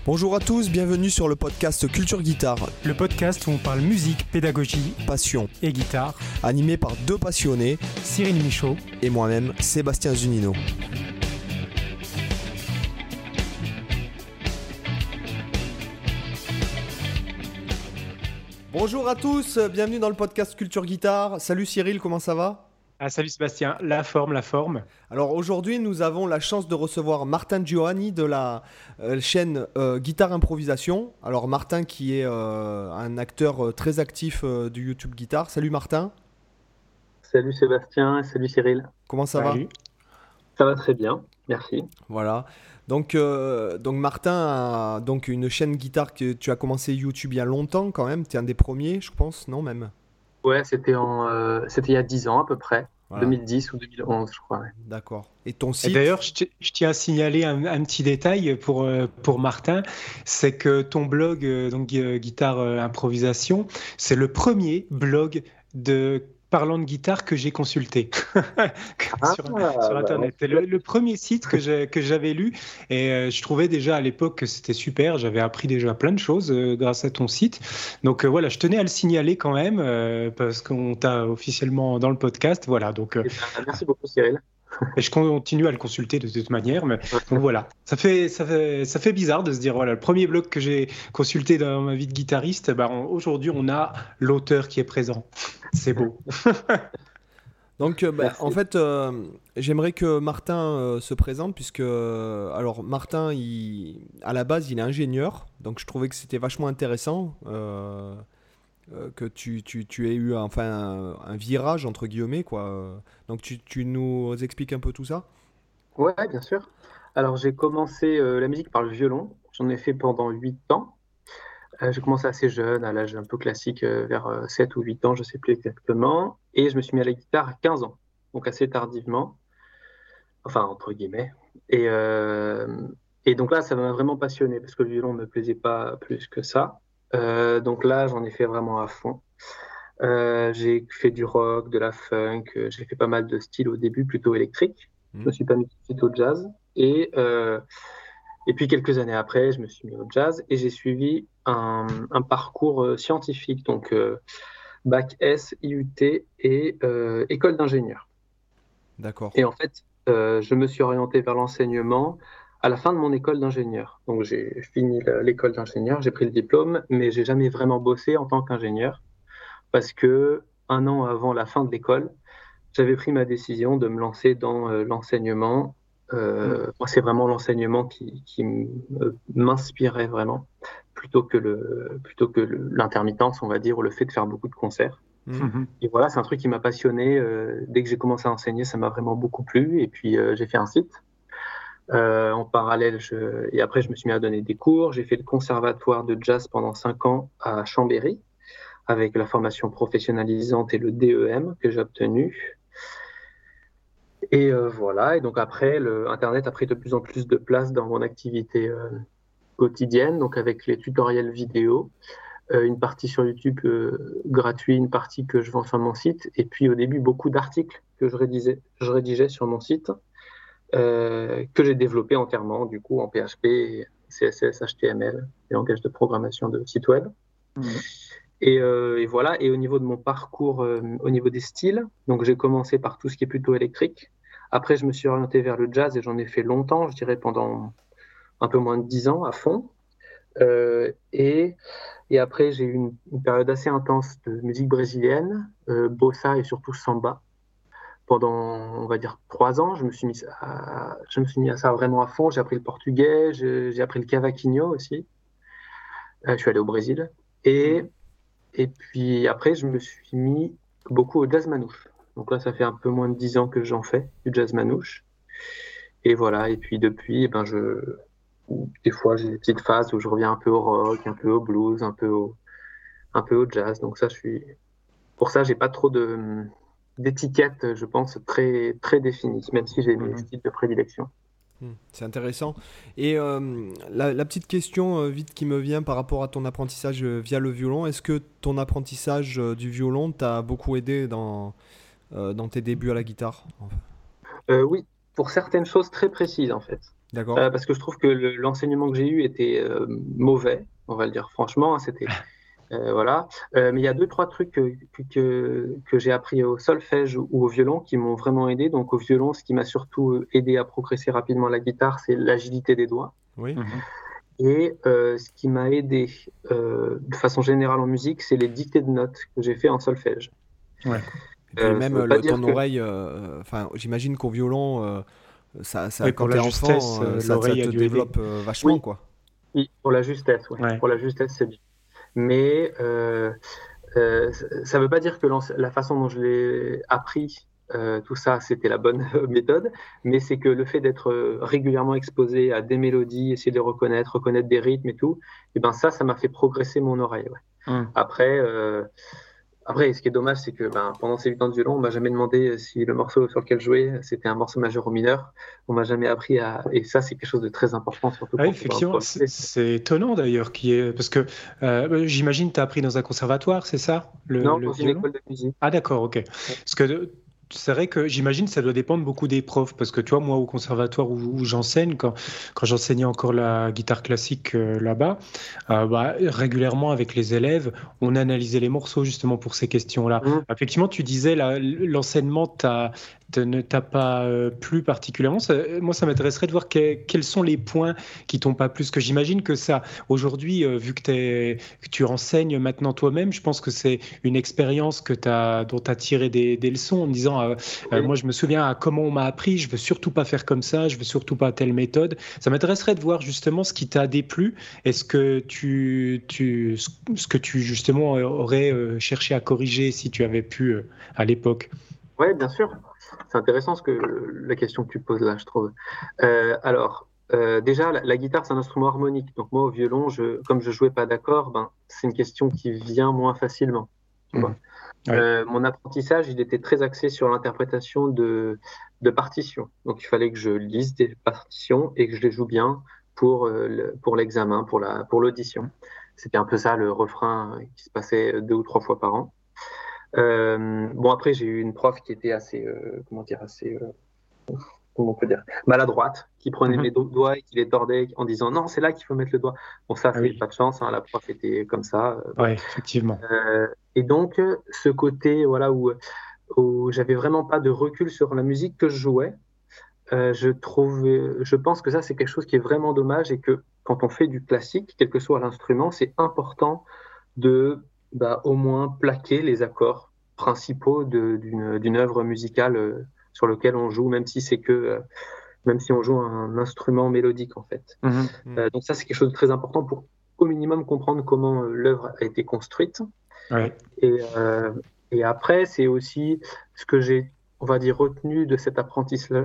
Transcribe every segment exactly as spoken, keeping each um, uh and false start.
Bonjour à tous, bienvenue sur le podcast Culture Guitare. Le podcast où on parle musique, pédagogie, passion et guitare. Animé par deux passionnés, Cyril Michaud et moi-même, Sébastien Zunino. Bonjour à tous, bienvenue dans le podcast Culture Guitare. Salut Cyril, comment ça va ? Ah, salut Sébastien, la forme, la forme. Alors aujourd'hui, nous avons la chance de recevoir Martin Giovanni de la euh, chaîne euh, Guitare Improvisation. Alors Martin qui est euh, un acteur euh, très actif euh, du YouTube Guitare. Salut Martin. Salut Sébastien, salut Cyril. Comment ça Salut. va ? Ça va très bien, merci. Voilà. Donc, euh, donc Martin a donc une chaîne guitare que tu as commencé YouTube il y a longtemps quand même. Tu es un des premiers, je pense, non même ? Ouais, c'était en, euh, c'était il y a dix ans à peu près, Voilà. deux mille dix ou deux mille onze, je crois. Ouais. D'accord. Et ton Et site ? d'ailleurs, je, ti- je tiens à signaler un, un petit détail pour, euh, pour Martin, c'est que ton blog, euh, donc euh, Guitare euh, Improvisation, c'est le premier blog de parlant de guitare que j'ai consulté sur, Ah, sur bah, Internet. C'est le, le premier site que, j'ai, que j'avais lu et euh, je trouvais déjà à l'époque que c'était super. J'avais appris déjà plein de choses euh, grâce à ton site. Donc euh, voilà, je tenais à le signaler quand même euh, parce qu'on t'a officiellement dans le podcast. Voilà, donc euh, eh ben, merci beaucoup Cyril. et je continue à le consulter de toute manière. Mais Ouais. donc voilà, ça fait, ça fait, ça fait bizarre de se dire voilà, le premier blog que j'ai consulté dans ma vie de guitariste, bah, on- aujourd'hui on a l'auteur qui est présent. C'est beau. Donc, euh, bah, Merci. en fait, euh, j'aimerais que Martin euh, se présente, puisque, euh, alors, Martin, il, à la base, il est ingénieur, donc je trouvais que c'était vachement intéressant euh, euh, que tu, tu, tu aies eu enfin, un, un virage, entre guillemets, quoi. Donc, tu, tu nous expliques un peu tout ça ? Ouais, bien sûr. Alors j'ai commencé euh, la musique par le violon. J'en ai fait pendant huit ans. Euh, j'ai commencé assez jeune, à l'âge un peu classique, euh, vers euh, sept ou huit ans, je sais plus exactement. Et je me suis mis à la guitare à quinze ans, donc assez tardivement. Enfin, entre guillemets. Et, euh, et donc là, ça m'a vraiment passionné parce que le violon ne me plaisait pas plus que ça. Euh, donc là, j'en ai fait vraiment à fond. Euh, j'ai fait du rock, de la funk, euh, j'ai fait pas mal de styles au début, plutôt électrique. Je me suis pas mis tout de suite au jazz. Et, euh, et puis quelques années après, je me suis mis au jazz et j'ai suivi un, un parcours euh, scientifique, donc euh, bac S, I U T et euh, école d'ingénieur. D'accord. Et en fait, euh, je me suis orienté vers l'enseignement à la fin de mon école d'ingénieur. Donc j'ai fini la- l'école d'ingénieur, j'ai pris le diplôme, mais j'ai jamais vraiment bossé en tant qu'ingénieur parce que un an avant la fin de l'école, j'avais pris ma décision de me lancer dans euh, l'enseignement. Euh, moi, c'est vraiment l'enseignement qui, qui m- euh, m'inspirait vraiment, plutôt que le, plutôt que le- l'intermittence, on va dire, ou le fait de faire beaucoup de concerts. Mhm. Et voilà, c'est un truc qui m'a passionné. Euh, dès que j'ai commencé à enseigner, ça m'a vraiment beaucoup plu. Et puis, euh, j'ai fait un site. Euh, en parallèle, je... et après, je me suis mis à donner des cours. J'ai fait le conservatoire de jazz pendant cinq ans à Chambéry, avec la formation professionnalisante et le D E M que j'ai obtenu. Et euh, voilà. Et donc après, le Internet a pris de plus en plus de place dans mon activité euh, quotidienne, donc avec les tutoriels vidéo. Euh, une partie sur YouTube euh, gratuit, une partie que je vends sur mon site, et puis au début beaucoup d'articles que je rédigeais, je rédigeais sur mon site, euh, que j'ai développé entièrement du coup en P H P, C S S, H T M L, les langages de programmation de site web. Mhm. Et, euh, et voilà. Et au niveau de mon parcours, euh, au niveau des styles, donc j'ai commencé par tout ce qui est plutôt électrique. Après, je me suis orienté vers le jazz et j'en ai fait longtemps, je dirais pendant un peu moins de dix ans à fond. Euh, et Et après, j'ai eu une, une période assez intense de musique brésilienne, euh, bossa et surtout samba. Pendant, on va dire, trois ans, je me suis mis à, je me suis mis à ça vraiment à fond. J'ai appris le portugais, j'ai j'ai appris le cavaquinho aussi. Euh, je suis allé au Brésil. Et, et puis après, je me suis mis beaucoup au jazz manouche. Donc là, ça fait un peu moins de dix ans que j'en fais, du jazz manouche. Et voilà, et puis depuis, eh ben je, des fois, j'ai des petites phases où je reviens un peu au rock, un peu au blues, un peu au, un peu au jazz. Donc ça, je suis, pour ça, j'ai pas trop de d'étiquettes, je pense, très très définies, même si j'ai mes Mhm. styles de prédilection. Hmm, c'est intéressant. Et euh, la, la petite question euh, vite qui me vient par rapport à ton apprentissage euh, via le violon, est-ce que ton apprentissage euh, du violon t'a beaucoup aidé dans, euh, dans tes débuts à la guitare ? Euh, oui, pour certaines choses très précises en fait. D'accord. Euh, parce que je trouve que le- l'enseignement que j'ai eu était euh, mauvais, on va le dire franchement. Hein, c'était euh, voilà. Euh, mais il y a deux trois trucs que que, que, que j'ai appris au solfège ou au violon qui m'ont vraiment aidé. Donc au violon, ce qui m'a surtout aidé à progresser rapidement à la guitare, c'est l'agilité des doigts. Oui. Mhm. Et euh, ce qui m'a aidé euh, de façon générale en musique, c'est les dictées de notes que j'ai fait en solfège. Ouais. Et puis Euh, ça même veut pas le, dire ton que oreille, euh, enfin, j'imagine qu'au violon, euh, ça, ça, Oui, quand pour t'es la justesse, enfant, euh, euh, ça, ça l'oreille te a dû aider. développe euh, vachement, oui, quoi. oui, pour la justesse, ouais. Ouais. Pour la justesse, c'est bien. Mais euh, euh, ça ne veut pas dire que l'ense- la façon dont je l'ai appris, euh, tout ça, c'était la bonne méthode, mais c'est que le fait d'être euh, régulièrement exposé à des mélodies, essayer de les reconnaître, reconnaître des rythmes et tout, et ben ça, ça m'a fait progresser mon oreille. Ouais. Mhm. Après, euh, après, ce qui est dommage, c'est que ben, pendant ces huit ans de violon, on m'a jamais demandé si le morceau sur lequel je jouais, c'était un morceau majeur ou mineur. On m'a jamais appris à... Et ça, c'est quelque chose de très important, surtout Ah oui, quand on va effectivement, c'est improviser. c'est étonnant d'ailleurs, qui est parce que euh, j'imagine que tu as appris dans un conservatoire, c'est ça, le, Non, le dans une violon? école de musique. Ah d'accord, ok. Parce que de- c'est vrai que j'imagine que ça doit dépendre beaucoup des profs, parce que tu vois, moi au conservatoire où, où j'enseigne, quand, quand j'enseignais encore la guitare classique euh, là-bas, euh, bah, régulièrement avec les élèves, on analysait les morceaux justement pour ces questions-là. Mmh. Effectivement, tu disais là, l'enseignement t'a- te- ne t'a pas euh, plu particulièrement. Ça- moi, ça m'intéresserait de voir que- quels sont les points qui t'ont pas plu, parce que j'imagine que ça, aujourd'hui, euh, vu que, t'es- que tu enseignes maintenant toi-même, je pense que c'est une expérience que t'as, dont tu as tiré des, des leçons en me disant, euh, euh, Oui. moi je me souviens à comment on m'a appris, je veux surtout pas faire comme ça, je veux surtout pas telle méthode. Ça m'intéresserait de voir justement ce qui t'a déplu et ce que tu, tu, ce que tu justement euh, aurais euh, cherché à corriger si tu avais pu euh, à l'époque. Ouais, bien sûr. C'est intéressant ce que la question que tu poses là, je trouve. Euh, alors, euh, déjà, la, la guitare, c'est un instrument harmonique. Donc moi, au violon, je, comme je jouais pas d'accords, ben, c'est une question qui vient moins facilement. Tu Mhm. vois. Ouais. Euh, mon apprentissage, il était très axé sur l'interprétation de, de partitions. Donc il fallait que je lise des partitions et que je les joue bien pour, euh, le- pour l'examen, pour la, pour l'audition. C'était un peu ça le refrain qui se passait deux ou trois fois par an. Euh, bon, après, j'ai eu une prof qui était assez, euh, comment dire, assez, euh, comment on peut dire, maladroite, qui prenait mes Mhm. do- doigts et qui les tordait en disant non, c'est là qu'il faut mettre le doigt. Bon, ça, Ah c'est oui, pas de chance, hein, la prof était comme ça. euh, bon. ouais, effectivement. Euh, et donc, euh, ce côté, voilà, où, où j'avais vraiment pas de recul sur la musique que je jouais, euh, je trouve, je pense que ça, c'est quelque chose qui est vraiment dommage et que quand on fait du classique, quel que soit l'instrument, c'est important de bah, au moins plaquer les accords principaux de- d'une d'une œuvre musicale euh, sur lequel on joue, même si c'est que euh, même si on joue un instrument mélodique en fait. Mhm. Hmm. Euh, donc ça c'est quelque chose de très important pour au minimum comprendre comment euh, l'œuvre a été construite. Ouais. Et, euh, et après c'est aussi ce que j'ai on va dire retenu de cet apprentissage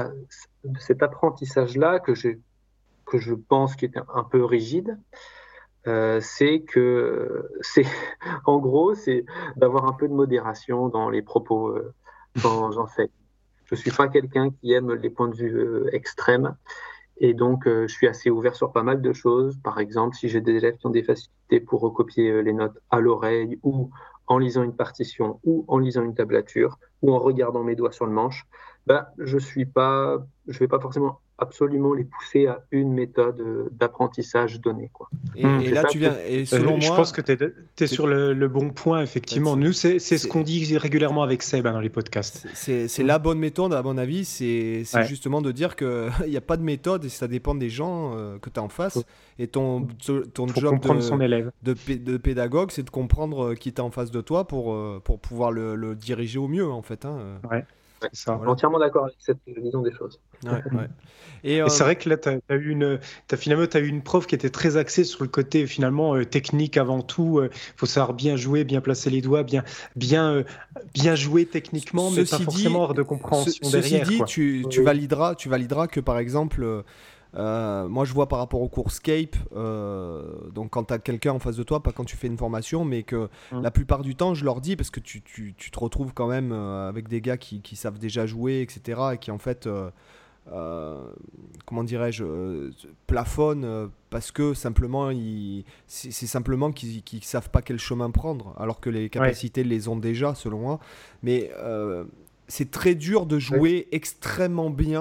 de cet apprentissage là que j'ai que je pense qui était un peu rigide, euh, c'est que c'est en gros c'est d'avoir un peu de modération dans les propos euh, quand j'enseigne. Je suis pas quelqu'un qui aime les points de vue euh, extrêmes et donc euh, je suis assez ouvert sur pas mal de choses. Par exemple, si j'ai des élèves qui ont des facilités pour recopier euh, les notes à l'oreille ou en lisant une partition ou en lisant une tablature ou en regardant mes doigts sur le manche, ben je suis pas, je vais pas forcément absolument les pousser à une méthode euh, d'apprentissage donnée, quoi. Mhm. Et, et C'est là, ça tu que viens. Et selon Euh, je pense moi, que tu es, t'es- sur le, le bon point, bah, effectivement. c'est Nous, c'est c'est ce qu'on c'est- dit régulièrement avec Seb hein, dans les podcasts. c'est- c'est- c'est Mm. la bonne méthode, à mon avis. C'est c'est Ouais. justement de dire qu'il n'y a pas de méthode et ça dépend des gens euh, que tu as en Faut, face. Et ton, ton faut job comprendre son de, élève. de, pé- de pédagogue, c'est de comprendre euh, qui est en face de toi pour, euh, pour pouvoir le, le diriger au mieux, en fait. Hein. euh. Ouais, Ouais. c'est ça. Voilà. Entièrement d'accord avec cette vision des choses. Ouais, Mhm. ouais. Et Et c'est euh, vrai que là, tu as, eu une, t'as, finalement, tu as eu une prof qui était très axée sur le côté finalement euh, technique avant tout. Il faut savoir bien jouer, bien placer les doigts, bien, bien, euh, bien jouer techniquement, mais pas ceci forcément dit, avoir de ce- compréhension ceci derrière, dit, quoi. tu, tu Oui. valideras, tu valideras que par exemple, euh, euh, moi je vois par rapport au cours Scape, euh, donc quand tu as quelqu'un en face de toi, pas quand tu fais une formation, mais que Mm. la plupart du temps, je leur dis, parce que tu, tu- tu te retrouves quand même euh, avec des gars qui, qui savent déjà jouer, et cetera, et qui en fait, euh, euh, comment dirais-je, euh, plafonnent euh, parce que simplement, ils- c'est c'est simplement qu'ils qu'ils savent pas quel chemin prendre, alors que les Ouais. capacités les ont déjà, selon moi. Mais euh, c'est très dur de Oui. jouer extrêmement bien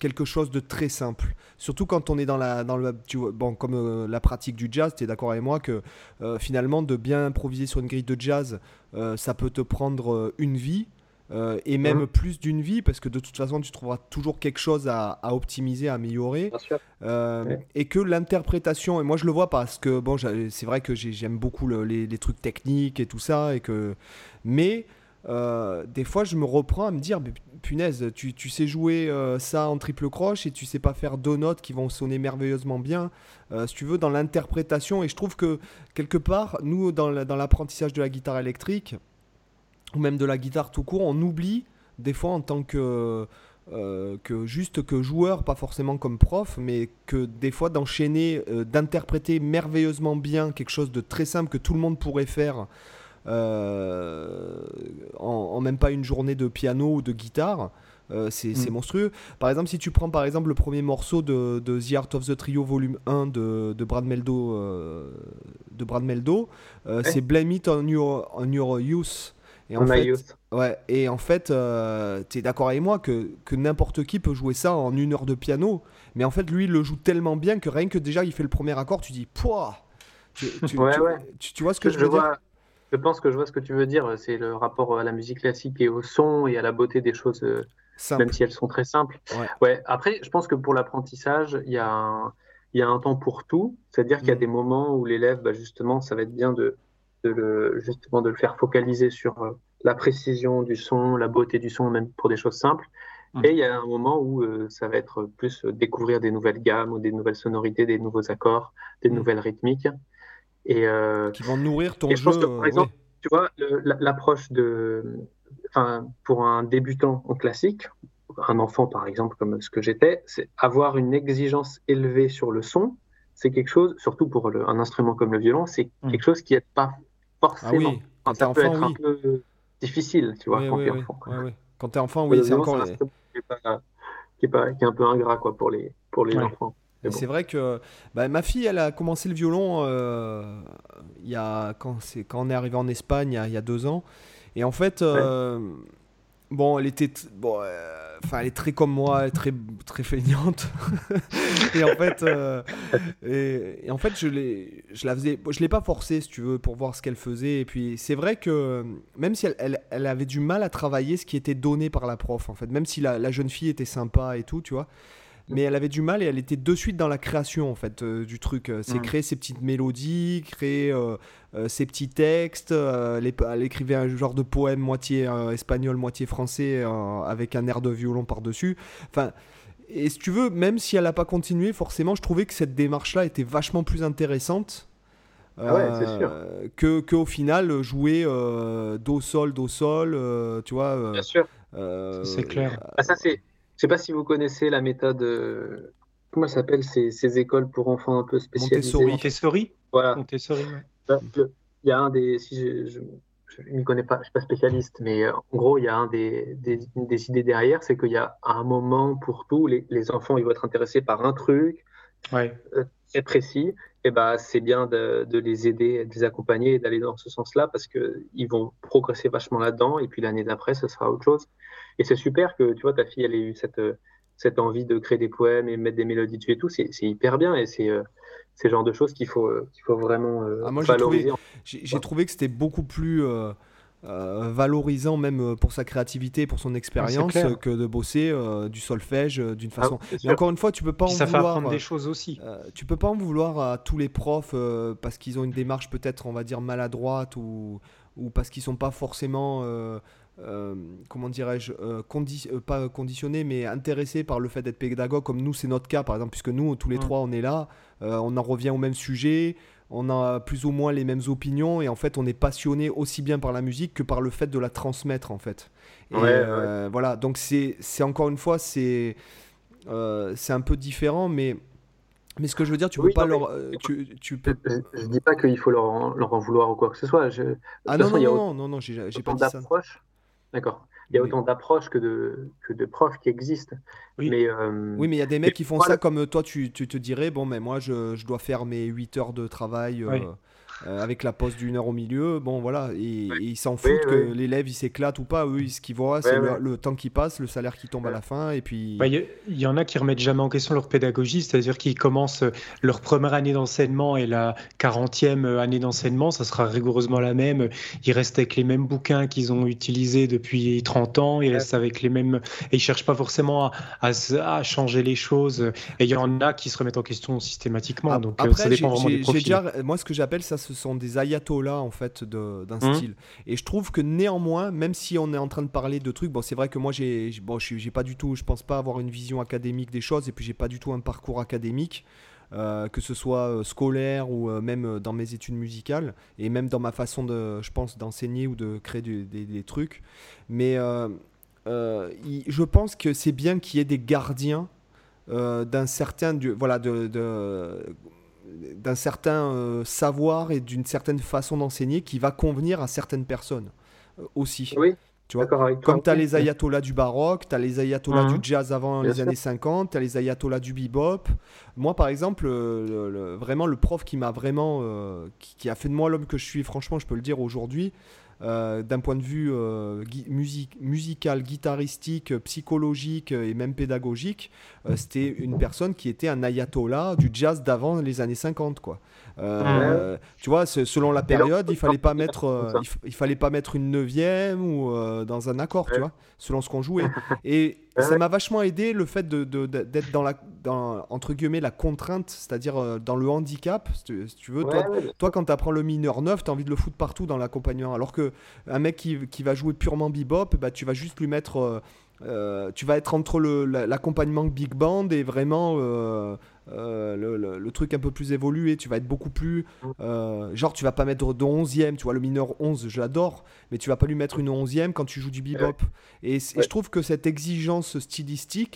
quelque chose de très simple. Surtout quand on est dans la, dans le, tu vois, bon, comme euh, la pratique du jazz, tu es d'accord avec moi que euh, finalement, de bien improviser sur une grille de jazz, euh, ça peut te prendre euh, une vie. Euh, et même Mhm. plus d'une vie, parce que de toute façon, tu trouveras toujours quelque chose à, à optimiser, à améliorer. Bien sûr. Euh, Ouais. et que l'interprétation, et moi je le vois parce que bon, j'ai- c'est vrai que j'ai- j'aime beaucoup le- les, les trucs techniques et tout ça, et que, mais euh, des fois je me reprends à me dire, mais punaise, tu, tu sais jouer euh, ça en triple croche et tu sais pas faire deux notes qui vont sonner merveilleusement bien, euh, si tu veux, dans l'interprétation. Et je trouve que quelque part, nous, dans la- dans l'apprentissage de la guitare électrique, ou même de la guitare tout court, on oublie des fois en tant que, euh, que juste que joueur, pas forcément comme prof, mais que des fois d'enchaîner, euh, d'interpréter merveilleusement bien quelque chose de très simple que tout le monde pourrait faire euh, en, en même pas une journée de piano ou de guitare. Euh, c'est c'est Mm. monstrueux. Par exemple, si tu prends par exemple le premier morceau de, de The Art of the Trio volume un de, de Brad Meldo, euh, de Brad Meldo, euh, Ouais. c'est Blame It on Your, on your Youth. Et en On a fait, youth. ouais, et en fait, euh, tu es d'accord avec moi que, que n'importe qui peut jouer ça en une heure de piano, mais en fait, lui, il le joue tellement bien que rien que déjà, il fait le premier accord, tu dis, pouah, tu, tu, Ouais, tu, ouais. tu- tu vois ce que Je, je je veux dire? vois, je pense que je vois ce que tu veux dire. C'est le rapport à la musique classique et au son et à la beauté des choses, euh, même Simple, si elles sont très simples. ouais. Ouais. Après, je pense que pour l'apprentissage, il y a un, il y a un temps pour tout. C'est-à-dire qu'il y a Mm, des moments où l'élève, bah, justement, ça va être bien de, de le, justement, de le faire focaliser sur euh, la précision du son, la beauté du son, même pour des choses simples. Et il Mm. y a un moment où euh, ça va être plus euh, découvrir des nouvelles gammes ou des nouvelles sonorités, des nouveaux accords, des mm. nouvelles rythmiques. Et, euh, Qui vont nourrir ton et je jeu, pense que, par euh, ouais. exemple, tu vois, le- la- l'approche de, enfin, pour un débutant en classique, un enfant, par exemple, comme ce que j'étais, c'est avoir une exigence élevée sur le son. C'est quelque chose, surtout pour le- un instrument comme le violon, c'est Mm. quelque chose qui n'aide pas Ah oui, forcément. Enfin, quand t'es ça peut enfant, être un oui. peu difficile, tu vois, Oui, quand oui, tu es oui, enfant. ouais, ouais. Quand t'es enfant, oui, Le c'est violon, encore. c'est un instrument qui est pas, qui est pas, qui est un peu ingrat, quoi, pour les, pour les Ouais. enfants. Mais Et c'est bon. vrai que bah, ma fille, elle a commencé le violon euh, il y a, quand, c'est, quand on est arrivé en Espagne il y a, il y a deux ans. Et en fait, Ouais. euh, bon, elle était, t- bon, euh, enfin, elle est très comme moi, elle est très, très feignante. Et en fait, euh, et, et en fait, je l'ai, je la faisais, je l'ai pas forcée, si tu veux, pour voir ce qu'elle faisait. Et puis, c'est vrai que même si elle, elle, elle avait du mal à travailler ce qui était donné par la prof, en fait, même si la, la jeune fille était sympa et tout, tu vois. Mais elle avait du mal et elle était de suite dans la création en fait euh, du truc. Euh, C'est Mm. créer ses petites mélodies, créer euh, euh, ses petits textes. Euh, elle, elle écrivait un genre de poème moitié euh, espagnol, moitié français euh, avec un air de violon par-dessus. Enfin, et si tu veux, même si elle n'a pas continué, forcément, je trouvais que cette démarche-là était vachement plus intéressante Ah ouais, c'est sûr. euh, que, que au final jouer euh, do sol do sol. Euh, tu vois. Bien Euh, sûr. Ça, c'est euh, clair. Ah, ça, c'est. Je sais pas si vous connaissez la méthode. euh, Comment elle s'appelle ces, ces écoles pour enfants un peu spécialisées. Montessori. Montessori? Voilà. Montessori, ouais. Bah, le- Il y a un des. Si je, je, je m'y connais pas, je suis pas spécialiste, mais euh, en gros, il y a un des, des, une des idées derrière, c'est qu'il y a un moment pour tout. Les, les enfants, ils vont être intéressés par un truc Ouais. euh, très précis. Et bah, c'est bien de, de les aider, de les accompagner et d'aller dans ce sens-là parce que ils vont progresser vachement là-dedans. Et puis l'année d'après, ce sera autre chose. Et c'est super que tu vois ta fille, elle ait eu cette, euh, cette envie de créer des poèmes et mettre des mélodies dessus et tout. C'est c'est hyper bien et c'est euh, c'est le genre de choses qu'il faut, euh, qu'il faut vraiment euh, Ah, moi, j'ai trouvé, valoriser. En j'ai j'ai soi. trouvé que c'était beaucoup plus euh, euh, valorisant, même euh, pour sa créativité, pour son Ouais, c'est expérience, euh, clair. que de bosser euh, du solfège euh, d'une Ah oui, façon. c'est Mais sûr. encore une fois, tu peux pas Puis en ça fait vouloir. apprendre euh, des choses aussi. euh, tu peux pas en vouloir à tous les profs euh, parce qu'ils ont une démarche peut-être, on va dire, maladroite ou, ou parce qu'ils sont pas forcément, euh, euh, comment dirais-je, euh, condi- euh, pas conditionnés, mais intéressés par le fait d'être pédagogue, comme nous, c'est notre cas, par exemple, puisque nous, tous les Mm. trois, on est là, euh, on en revient au même sujet, on a plus ou moins les mêmes opinions, et en fait, on est passionné aussi bien par la musique que par le fait de la transmettre, en fait. Ouais, Et ouais. euh, voilà, donc c'est c'est encore une fois, c'est euh, c'est un peu différent, mais, mais ce que je veux dire, tu peux Oui, pas non, mais leur. euh, tu, tu je, peux. je, je dis pas qu'il faut leur en, leur en vouloir ou quoi que ce soit. Je- de Ah toute non, façon, non, il y a non, autant, non, non, non, j'ai j'ai pas autant dit ça. d'approches. D'accord. Il y a Oui. autant d'approches que de, que de profs qui existent. Oui. Mais, euh, Oui, mais il y a des mais mecs qui font moi, ça le- comme euh, toi, tu, tu te dirais, bon, mais moi, je, je dois faire mes huit heures de travail. euh, Ouais. euh, avec la pause d'une heure au milieu. Bon, voilà, et, Ouais. et ils s'en Oui, foutent que oui. l'élève il s'éclate ou pas. Eux, ils- ce qu'ils voient, c'est Ouais, le, ouais. le temps qui passe, le salaire qui tombe à Ouais. la fin, et Bah, puis. Il y, il y en a qui remettent jamais en question leur pédagogie, c'est-à-dire qu'ils commencent euh, leur première année d'enseignement et la quarantième année d'enseignement, ça sera rigoureusement la même. Ils restent avec les mêmes bouquins qu'ils ont utilisés depuis trente ans, ils Ouais. restent avec les mêmes... Et ils cherchent pas forcément à, à s- à changer les choses. Et il y en a qui se remettent en question systématiquement, Ap- donc euh, ça Après, dépend j'ai vraiment des j'ai- j'ai profils. déjà, moi ce que j'appelle ça, ce sont des ayatollahs en fait de- d'un Hum, style. Et je trouve que néanmoins, même si on est en train de parler de trucs, bon, c'est vrai que moi j'ai, j'ai- bon, je suis- j'ai pas du tout, je pense pas avoir une vision académique des choses, et puis j'ai pas du tout un parcours académique, euh, que ce soit euh, scolaire ou euh, même euh, dans mes études musicales, et même dans ma façon de, je pense, d'enseigner ou de créer du- des, des trucs. Mais euh, euh, il- je pense que c'est bien qu'il y ait des gardiens euh, d'un certain, du- voilà, de, de- d'un certain euh, savoir et d'une certaine façon d'enseigner qui va convenir à certaines personnes euh, aussi. Oui, Tu vois? d'accord avec Comme toi. tu as Oui, les oui. ayatollahs du baroque, tu as les ayatollahs du hum, jazz avant Bien les sûr. années cinquante, tu as les ayatollahs du bebop. Moi, par exemple, euh, le- le- vraiment le prof qui m'a vraiment, euh, qui, qui a fait de moi l'homme que je suis, franchement, je peux le dire aujourd'hui, euh, d'un point de vue euh, gui- musique, musical, guitaristique, euh, psychologique euh, et même pédagogique, euh, c'était une personne qui était un ayatollah du jazz d'avant les années cinquante, quoi. Ouais, hum. ouais. Euh, tu vois, c'est- selon la Et alors, période, il fallait comment pas on mettre, comme euh, ça. il, f- il fallait pas mettre une neuvième ou euh, dans un accord, tu Ouais, vois, selon ce qu'on jouait. Et ouais, ça ouais. m'a vachement aidé le fait de, de- de- d'être dans la, dans, entre guillemets, la contrainte, c'est-à-dire euh, dans le handicap, si tu, si tu veux. Toi, Ouais, ouais, bien toi sûr. quand tu apprends le mineur neuf, tu as envie de le foutre partout dans l'accompagnement. Alors que un mec qui, qui va jouer purement bebop, bah, tu vas juste lui mettre. euh, euh, tu vas être entre le- la- l'accompagnement big band et vraiment euh, euh, le, le- le truc un peu plus évolué. Tu vas être beaucoup plus. euh, genre, tu vas pas mettre de onzième, tu vois, le mineur onze, je l'adore, mais tu vas pas lui mettre une onzième quand tu joues du Ouais, bebop. Et, c- et je ouais, trouve que cette exigence stylistique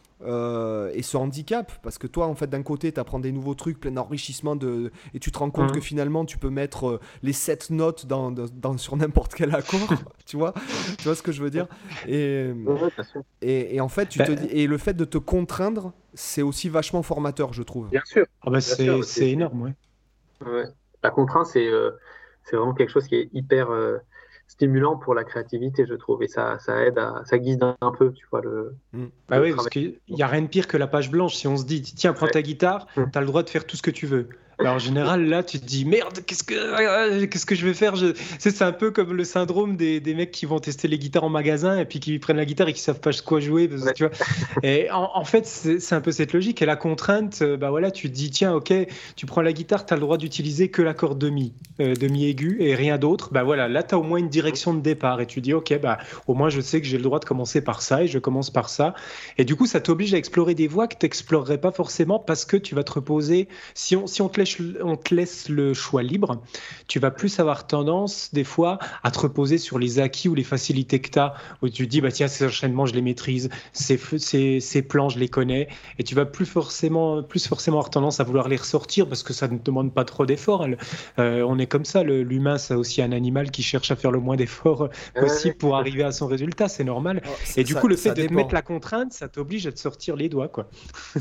euh, et ce handicap, parce que toi, en fait, d'un côté, tu apprends des nouveaux trucs, plein d'enrichissement, de... et tu te rends compte que Hum. finalement, tu peux mettre euh, les sept notes dans, dans- dans- sur n'importe quel accord, tu vois, tu vois ce que je veux dire et, ouais, ouais, bien sûr. et, et en fait, tu te dis, Ben, et le fait de te contraindre, c'est aussi vachement formateur, je trouve. Bien sûr, ah bah, bien sûr. c'est C'est, c'est c'est- énorme, ouais. ouais. La contrainte, c'est euh, c'est vraiment quelque chose qui est hyper euh, stimulant pour la créativité, je trouve. Et ça, ça aide à, ça guide un peu, tu vois, le, Mm. Bah le oui, parce travail. qu'il n'y a rien de pire que la page blanche. Si on se dit, tiens, prends Ouais. ta guitare, tu as le droit de faire tout ce que tu veux. Bah, en général, là, tu te dis, merde, qu'est-ce que, euh, qu'est-ce que je vais faire? Je... C'est c'est un peu comme le syndrome des, des mecs qui vont tester les guitares en magasin et puis qui prennent la guitare et qui savent pas quoi jouer. Parce que, Ouais. tu vois. Et en, en fait, c'est c'est un peu cette logique. Et la contrainte, euh, bah voilà, tu te dis, tiens, ok, tu prends la guitare, tu as le droit d'utiliser que l'accord demi, euh, demi aigu et rien d'autre. Bah voilà, là, tu as au moins une direction de départ et tu dis, ok, bah au moins je sais que j'ai le droit de commencer par ça et je commence par ça. Et du coup, ça t'oblige à explorer des voies que tu n'explorerais pas forcément parce que tu vas te reposer. Si on, si on, te laisse, on te laisse le choix libre, tu vas plus avoir tendance, des fois, à te reposer sur les acquis ou les facilités que tu as, où tu te dis, bah, tiens, ces enchaînements, je les maîtrise, ces, ces, ces plans, je les connais. Et tu vas plus forcément, plus forcément avoir tendance à vouloir les ressortir parce que ça ne demande pas trop d'efforts. Euh, on est comme ça. Le, l'humain, c'est aussi un animal qui cherche à faire le moins d'efforts Ouais, possible pour arriver à son résultat. C'est normal. Oh, Et ça, du ça, coup, le fait ça de te mettre dépend. la contrainte, ça t'oblige à te sortir les doigts, quoi.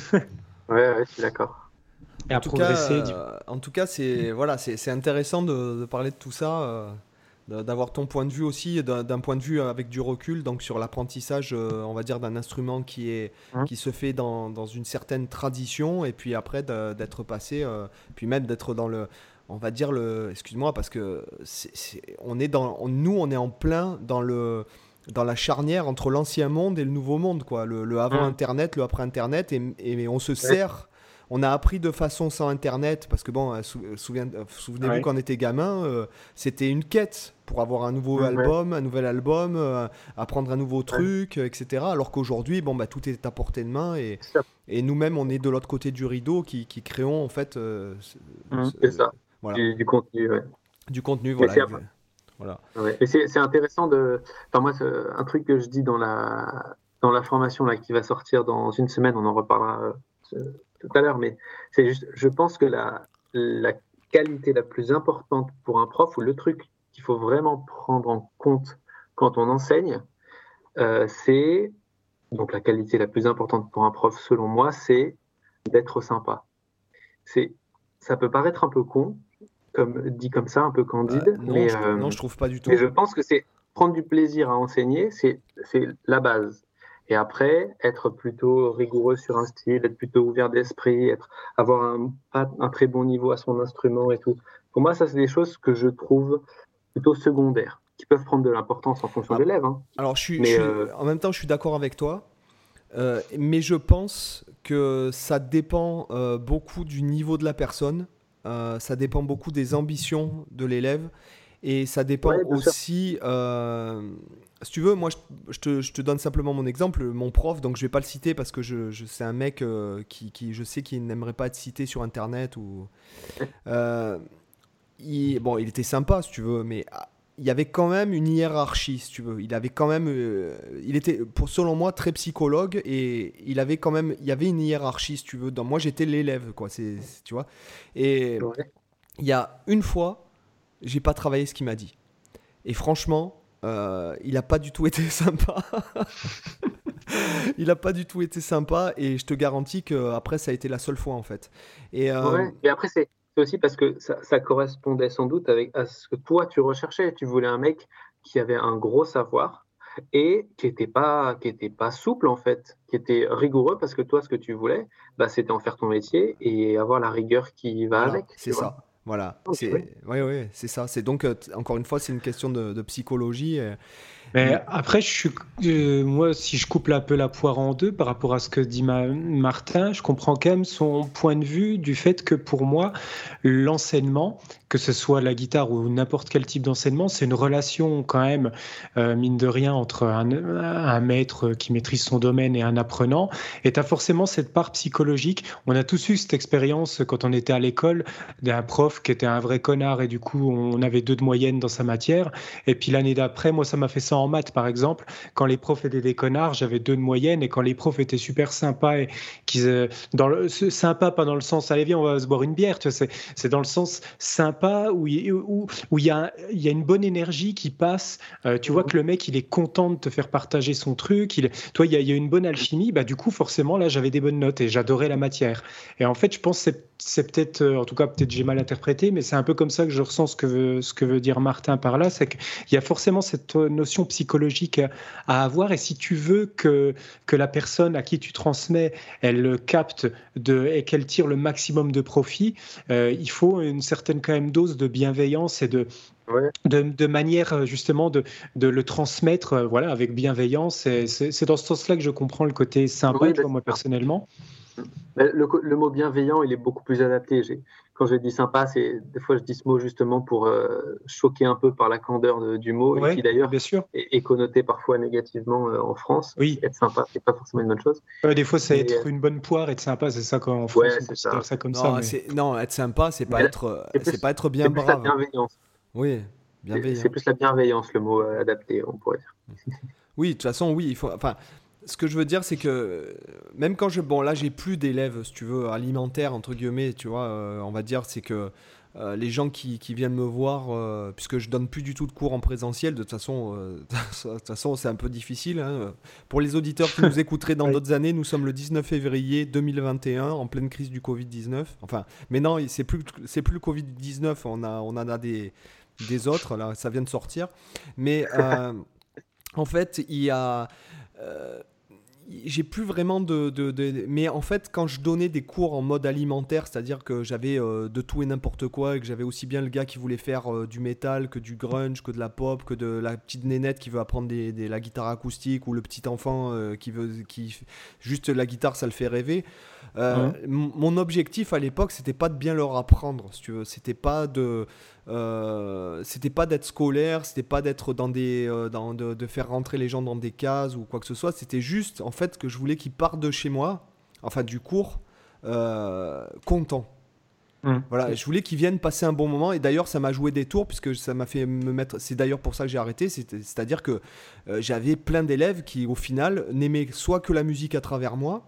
ouais, ouais, je suis d'accord. Et En à tout cas, progresser. Du... euh, en tout cas, c'est voilà, c'est c'est intéressant de, de parler de tout ça, euh, de- d'avoir ton point de vue aussi, d'un d'un point de vue avec du recul, donc sur l'apprentissage, euh, on va dire, d'un instrument qui est Hein. qui se fait dans, dans une certaine tradition, et puis après de- d'être passé, euh, puis même d'être dans le, on va dire le, excuse-moi, parce que c'est- c'est- on est dans, on- nous, on est en plein dans le dans la charnière entre l'ancien monde et le nouveau monde, quoi. Le, le avant Hein. Internet, le après Internet, et, et on se Ouais, sert. On a appris de façon sans Internet, parce que bon, euh, sou- euh, souvien- euh, souvenez-vous Ouais. quand on était gamin, euh, c'était une quête pour avoir un nouveau ouais, album, un nouvel album, euh, apprendre un nouveau ouais, truc, euh, et cetera. Alors qu'aujourd'hui, bon, bah, tout est à portée de main, et, c'est ça. et nous-mêmes, on est de l'autre côté du rideau qui, qui créons en fait euh, ce- Hein. ce- C'est ça. voilà, Du, du contenu, ouais. du contenu, Mais voilà. c'est exa- voilà. ouais. Et c'est c'est intéressant de. Enfin, moi, c'est un truc que je dis dans la, dans la formation là, qui va sortir dans une semaine, on en reparlera euh, ce- tout à l'heure, mais c'est juste, je pense que la, la qualité la plus importante pour un prof, ou le truc qu'il faut vraiment prendre en compte quand on enseigne, euh, c'est, donc la qualité la plus importante pour un prof, selon moi, c'est d'être sympa. C'est, ça peut paraître un peu con, comme, dit comme ça, un peu Bah, candide, non, mais, je, euh, non, je trouve pas du mais je tout. pense que c'est prendre du plaisir à enseigner, c'est, c'est la base. Et après, être plutôt rigoureux sur un style, être plutôt ouvert d'esprit, être, avoir un, pas un très bon niveau à son instrument et tout. Pour moi, ça, c'est des choses que je trouve plutôt secondaires, qui peuvent prendre de l'importance en fonction de Ah, l'élève. Hein. alors, je suis, je Mais suis- euh, en même temps, je suis d'accord avec toi, euh, mais je pense que ça dépend euh, beaucoup du niveau de la personne, euh, ça dépend beaucoup des ambitions de l'élève, et ça dépend ouais, bien sûr. aussi, euh, si tu veux, moi, je, je te, je te donne simplement mon exemple, mon prof, donc je vais pas le citer parce que je, je- c'est un mec euh, qui, qui, je sais, qu'il n'aimerait pas être cité sur Internet ou... euh, il, bon, il était sympa, si tu veux, mais ah, il y avait quand même une hiérarchie, si tu veux. Il avait quand même, euh, il était, pour, selon moi, très psychologue et il avait quand même, il y avait une hiérarchie, si tu veux. Dans, moi, j'étais l'élève, quoi. C'est, c'est- tu vois. Et Ouais. il y a une fois, j'ai pas travaillé ce qu'il m'a dit. Et franchement, euh, il a pas du tout été sympa. Il a pas du tout été sympa et je te garantis que après, ça a été la seule fois en fait. Et euh, Ouais. Et après, c'est c'est aussi parce que ça, ça correspondait sans doute avec, à ce que toi, tu recherchais. Tu voulais un mec qui avait un gros savoir et qui n'était pas, qui était pas souple, en fait, qui était rigoureux parce que toi, ce que tu voulais, bah, c'était en faire ton métier et avoir la rigueur qui va voilà, avec, c'est tu vois. ça. Voilà, Donc, ouais. c'est, ouais, ouais, c'est ça. C'est donc euh, t- encore une fois, c'est une question de, de psychologie. euh, Mais mais après, je suis, euh, moi, si je couple un peu la poire en deux par rapport à ce que dit ma- Martin, je comprends quand même son point de vue du fait que pour moi, l'enseignement, que ce soit la guitare ou n'importe quel type d'enseignement, c'est une relation quand même, euh, mine de rien, entre un, un maître qui maîtrise son domaine et un apprenant. Et tu as forcément cette part psychologique. On a tous eu cette expérience quand on était à l'école d'un prof qui était un vrai connard et du coup, on avait deux de moyenne dans sa matière. Et puis l'année d'après, moi, ça m'a fait ça en maths, par exemple. Quand les profs étaient des connards, j'avais deux de moyenne. Et quand les profs étaient super sympas, et qu'ils, euh, dans le, ce- sympa, pas dans le sens, allez, viens, on va se boire une bière, tu vois, c'est, c'est dans le sens sympa où il, où, où il y a, il y a une bonne énergie qui passe. Euh, tu vois Mhm. que le mec, il est content de te faire partager son truc. Il, toi, il y, a, il y a une bonne alchimie. Bah, du coup, forcément, là, j'avais des bonnes notes et j'adorais la matière. Et en fait, je pense que c'est, c'est peut-être, euh, en tout cas, peut-être j'ai mal interprété, mais c'est un peu comme ça que je ressens ce que veut, ce que veut dire Martin par là, c'est que il y a forcément cette notion psychologique à avoir. Et si tu veux que, que la personne à qui tu transmets, elle capte de, et qu'elle tire le maximum de profit, euh, il faut une certaine quand même dose de bienveillance et de, Ouais. de, de manière justement de, de le transmettre euh, voilà, avec bienveillance. Et c'est, c'est dans ce sens-là que je comprends le côté sympa, Oui, tu bah, vois, moi c'est ça. personnellement. Mais Le, co- le mot bienveillant, il est beaucoup plus adapté. J'ai- Quand je dis sympa, c'est des fois je dis ce mot justement pour euh, choquer un peu par la candeur de- du mot et qui Ouais, d'ailleurs bien sûr. est, est connoté parfois négativement euh, en France. Oui. Être sympa, c'est pas forcément une bonne chose. Ouais, des fois, c'est Mais euh, être une bonne poire, être sympa, c'est ça qu'en France, ouais, on c'est ça. considère ça comme ça. non, Mais c'est, non, être sympa, c'est pas Mais là, être, euh, c'est c'est plus, pas être bien c'est plus la brave. bienveillance. Oui, C'est c'est bienveillant. plus la bienveillance le mot euh, adapté, on pourrait dire. Oui, de toute façon, oui, il faut. Enfin, ce que je veux dire, c'est que euh, même quand je, bon, là, j'ai plus d'élèves, si tu veux, alimentaires entre guillemets, tu vois, euh, on va dire, c'est que euh, les gens qui, qui viennent me voir, euh, puisque je donne plus du tout de cours en présentiel, de toute façon, euh, de toute façon, c'est un peu difficile. Hein. Pour les auditeurs qui nous écouteraient dans oui. d'autres années, nous sommes le dix-neuf février deux mille vingt et un, en pleine crise du covid dix-neuf. Enfin, mais non, c'est plus, c'est plus le covid dix-neuf, on a, on en a des, des autres, là, ça vient de sortir. Mais euh, en fait, il y a. euh, j'ai plus vraiment de, de, de- Mais en fait, quand je donnais des cours en mode alimentaire, c'est-à-dire que j'avais euh, de tout et n'importe quoi, et que j'avais aussi bien le gars qui voulait faire euh, du métal, que du grunge, que de la pop, que de la petite nénette qui veut apprendre des, des- la guitare acoustique, ou le petit enfant euh, qui veut. Qui, juste la guitare, ça le fait rêver. Euh, Hein. m- mon objectif à l'époque, c'était pas de bien leur apprendre, si tu veux. C'était pas de. Euh, c'était pas d'être scolaire, c'était pas d'être dans des, euh, dans, de, de faire rentrer les gens dans des cases ou quoi que ce soit. C'était juste en fait que je voulais qu'ils partent de chez moi, enfin du cours, euh, contents. Hum. Voilà, je voulais qu'ils viennent passer un bon moment et d'ailleurs ça m'a joué des tours puisque ça m'a fait me mettre. C'est d'ailleurs pour ça que j'ai arrêté. C'est- C'est-à-dire que euh, j'avais plein d'élèves qui au final n'aimaient soit que la musique à travers moi,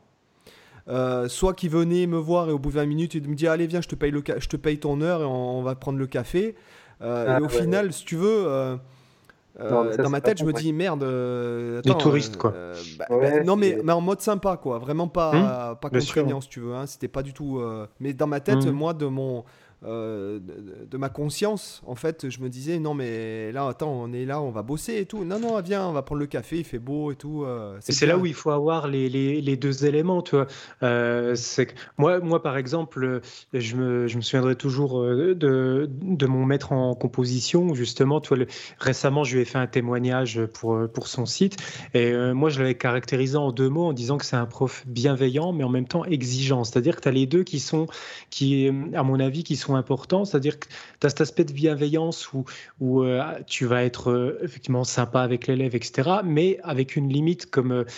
euh, soit qui venaient me voir et au bout de vingt minutes ils me disaient allez viens je te paye, le ca- je te paye ton heure et on, on va prendre le café. Euh, et Ah au ouais. final si tu veux euh, Non, mais euh, ça, dans c'est ma pas tête je bon, me ouais. dis merde euh, Des attends touristes, euh, quoi. euh, bah, bah, Ouais, non mais, c'est- mais en mode sympa quoi, vraiment Hum. pas, pas Bien sûr. contraignant si tu veux hein, c'était pas du tout euh, mais dans ma tête Hum. moi de mon euh, de, de ma conscience. En fait, je me disais, non, mais là, attends, on est là, on va bosser et tout. Non, non, viens, on va prendre le café, il fait beau et tout. euh, Et c'est c'est là bien. où il faut avoir les, les, les deux éléments, tu vois. Euh, c'est que moi, moi, par exemple, euh, je me, je me souviendrai toujours euh, de, de mon maître en composition, où justement, tu vois, le- récemment, je lui ai fait un témoignage pour, euh, pour son site, et euh, moi, je l'avais caractérisé en deux mots, en disant que c'est un prof bienveillant, mais en même temps exigeant. C'est-à-dire que tu as les deux qui sont, qui, à mon avis, qui sont importants. C'est-à-dire que tu as cet aspect de bienveillance où, où euh, tu vas être euh, effectivement sympa avec l'élève, et cetera, mais avec une limite comme euh,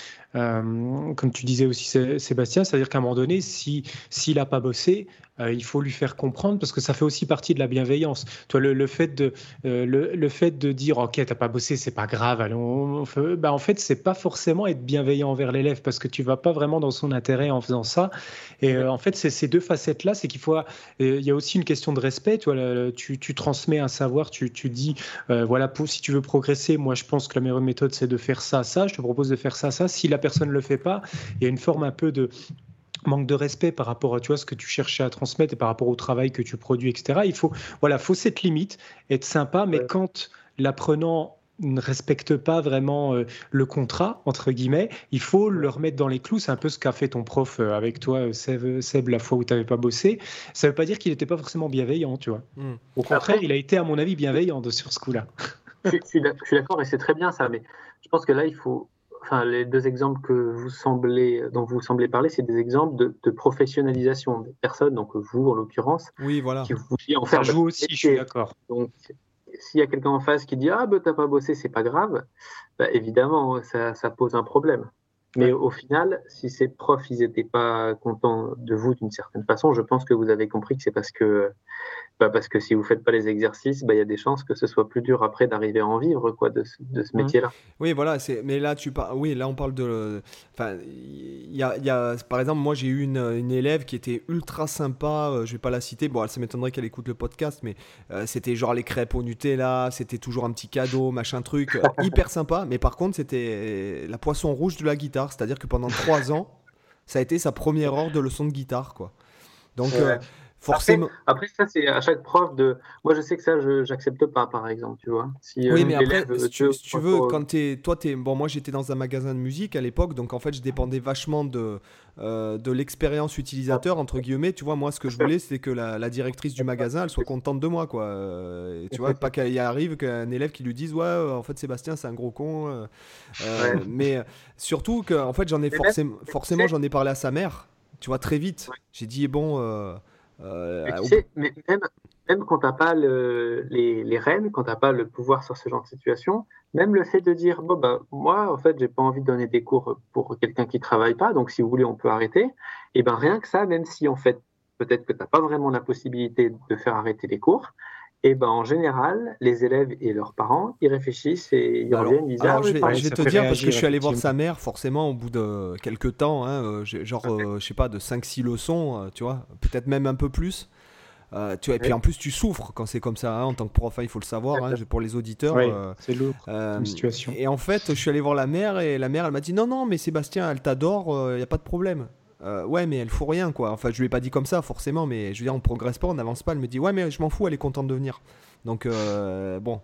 euh, comme tu disais aussi Sé- Sébastien, c'est-à-dire qu'à un moment donné, si s'il n'a pas bossé, euh, il faut lui faire comprendre parce que ça fait aussi partie de la bienveillance. Toi, le, le fait de euh, le, le fait de dire ok, t'as pas bossé, c'est pas grave, allons, on fait- bah, en fait, c'est pas forcément être bienveillant envers l'élève parce que tu vas pas vraiment dans son intérêt en faisant ça. Et Ouais. euh, en fait, c'est ces deux facettes-là, c'est qu'il faut, euh, il y a aussi une question de respect. Tu vois, le- tu, tu transmets un savoir, tu, tu dis euh, voilà, pour, si tu veux progresser, moi je pense que la meilleure méthode c'est de faire ça, ça. Je te propose de faire ça, ça. Si la personne ne le fait pas, il y a une forme un peu de manque de respect par rapport à tu vois, ce que tu cherchais à transmettre et par rapport au travail que tu produis, et cetera. Il faut, voilà, faut cette limite, être sympa, mais Ouais. quand l'apprenant ne respecte pas vraiment euh, le contrat, entre guillemets, il faut Ouais. le remettre dans les clous. C'est un peu ce qu'a fait ton prof euh, avec toi, euh, Seb, Seb, la fois où tu n'avais pas bossé. Ça ne veut pas dire qu'il n'était pas forcément bienveillant, tu vois. Hmm. Au contraire, Après, il a été, à mon avis, bienveillant de, sur ce coup-là. je, suis je suis d'ac- je suis d'accord et c'est très bien ça, mais je pense que là, il faut. Enfin, les deux exemples que vous semblez, dont vous semblez parler, c'est des exemples de, de professionnalisation des personnes, donc vous en l'occurrence, Oui, voilà. qui vouliez en Ça faire votre joue aussi, je suis métier. d'accord. Donc, s'il y a quelqu'un en face qui dit ah ben t'as pas bossé, c'est pas grave, bah, évidemment ça, ça pose un problème. Mais Ouais. au final, si ces profs ils étaient pas contents de vous d'une certaine façon, je pense que vous avez compris que c'est parce que bah, parce que si vous faites pas les exercices, bah, il y a des chances que ce soit plus dur après d'arriver à en vivre quoi de ce, de ce Mmh. métier-là. Oui, voilà, c'est. Mais là, tu par... oui, là, on parle de. Enfin, il y a, il y a- par exemple, moi, j'ai eu une, une élève qui était ultra sympa. euh, je vais pas la citer. Bon, ça m'étonnerait qu'elle écoute le podcast, mais euh, c'était genre les crêpes au Nutella. C'était toujours un petit cadeau, machin truc, euh, hyper sympa. Mais par contre, c'était la poisson rouge de la guitare. C'est-à-dire que pendant trois ans, ça a été sa première heure de leçon de guitare, quoi. Donc, euh, Ouais. Après, forcément. après ça c'est à chaque prof de. Moi je sais que ça je j'accepte pas par exemple, tu vois. Si Oui, euh, mais après, l'élève si euh, tu, deux ou si tu trois veux, fois. quand t'es, toi, t'es, bon, moi j'étais dans un magasin de musique à l'époque, donc en fait, je dépendais vachement de, euh, de l'expérience utilisateur, entre guillemets. Tu vois, moi, ce que je voulais, c'était que la, la directrice du magasin, elle soit contente de moi, quoi. Euh, et tu vois, pas qu'elle y arrive, qu'un élève qui lui dise, ouais, euh, en fait, Sébastien, c'est un gros con. euh, Ouais. euh, mais euh, surtout que, en fait, j'en ai Mais même, forcément, mais tu forcément, sais, j'en ai parlé à sa mère, tu vois, très vite. ouais. J'ai dit, bon, euh, Mais euh, tu au bout- sais, mais même, même quand t'as pas le, les, les rênes, quand t'as pas le pouvoir sur ce genre de situation, même le fait de dire, bon, bah, moi, en fait, j'ai pas envie de donner des cours pour quelqu'un qui travaille pas, donc si vous voulez, on peut arrêter. Et ben, rien que ça, même si, en fait, peut-être que t'as pas vraiment la possibilité de faire arrêter les cours, et ben, en général, les élèves et leurs parents, ils réfléchissent et ils Bah alors, reviennent, ils disent, ah alors je oui, vais, pardon. Ouais, je vais ça te fait dire, parce que je réagir, suis allé voir sa effectivement. mère, forcément, au bout de quelques temps, hein, euh, j'ai- genre, euh, je sais pas, de cinq six leçons, euh, tu vois, peut-être même un peu plus. Euh, tu vois, et puis Ouais, en plus, tu souffres quand c'est comme ça, hein, en tant que prof, hein, il faut le savoir, hein, pour les auditeurs. Ouais, euh, c'est lourd comme euh, situation. et en fait, je suis allé voir la mère, et la mère, elle m'a dit, non, non, mais Sébastien, elle t'adore, il n'y a pas de problème. Euh, ouais, mais elle fout rien, quoi. Enfin, je lui ai pas dit comme ça, forcément, mais je veux dire, on progresse pas, on n'avance pas. Elle me dit, ouais, mais je m'en fous, elle est contente de venir. Donc, euh, bon.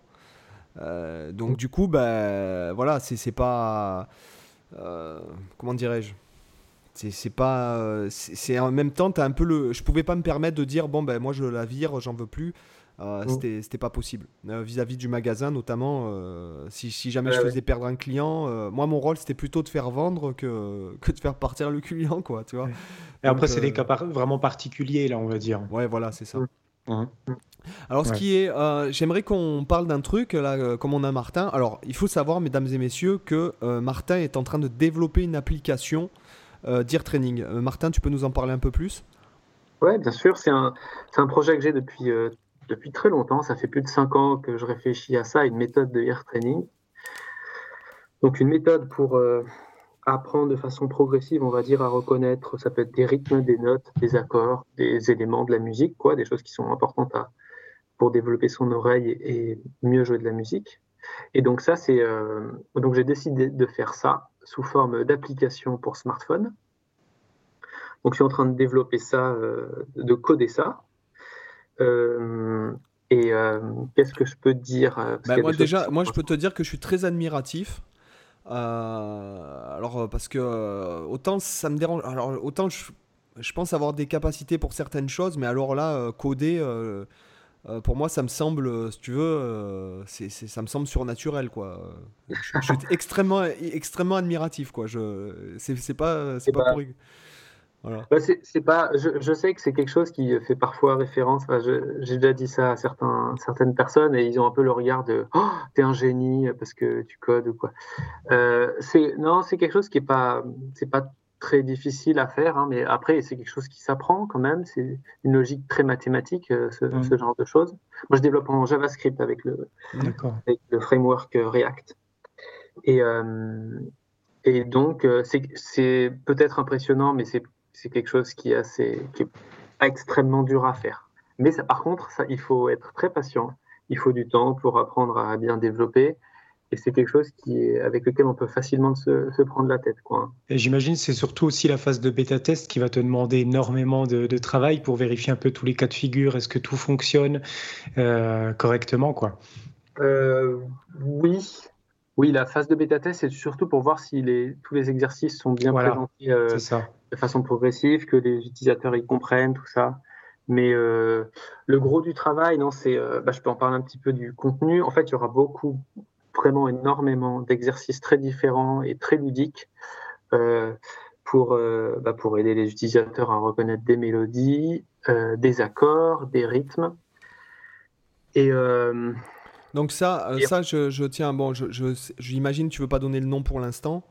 Euh, donc du coup, bah, voilà, c'est c'est pas, euh, comment dirais-je, c'est c'est pas, euh, c'est c'est en même temps, t'as un peu le, je pouvais pas me permettre de dire bon ben moi je la vire, j'en veux plus. Euh, Mm. c'était c'était pas possible. Euh, vis-à-vis du magasin notamment, euh, si, si jamais je ouais, ouais. faisais perdre un client, euh, moi mon rôle c'était plutôt de faire vendre que que de faire partir le client, quoi, tu vois. Ouais. Et après, Donc c'est des euh, cas par- vraiment particuliers, là, on va dire. ouais, voilà, c'est ça. Mm. Hein. Mm. Alors, ce Ouais. qui est, euh, j'aimerais qu'on parle d'un truc, là, euh, comme on a Martin. Alors, il faut savoir, mesdames et messieurs, que euh, Martin est en train de développer une application euh, d'ear training. Euh, Martin, tu peux nous en parler un peu plus? Ouais, bien sûr, c'est un, c'est un projet que j'ai depuis, euh, depuis très longtemps. Ça fait plus de cinq ans que je réfléchis à ça, une méthode de ear training. Donc, une méthode pour euh, apprendre de façon progressive, on va dire, à reconnaître, ça peut être des rythmes, des notes, des accords, des éléments de la musique, quoi, des choses qui sont importantes à, pour développer son oreille et, et mieux jouer de la musique. Et donc, ça, c'est, euh, donc j'ai décidé de faire ça sous forme d'application pour smartphone. Donc, je suis en train de développer ça, euh, de coder ça. Euh, et euh, qu'est-ce que je peux te dire euh, parce Ben, qu'il y a moi des choses qui déjà, sont moi je peux franchement- te dire que je suis très admiratif. Euh, alors euh, parce que euh, autant ça me dérange, alors autant je, je pense avoir des capacités pour certaines choses, mais alors là euh, coder, euh, euh, pour moi ça me semble, euh, si tu veux, euh, c'est, c'est- ça me semble surnaturel quoi. Euh, Je, je suis extrêmement, extrêmement admiratif quoi. Je, c'est, c'est pas, c'est Eh pas pour, ben, rig- voilà. bah, c'est c'est pas, je, je sais que c'est quelque chose qui fait parfois référence. Enfin, je- j'ai déjà dit ça à certains, certaines personnes et ils ont un peu le regard de oh, t'es un génie parce que tu codes ou quoi. Euh, c'est non, c'est quelque chose qui est pas, c'est pas très difficile à faire, hein, mais après c'est quelque chose qui s'apprend quand même. C'est une logique très mathématique, euh, ce, ce Mhm. genre de choses. Moi, je développe en JavaScript avec le, Mhm. D'accord. avec le framework euh, React et euh, et donc euh, c'est c'est peut-être impressionnant, mais c'est c'est quelque chose qui est assez, qui est pas extrêmement dur à faire. Mais ça, par contre, ça, il faut être très patient. Il faut du temps pour apprendre à bien développer. Et c'est quelque chose qui est, avec lequel on peut facilement se, se prendre la tête, quoi. Et j'imagine que c'est surtout aussi la phase de bêta test qui va te demander énormément de, de travail pour vérifier un peu tous les cas de figure, est-ce que tout fonctionne euh, correctement, quoi. Euh, oui, oui, la phase de bêta test, c'est surtout pour voir si les, tous les exercices sont bien Voilà, présentés euh, c'est ça. de façon progressive, que les utilisateurs y comprennent, tout ça. Mais euh, le gros du travail, non, c'est, euh, bah, je peux en parler un petit peu du contenu. En fait, il y aura beaucoup, vraiment énormément d'exercices très différents et très ludiques euh, pour, euh, bah, pour aider les utilisateurs à reconnaître des mélodies, euh, des accords, des rythmes. Et, euh, Donc ça, euh, et ça je, je tiens, bon, je, je, j'imagine que tu veux pas donner le nom pour l'instant.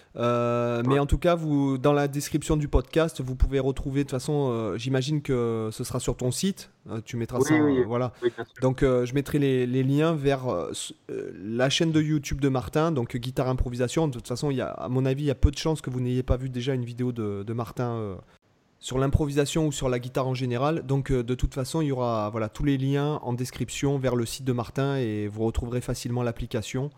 Euh, mais ouais. en tout cas, vous, dans la description du podcast, vous pouvez retrouver, de toute façon, euh, j'imagine que ce sera sur ton site, euh, tu mettras ça, Oui, euh, oui, voilà. oui, bien sûr. Donc euh, je mettrai les, les liens vers euh, s- euh, la chaîne de YouTube de Martin, donc euh, Guitare Improvisation. De toute façon, il y a, à mon avis, il y a peu de chances que vous n'ayez pas vu déjà une vidéo de, de Martin euh, sur l'improvisation ou sur la guitare en général. Donc euh, de toute façon, il y aura voilà, tous les liens en description vers le site de Martin et vous retrouverez facilement l'application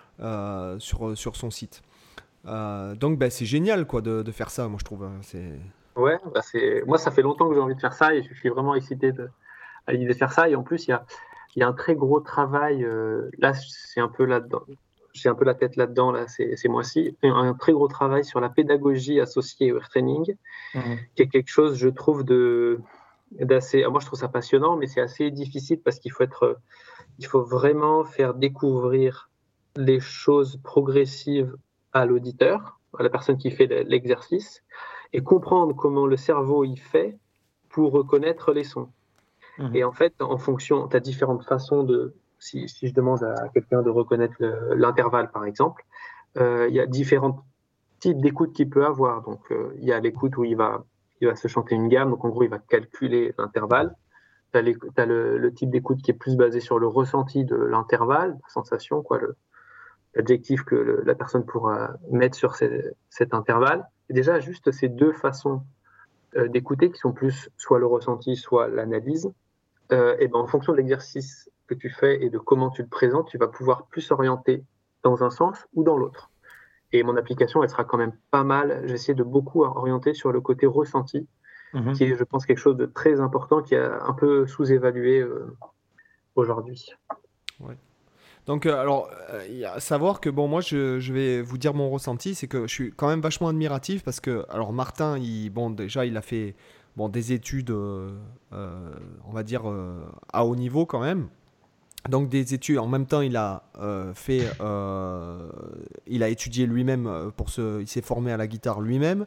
euh, sur, sur son site. Euh, donc ben, c'est génial quoi de, de faire ça, moi je trouve. hein, C'est... Ouais, bah c'est... Moi, ça fait longtemps que j'ai envie de faire ça et je suis vraiment excité de... à l'idée de faire ça. Et en plus, il y a, il y a un très gros travail. euh, Là, c'est un peu là-dedans. J'ai un peu la tête là-dedans, là, ces, ces mois-ci. Un, un très gros travail sur la pédagogie associée au training, Mhm. qui est quelque chose, je trouve, de d'assez. Moi, je trouve ça passionnant, mais c'est assez difficile parce qu'il faut être, il faut vraiment faire découvrir les choses progressives à l'auditeur, à la personne qui fait l'exercice, et comprendre comment le cerveau y fait pour reconnaître les sons. Et Mhm. en fait, en fonction, tu as différentes façons de. Si, si je demande à quelqu'un de reconnaître le- l'intervalle, par exemple, euh, il y a différents types d'écoute qu'il peut avoir. Donc, euh, il y a l'écoute où il va, il va se chanter une gamme, donc en gros, il va calculer l'intervalle. Tu as, le, le type d'écoute qui est plus basé sur le ressenti de l'intervalle, la sensation, quoi, le, l'adjectif que le, la personne pourra mettre sur ces, cet intervalle. Et déjà, juste ces deux façons euh, d'écouter, qui sont plus soit le ressenti, soit l'analyse, euh, et ben, en fonction de l'exercice que tu fais et de comment tu le présentes, tu vas pouvoir plus orienter dans un sens ou dans l'autre. Et mon application, elle sera quand même pas mal. J'essaie de beaucoup orienter sur le côté ressenti, qui Mhm. est, je pense, quelque chose de très important, qui est un peu sous-évalué euh, aujourd'hui. Ouais. Donc, euh, alors, euh, il y a à savoir que, bon, moi, je, je vais vous dire mon ressenti, c'est que je suis quand même vachement admiratif parce que, alors, Martin, il, bon, déjà, il a fait bon, des études, euh, euh, on va dire, euh, à haut niveau quand même. Donc, des études, en même temps, il a euh, fait, euh, il a étudié lui-même, euh, pour se, il s'est formé à la guitare lui-même.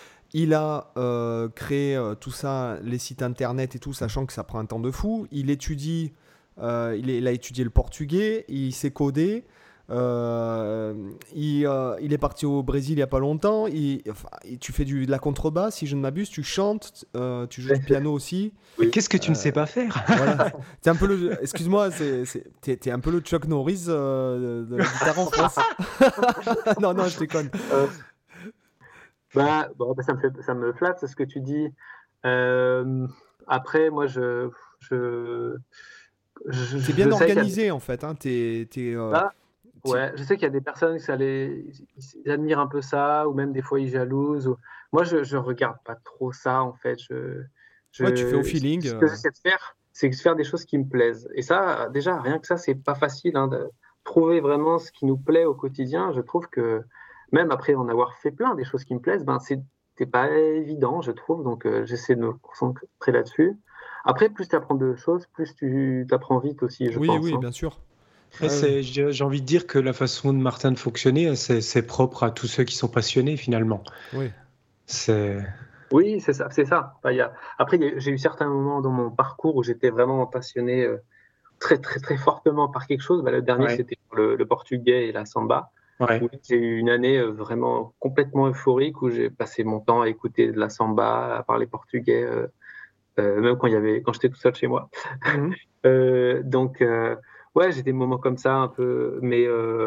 Il a euh, créé euh, tout ça, les sites internet et tout, sachant que ça prend un temps de fou. Il étudie, euh, il, est- il a étudié le portugais, il sait coder. euh, il, euh, il est parti au Brésil il n'y a pas longtemps. Il, enfin, il- tu fais du, de la contrebasse, si je ne m'abuse. Tu chantes, euh, tu joues du piano aussi. Mais Oui. qu'est-ce que tu ne Euh, sais pas faire? voilà. T'es un peu le, excuse-moi, c'est, c'est- t'es, t'es un peu le Chuck Norris euh, de, de la guitare en France. non, non, je déconne. Euh, bah, bon, bah, ça me fait, ça me flatte ce que tu dis. Euh, après, moi, je, je, je, T'es bien je sais qu'il y a des, organisé en fait. Hein. T'es, t'es, euh, ah, t'es- ouais, je sais qu'il y a des personnes qui ça les, ils admirent un peu ça, ou même des fois ils jalousent. ou- Moi, je, je regarde pas trop ça en fait. Je, Ouais, tu fais au je, feeling. ce que euh. j'essaie de faire, c'est faire des choses qui me plaisent. Et ça, déjà, rien que ça, c'est pas facile hein, de trouver vraiment ce qui nous plaît au quotidien. Je trouve que même après en avoir fait plein des choses qui me plaisent, ben c'est, c'est pas évident, je trouve. Donc euh, j'essaie de me concentrer là-dessus. Après, plus tu apprends de choses, plus tu apprends vite aussi, je oui, pense. oui, hein. bien sûr. Et c'est, j'ai j'ai envie de dire que la façon de Martin de fonctionner, c'est, c'est propre à tous ceux qui sont passionnés finalement. Oui. C'est... Oui, c'est ça, c'est ça. Enfin, il y a... Après, il y a- j'ai eu certains moments dans mon parcours où j'étais vraiment passionné euh, très, très, très fortement par quelque chose. Bah, le dernier, Ouais. c'était le, le portugais et la samba. Ouais. Où j'ai eu une année euh, vraiment complètement euphorique où j'ai passé mon temps à écouter de la samba, à parler portugais, euh, euh, même quand il y avait, quand j'étais tout seul chez moi. Mhm. Euh, donc, euh, ouais, j'ai des moments comme ça un peu, mais euh,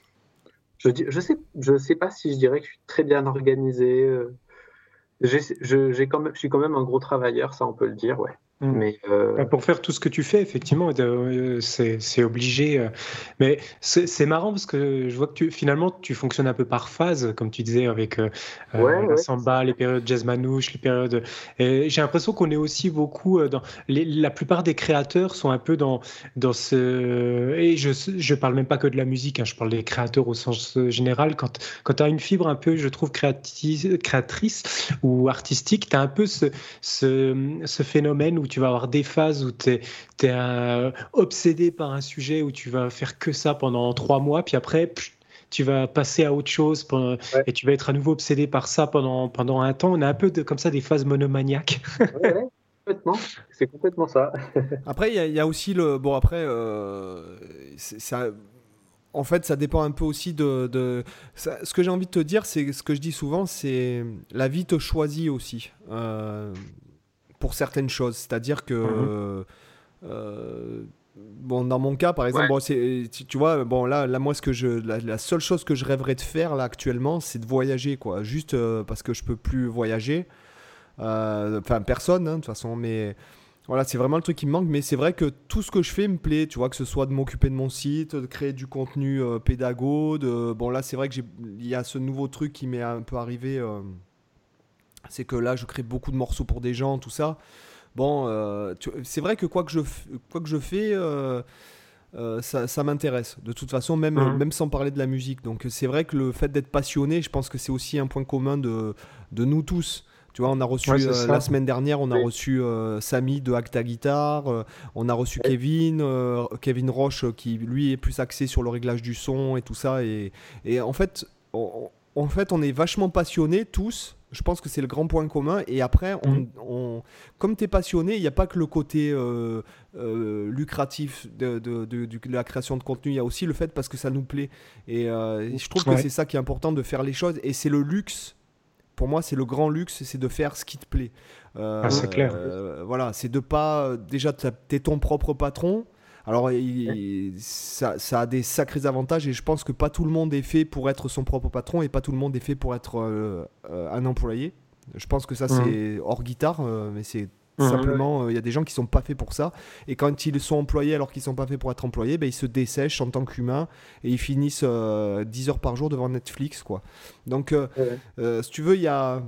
je, dis- je sais, je sais pas si je dirais que je suis très bien organisé. euh, j'ai, je, j'ai quand même, je suis quand même un gros travailleur, ça on peut le dire, ouais. Mhm. Mais euh, Bah, pour faire tout ce que tu fais, effectivement, de- euh, c'est, c'est obligé. euh. Mais c'est, c'est marrant parce que je vois que tu, finalement, tu fonctionnes un peu par phase, comme tu disais, avec euh, ouais, euh, la ouais, samba, les périodes jazz manouche, les périodes. Et j'ai l'impression qu'on est aussi beaucoup euh, dans. Les- la plupart des créateurs sont un peu dans, dans ce. Et je je parle même pas que de la musique, hein, je parle des créateurs au sens euh, général. Quand, quand tu as une fibre un peu, je trouve, créati- créatrice ou artistique, tu as un peu ce, ce, ce phénomène où tu vas avoir des phases où tu es, euh, obsédé par un sujet, où tu vas faire que ça pendant trois mois, puis après, pff, tu vas passer à autre chose pendant, ouais, et tu vas être à nouveau obsédé par ça pendant, pendant un temps. On a un peu de, comme ça des phases monomaniaques. ouais, ouais, complètement. C'est complètement ça. Après, il y, a- il y a aussi le. Bon, après, euh, c'est- ça. En fait, ça dépend un peu aussi de. de- ça- ce que j'ai envie de te dire, c'est ce que je dis souvent, c'est la vie te choisit aussi euh, pour certaines choses. C'est-à-dire que. Mhm. euh, bon, dans mon cas, par exemple, Ouais. bon, c'est, tu, tu vois, bon, là, là, moi, ce que je, la, la seule chose que je rêverais de faire là actuellement, c'est de voyager, quoi. Juste euh, parce que je peux plus voyager. Euh, Enfin, personne, hein, de toute façon, mais. Voilà, c'est vraiment le truc qui me manque, mais c'est vrai que tout ce que je fais me plaît, tu vois, que ce soit de m'occuper de mon site, de créer du contenu euh, pédago, de... Bon, là, c'est vrai que j'ai... il y a ce nouveau truc qui m'est un peu arrivé, euh, c'est que là, je crée beaucoup de morceaux pour des gens, tout ça. Bon, euh, tu- c'est vrai que quoi que je, f- quoi que je fais, euh, euh, ça, ça m'intéresse. De toute façon, même, euh, Mhm. même sans parler de la musique. Donc, c'est vrai que le fait d'être passionné, je pense que c'est aussi un point commun de, de nous tous. Tu vois, on a reçu Ouais, c'est euh, la ça. semaine dernière, on a Oui. reçu euh, Samy de Acta Guitar, euh, on a reçu Ouais. Kevin, euh, Kevin Roche, euh, qui lui est plus axé sur le réglage du son et tout ça. Et, et en fait, on, en fait, on est vachement passionnés tous. Je pense que c'est le grand point commun. Et après, on, Mhm. on- comme tu es passionné, il n'y a pas que le côté euh, euh, lucratif de, de- de- de la création de contenu. Il y a aussi le fait parce que ça nous plaît. Et euh, je trouve que Ouais. c'est ça qui est important de faire les choses. Et c'est le luxe. Pour moi, c'est le grand luxe, c'est de faire ce qui te plaît. Euh, Ah, c'est clair. euh, voilà, c'est de pas. Déjà, t'as- t'es ton propre patron. Alors, il- ça, ça a des sacrés avantages et je pense que pas tout le monde est fait pour être son propre patron et pas tout le monde est fait pour être euh, euh, un employé. Je pense que ça, Mhm. c'est hors guitare, euh, mais c'est Mhm. simplement, euh, il y a des gens qui sont pas faits pour ça. Et quand ils sont employés alors qu'ils sont pas faits pour être employés, ben, ils se dessèchent en tant qu'humains et ils finissent euh, dix heures par jour devant Netflix, quoi. Donc, euh, Ouais. euh, si tu veux, il y a.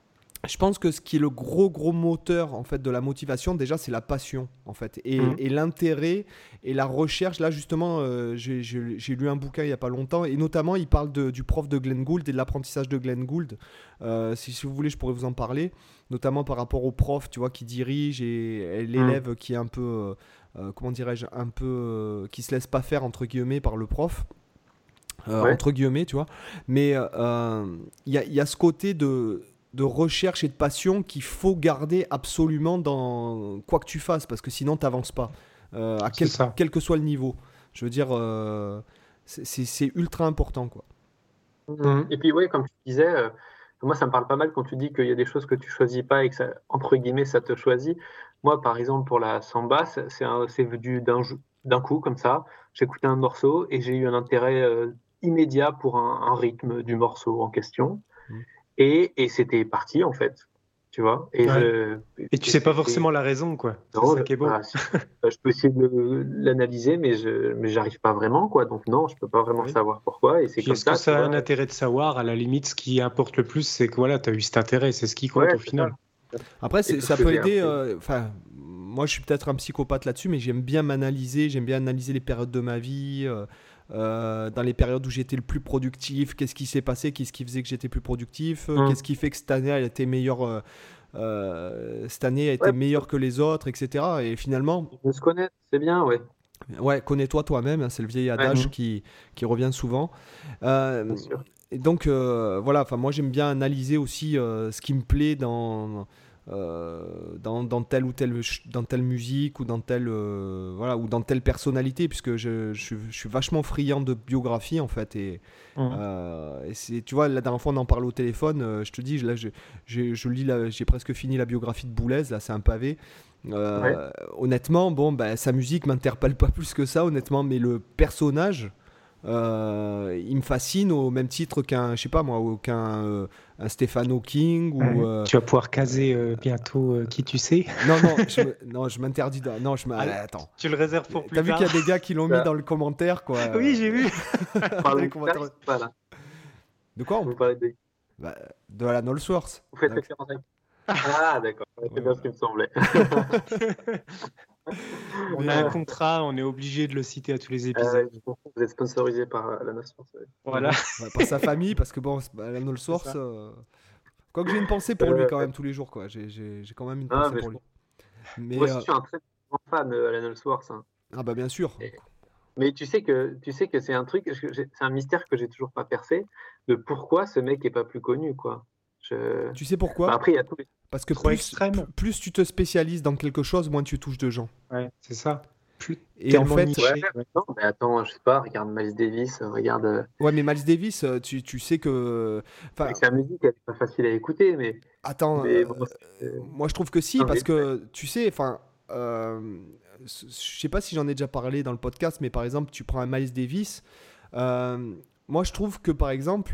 Je pense que ce qui est le gros gros moteur en fait de la motivation déjà c'est la passion en fait et, Mhm. et l'intérêt et la recherche. Là justement euh, j'ai, j'ai- j'ai lu un bouquin il y a pas longtemps et notamment il parle de- du prof de Glenn Gould et de l'apprentissage de Glenn Gould. Euh, si, si vous voulez je pourrais vous en parler, notamment par rapport au prof tu vois qui dirige et, et l'élève qui est un peu euh, euh, comment dirais-je un peu euh, qui se laisse pas faire entre guillemets par le prof. Euh, Ouais. entre guillemets, tu vois. Mais euh, il y, a- il y a ce côté de, de recherche et de passion qu'il faut garder absolument dans quoi que tu fasses, parce que sinon, tu n'avances pas, euh, à C'est quel, ça. quel que soit le niveau. Je veux dire, euh, c'est- c'est c'est ultra important, quoi. Mhm. Et puis, oui, comme tu disais, euh, moi, ça me parle pas mal quand tu dis qu'il y a des choses que tu choisis pas et que ça, entre guillemets, ça te choisit. Moi, par exemple, pour la samba, c'est c'est un- c'est venu d'un jou- d'un coup, comme ça. J'écoutais un morceau et j'ai eu un intérêt euh, immédiat pour un, un rythme du morceau en question. Mm. Et, et c'était parti, en fait. Tu vois? Et Ouais. je, Et tu et sais pas c'est- forcément la raison, quoi. C'est non, ça je, qui est beau. bah, si. Bah, je peux essayer de le- l'analyser, mais je, mais j'arrive pas vraiment, quoi. Donc, non, je peux pas vraiment Oui. savoir pourquoi. Et c'est Puis comme est-ce que ça, tu ça a un vois. intérêt de savoir? À la limite, ce qui importe le plus, c'est que voilà, tu as eu cet intérêt, c'est ce qui compte Ouais, au c'est ça. final. Après, Et c'est- tout ce ça que peut j'ai aider. appris. euh, Enfin, moi, je suis peut-être un psychopathe là-dessus, mais j'aime bien m'analyser, j'aime bien analyser les périodes de ma vie, euh, euh, dans les périodes où j'étais le plus productif, qu'est-ce qui s'est passé, qu'est-ce qui faisait que j'étais plus productif, euh, Mm. qu'est-ce qui fait que cette année, elle a été meilleure, euh, euh, cette année a été Ouais, meilleure que les autres, et cetera. Et finalement, de se connaître, c'est bien, ouais. ouais, connais-toi toi-même, hein, c'est le vieil Ouais, adage Mhm. qui, qui revient souvent. Euh, bien sûr. et donc, euh, voilà, enfin, moi j'aime bien analyser aussi euh, ce qui me plaît dans, euh, dans, dans telle ou telle, ch- dans telle musique ou dans telle, euh, voilà, ou dans telle personnalité, puisque je, je, suis je suis vachement friand de biographie en fait. Et, Mhm. euh, et c'est, tu vois, la dernière fois on en parlait au téléphone, euh, je te dis, là, je, j'ai- je lis la- j'ai presque fini la biographie de Boulez, là c'est un pavé. Ouais. Euh, honnêtement, bon, bah, sa musique m'interpelle pas plus que ça, honnêtement, mais le personnage, euh, il me fascine au même titre qu'un, je sais pas moi, ou qu'un euh, un Stephen Hawking ou. Ouais. euh, Tu vas pouvoir caser euh, bientôt euh, qui tu sais. Non, non, je me- non, je m'interdis. de- Non, je me- Allez, Attends. tu le réserves pour plus T'as vu tard. qu'il y a des gars qui l'ont mis Ça. dans le commentaire, quoi. Oui, j'ai vu. Vous Dans parlez les de commentaires. Charles, pas là. De quoi on- Vous parlez de. Bah, de la Knowlesworth. Vous faites Donc, référence à. Ah, d'accord. Ouais, c'est ouais, bien ouais. ce qui me semblait. On Mais, a un euh, contrat, on est obligé de le citer à tous les Euh, épisodes. je comprends, vous êtes sponsorisé par euh, la Nation. Voilà. ouais, par sa famille, parce que bon, c'est- bah, la Knowlesworth. C'est ça. euh, Quoique j'ai une pensée pour lui Euh, quand même tous les jours, quoi. J'ai, j'ai, j'ai quand même une Ah, pensée mais pour je lui. Mais Moi aussi, euh, je suis un très grand fan de Alan Ellsworth. Hein. ah bah bien sûr. Et- Mais tu sais que, tu sais que c'est un truc, que j'ai- c'est un mystère que j'ai toujours pas percé de pourquoi ce mec est pas plus connu, quoi. Je... Tu sais Bah, pourquoi? après, il y a tous les. Parce que Trop plus, extrême. plus, plus tu te spécialises dans quelque chose, moins tu touches de gens. Ouais, c'est ça. Plus Et en tellement fait, niché. Ouais, Ouais. non, mais attends, je sais pas, regarde Miles Davis, euh, regarde. euh, ouais, mais Miles Davis, euh, tu, tu sais que. Enfin, Avec sa musique, elle est pas facile à écouter, mais, attends, mais euh, bon, c'est- moi je trouve que si, non, parce mais- que tu sais, enfin, euh, c- je sais pas si j'en ai déjà parlé dans le podcast, mais par exemple, tu prends un Miles Davis. euh, moi je trouve que par exemple,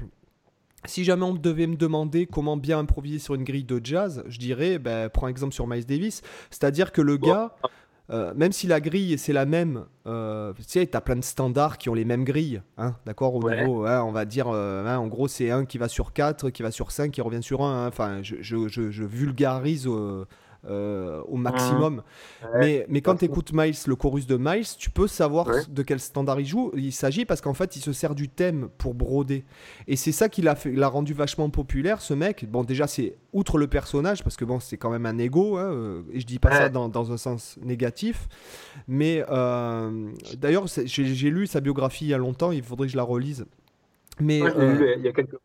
si jamais on devait me demander comment bien improviser sur une grille de jazz, je dirais, ben, prends exemple sur Miles Davis, c'est-à-dire que le Bon. gars. Euh, même si la grille c'est la même, euh, tu sais, t'as plein de standards qui ont les mêmes grilles, hein, d'accord, au Ouais. niveau, hein, on va dire, euh, hein, en gros c'est un qui va sur quatre, qui va sur cinq, qui revient sur un, hein. Enfin, je, je- je- je vulgarise euh, euh, au maximum. Ouais, Mais, mais quand pas tu faux. écoutes Miles, le chorus de Miles, tu peux savoir Ouais. de quel standard il joue. Il s'agit parce qu'en fait, il se sert du thème pour broder. Et c'est ça qui l'a fait- l'a rendu vachement populaire, ce mec. Bon, déjà, c'est outre le personnage, parce que bon, c'est quand même un ego, hein, euh, et je dis pas Ouais. ça dans, dans un sens négatif. Mais euh, d'ailleurs, c'est- j'ai j'ai lu sa biographie il y a longtemps, il faudrait que je la relise. Mais Moi, je l'ai euh, lu il y a quelques.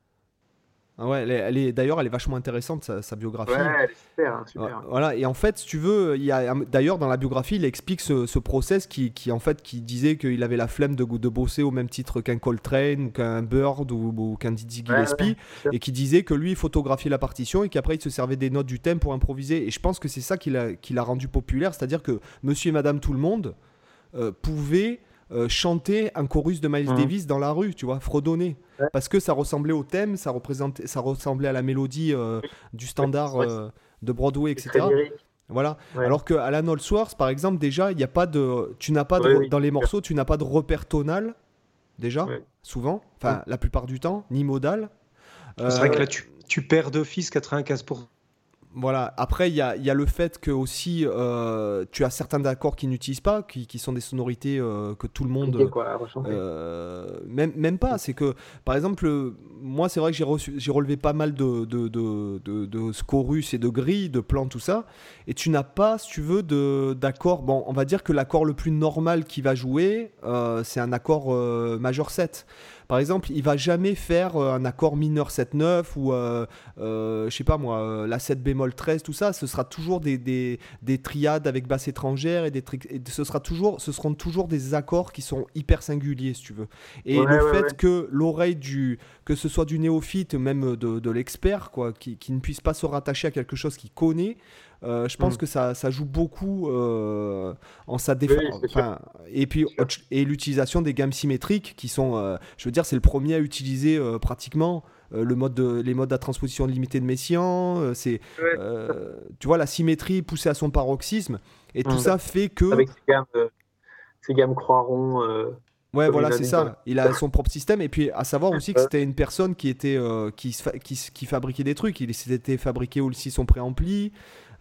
ah ouais, elle est, elle est- d'ailleurs, elle est vachement intéressante, sa, sa biographie. Ouais, elle est super, hein, Ouais, super. voilà, et en fait, si tu veux, il y a d'ailleurs dans la biographie, il explique ce, ce process qui, qui en fait qui disait qu'il avait la flemme de, de bosser au même titre qu'un Coltrane ou qu'un Bird ou, ou qu'un Dizzy Ouais, Gillespie, ouais, sûr. et qui disait que lui il photographiait la partition et qu'après il se servait des notes du thème pour improviser. Et je pense que c'est ça qui l'a qui l'a rendu populaire, c'est-à-dire que Monsieur et Madame tout le monde euh, pouvaient euh, chanter un chorus de Miles Mhm. Davis dans la rue, tu vois, fredonner. Ouais. Parce que ça ressemblait au thème, ça, représentait, ça ressemblait à la mélodie euh, du standard Ouais, euh, de Broadway, C'est très et cetera. lyrique. Voilà. Ouais. Alors que Alan Allsworth, par exemple, déjà, il y a pas de, tu n'as pas de, Ouais, re- oui, dans les bien sûr. morceaux, tu n'as pas de repère tonal, déjà, Ouais. souvent, enfin Ouais. la plupart du temps, ni modal. C'est vrai Euh, que là, tu, tu perds d'office quatre-vingt-quinze pour cent. Voilà. Après, il y a, il y a le fait que aussi, euh, tu as certains accords qui n'utilisent pas, qui, qui sont des sonorités euh, que tout le monde. Compliqué, quoi, à rechanter. Euh, même, même pas, c'est que par exemple, euh, moi c'est vrai que j'ai, reçu- j'ai relevé pas mal de, de, de, de, de scorus et de grilles, de plans, tout ça, et tu n'as pas, si tu veux, de, d'accord. Bon, on va dire que l'accord le plus normal qu'il va jouer, euh, c'est un accord euh, majeur sept. Par exemple, il va jamais faire euh, un accord mineur sept neuf ou, euh, euh, je sais pas moi, euh, la sept bémol treize, tout ça. Ce sera toujours des, des, des triades avec basse étrangère et, des tri- et ce, sera toujours, ce seront toujours des accords qui sont hyper singuliers, si tu veux. Et Ouais, le ouais, fait ouais. que l'oreille du, que ce soit du néophyte, même de, de l'expert, quoi, qui, qui ne puisse pas se rattacher à quelque chose qu'il connaît, euh, je pense Mm. que ça, ça joue beaucoup euh, en sa défense. Oui, c'est sûr. Enfin, et puis C'est sûr. autre- et l'utilisation des gammes symétriques qui sont, euh, je veux dire, c'est le premier à utiliser euh, pratiquement euh, le mode de, les modes de transposition limitée de Messiaen. euh, c'est, Ouais. euh, tu vois, la symétrie poussée à son paroxysme. Et tout Mm. ça fait que, Avec ces gammes, euh, ces gammes croix-rond. euh, ouais, comme voilà, il a c'est dit, ça. quoi. Il a son propre système. Et puis à savoir aussi que Ouais. c'était une personne qui était, euh, qui, se fa- qui, se- qui fabriquait des trucs. Il s'était fabriqué aussi son préampli.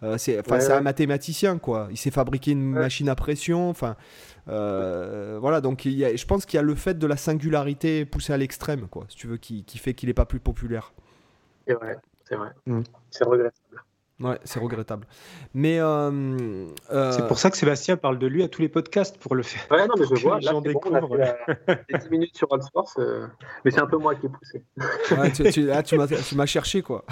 Euh, c'est, enfin, Ouais, c'est un ouais. mathématicien, quoi. Il sait fabriquer une Ouais. machine à pression. Enfin, euh, voilà. Donc, il y a, je pense qu'il y a le fait de la singularité poussée à l'extrême, quoi. Si tu veux, qui, qui fait qu'il n'est pas plus populaire. C'est vrai, c'est vrai. Mm. C'est regrettable. Ouais, c'est regrettable. Mais euh, C'est euh, pour ça que Sébastien parle de lui à tous les podcasts, pour le faire, Ouais, non, mais pour je que vois, les là, gens c'est bon, on a découvrent. fait la... les dix minutes sur Allsforce, euh, mais c'est un peu moi qui ai poussé. ouais, tu, tu, là, tu m'as, tu m'as cherché, quoi.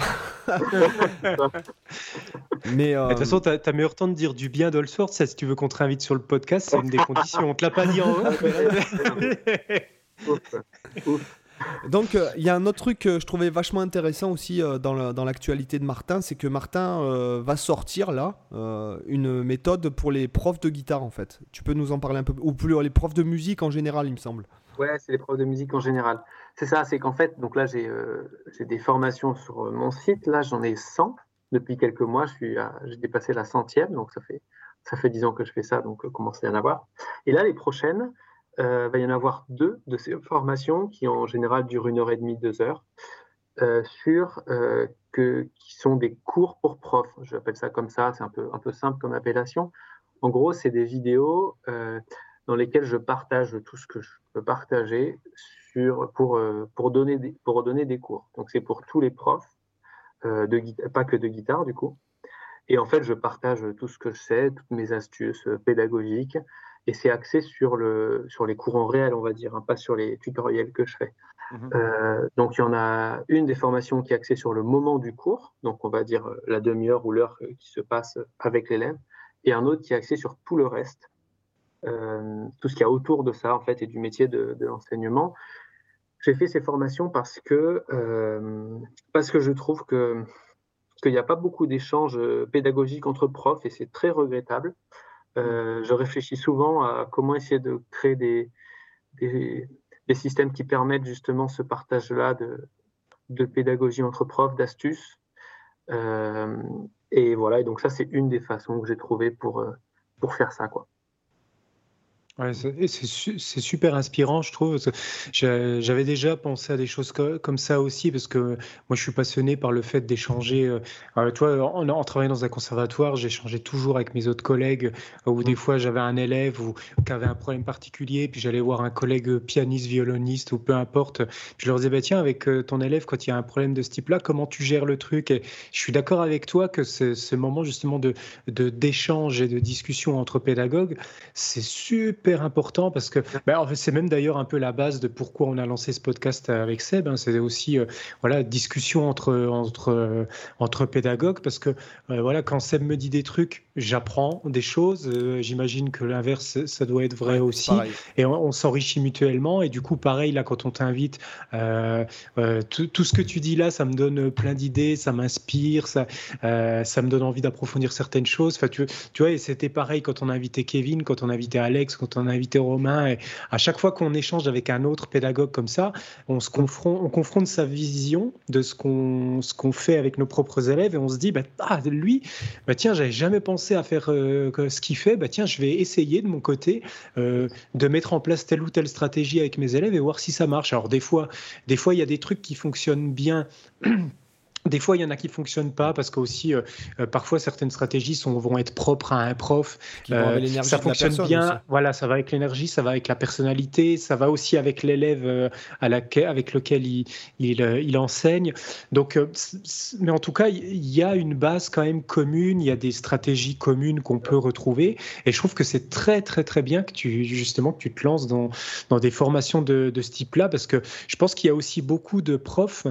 Mais De euh, toute façon, t'as, t'as meilleur temps de dire du bien d'Allsworth, ça, si tu veux qu'on te réinvite sur le podcast, c'est une des conditions. On te l'a pas dit en Ah, off, mais mais là... non, mais non. Ouf, ouf. donc, euh, il y a un autre truc que je trouvais vachement intéressant aussi euh, dans, la- dans l'actualité de Martin, c'est que Martin euh, va sortir là euh, une méthode pour les profs de guitare, en fait. Tu peux nous en parler un peu, ou plus les profs de musique en général, il me semble. Ouais, c'est les profs de musique en général. C'est ça, c'est qu'en fait, donc là, j'ai euh, j'ai des formations sur euh, mon site. Là, j'en ai cent depuis quelques mois. Je suis à- j'ai dépassé la centième, donc ça fait, ça fait dix ans que je fais ça, donc euh, commence à y en avoir. Et là, les prochaines, euh, va y en avoir deux de ces formations qui en général durent une heure et demie, deux heures, euh, sur euh, que, qui sont des cours pour profs. J'appelle ça comme ça, c'est un peu, un peu simple comme appellation. En gros, c'est des vidéos euh, dans lesquelles je partage tout ce que je peux partager sur, pour, euh, pour, donner des, pour donner des cours. Donc, c'est pour tous les profs, euh, de guita- pas que de guitare du coup. Et en fait, je partage tout ce que je sais, toutes mes astuces euh, pédagogiques. Et c'est axé sur, le, sur les cours en réel, on va dire, hein, pas sur les tutoriels que je fais. Mhm. Euh, donc, il y en a une des formations qui est axée sur le moment du cours, donc on va dire euh, la demi-heure ou l'heure euh, qui se passe avec l'élève, et un autre qui est axé sur tout le reste, euh, tout ce qu'il y a autour de ça, en fait, et du métier de, de l'enseignement. J'ai fait ces formations parce que, euh, parce que je trouve que qu'il n'y a pas beaucoup d'échanges euh, pédagogiques entre profs, et c'est très regrettable. Euh, je réfléchis souvent à comment essayer de créer des, des, des systèmes qui permettent justement ce partage-là de, de pédagogie entre profs, d'astuces. Euh, et voilà, et donc ça, c'est une des façons que j'ai trouvées pour, euh, pour faire ça, quoi. Ouais, c'est et c'est su- c'est super inspirant, je trouve. Parce que j'a- J'avais déjà pensé à des choses co- comme ça aussi, parce que moi, je suis passionné par le fait d'échanger. euh, euh, toi, en, en travaillant dans un conservatoire, j'échangeais toujours avec mes autres collègues, euh, ou des Mm. fois, j'avais un élève ou, qui avait un problème particulier, puis j'allais voir un collègue pianiste, violoniste, ou peu importe. Je leur disais, bah, tiens, avec euh, ton élève, quand il y a un problème de ce type-là, comment tu gères le truc? Et je suis d'accord avec toi que ce, ce moment justement de, de, d'échange et de discussion entre pédagogues, c'est super important parce que ben, en fait, c'est même d'ailleurs un peu la base de pourquoi on a lancé ce podcast avec Seb. Hein. C'est aussi euh, voilà, discussion entre, entre, euh, entre pédagogues parce que euh, voilà, quand Seb me dit des trucs, j'apprends des choses. Euh, j'imagine que l'inverse, ça doit être vrai Ouais, c'est aussi. pareil. Et on, on s'enrichit mutuellement. Et du coup, pareil, là, quand on t'invite, euh, euh, tout, tout ce que tu dis là, ça me donne plein d'idées, ça m'inspire, ça, euh, ça me donne envie d'approfondir certaines choses. Enfin, tu, tu vois, et c'était pareil quand on a invité Kevin, quand on a invité Alex, quand on a invité Romain. Et à chaque fois qu'on échange avec un autre pédagogue comme ça, on se confronte, on confronte sa vision de ce qu'on, ce qu'on fait avec nos propres élèves et on se dit, bah, ah, lui, bah, tiens, j'avais jamais pensé à faire euh, ce qu'il fait. Bah, tiens, je vais essayer de mon côté euh, de mettre en place telle ou telle stratégie avec mes élèves et voir si ça marche. Alors des fois, des fois, il y a des trucs qui fonctionnent bien. Des fois, il y en a qui ne fonctionnent pas parce que aussi, euh, euh, parfois, certaines stratégies sont, vont être propres à un prof. Qui vont Euh, avec l'énergie ça de la fonctionne personne bien. aussi. Voilà, ça va avec l'énergie, ça va avec la personnalité, ça va aussi avec l'élève euh, à laquelle- avec lequel il, il, euh, il enseigne. Donc, euh, c- c- mais en tout cas, il y a une base quand même commune. Il y a des stratégies communes qu'on peut retrouver. Et je trouve que c'est très, très, très bien que tu justement que tu te lances dans, dans des formations de, de ce type-là parce que je pense qu'il y a aussi beaucoup de profs.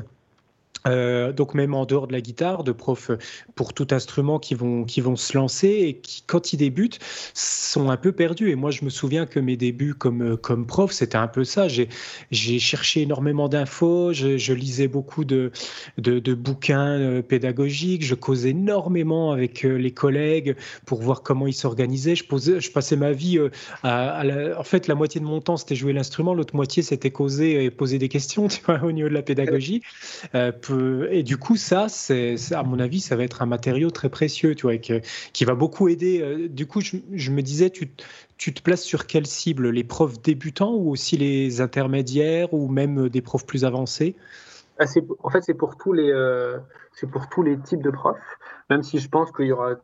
Euh, donc même en dehors de la guitare, de profs pour tout instrument qui vont, qui vont se lancer et qui, quand ils débutent, sont un peu perdus. Et moi, je me souviens que mes débuts comme, comme prof, c'était un peu ça. J'ai, j'ai cherché énormément d'infos, je, je lisais beaucoup de, de, de bouquins euh, pédagogiques, je causais énormément avec euh, les collègues pour voir comment ils s'organisaient. Je, posais, je passais ma vie euh, à, à la, en fait, la moitié de mon temps, c'était jouer l'instrument, l'autre moitié, c'était causer et poser des questions, tu vois, au niveau de la pédagogie. Euh, peut- et du coup, ça, c'est, c'est- à mon avis, ça va être un matériau très précieux, tu vois, et que- qui va beaucoup aider. Euh, Du coup, je, je me disais, tu, tu te places sur quelle cible? Les profs débutants ou aussi les intermédiaires ou même euh, des profs plus avancés? Ah, c'est- en fait, c'est pour tous les, euh, c'est pour tous les types de profs, même si je pense qu'il y aura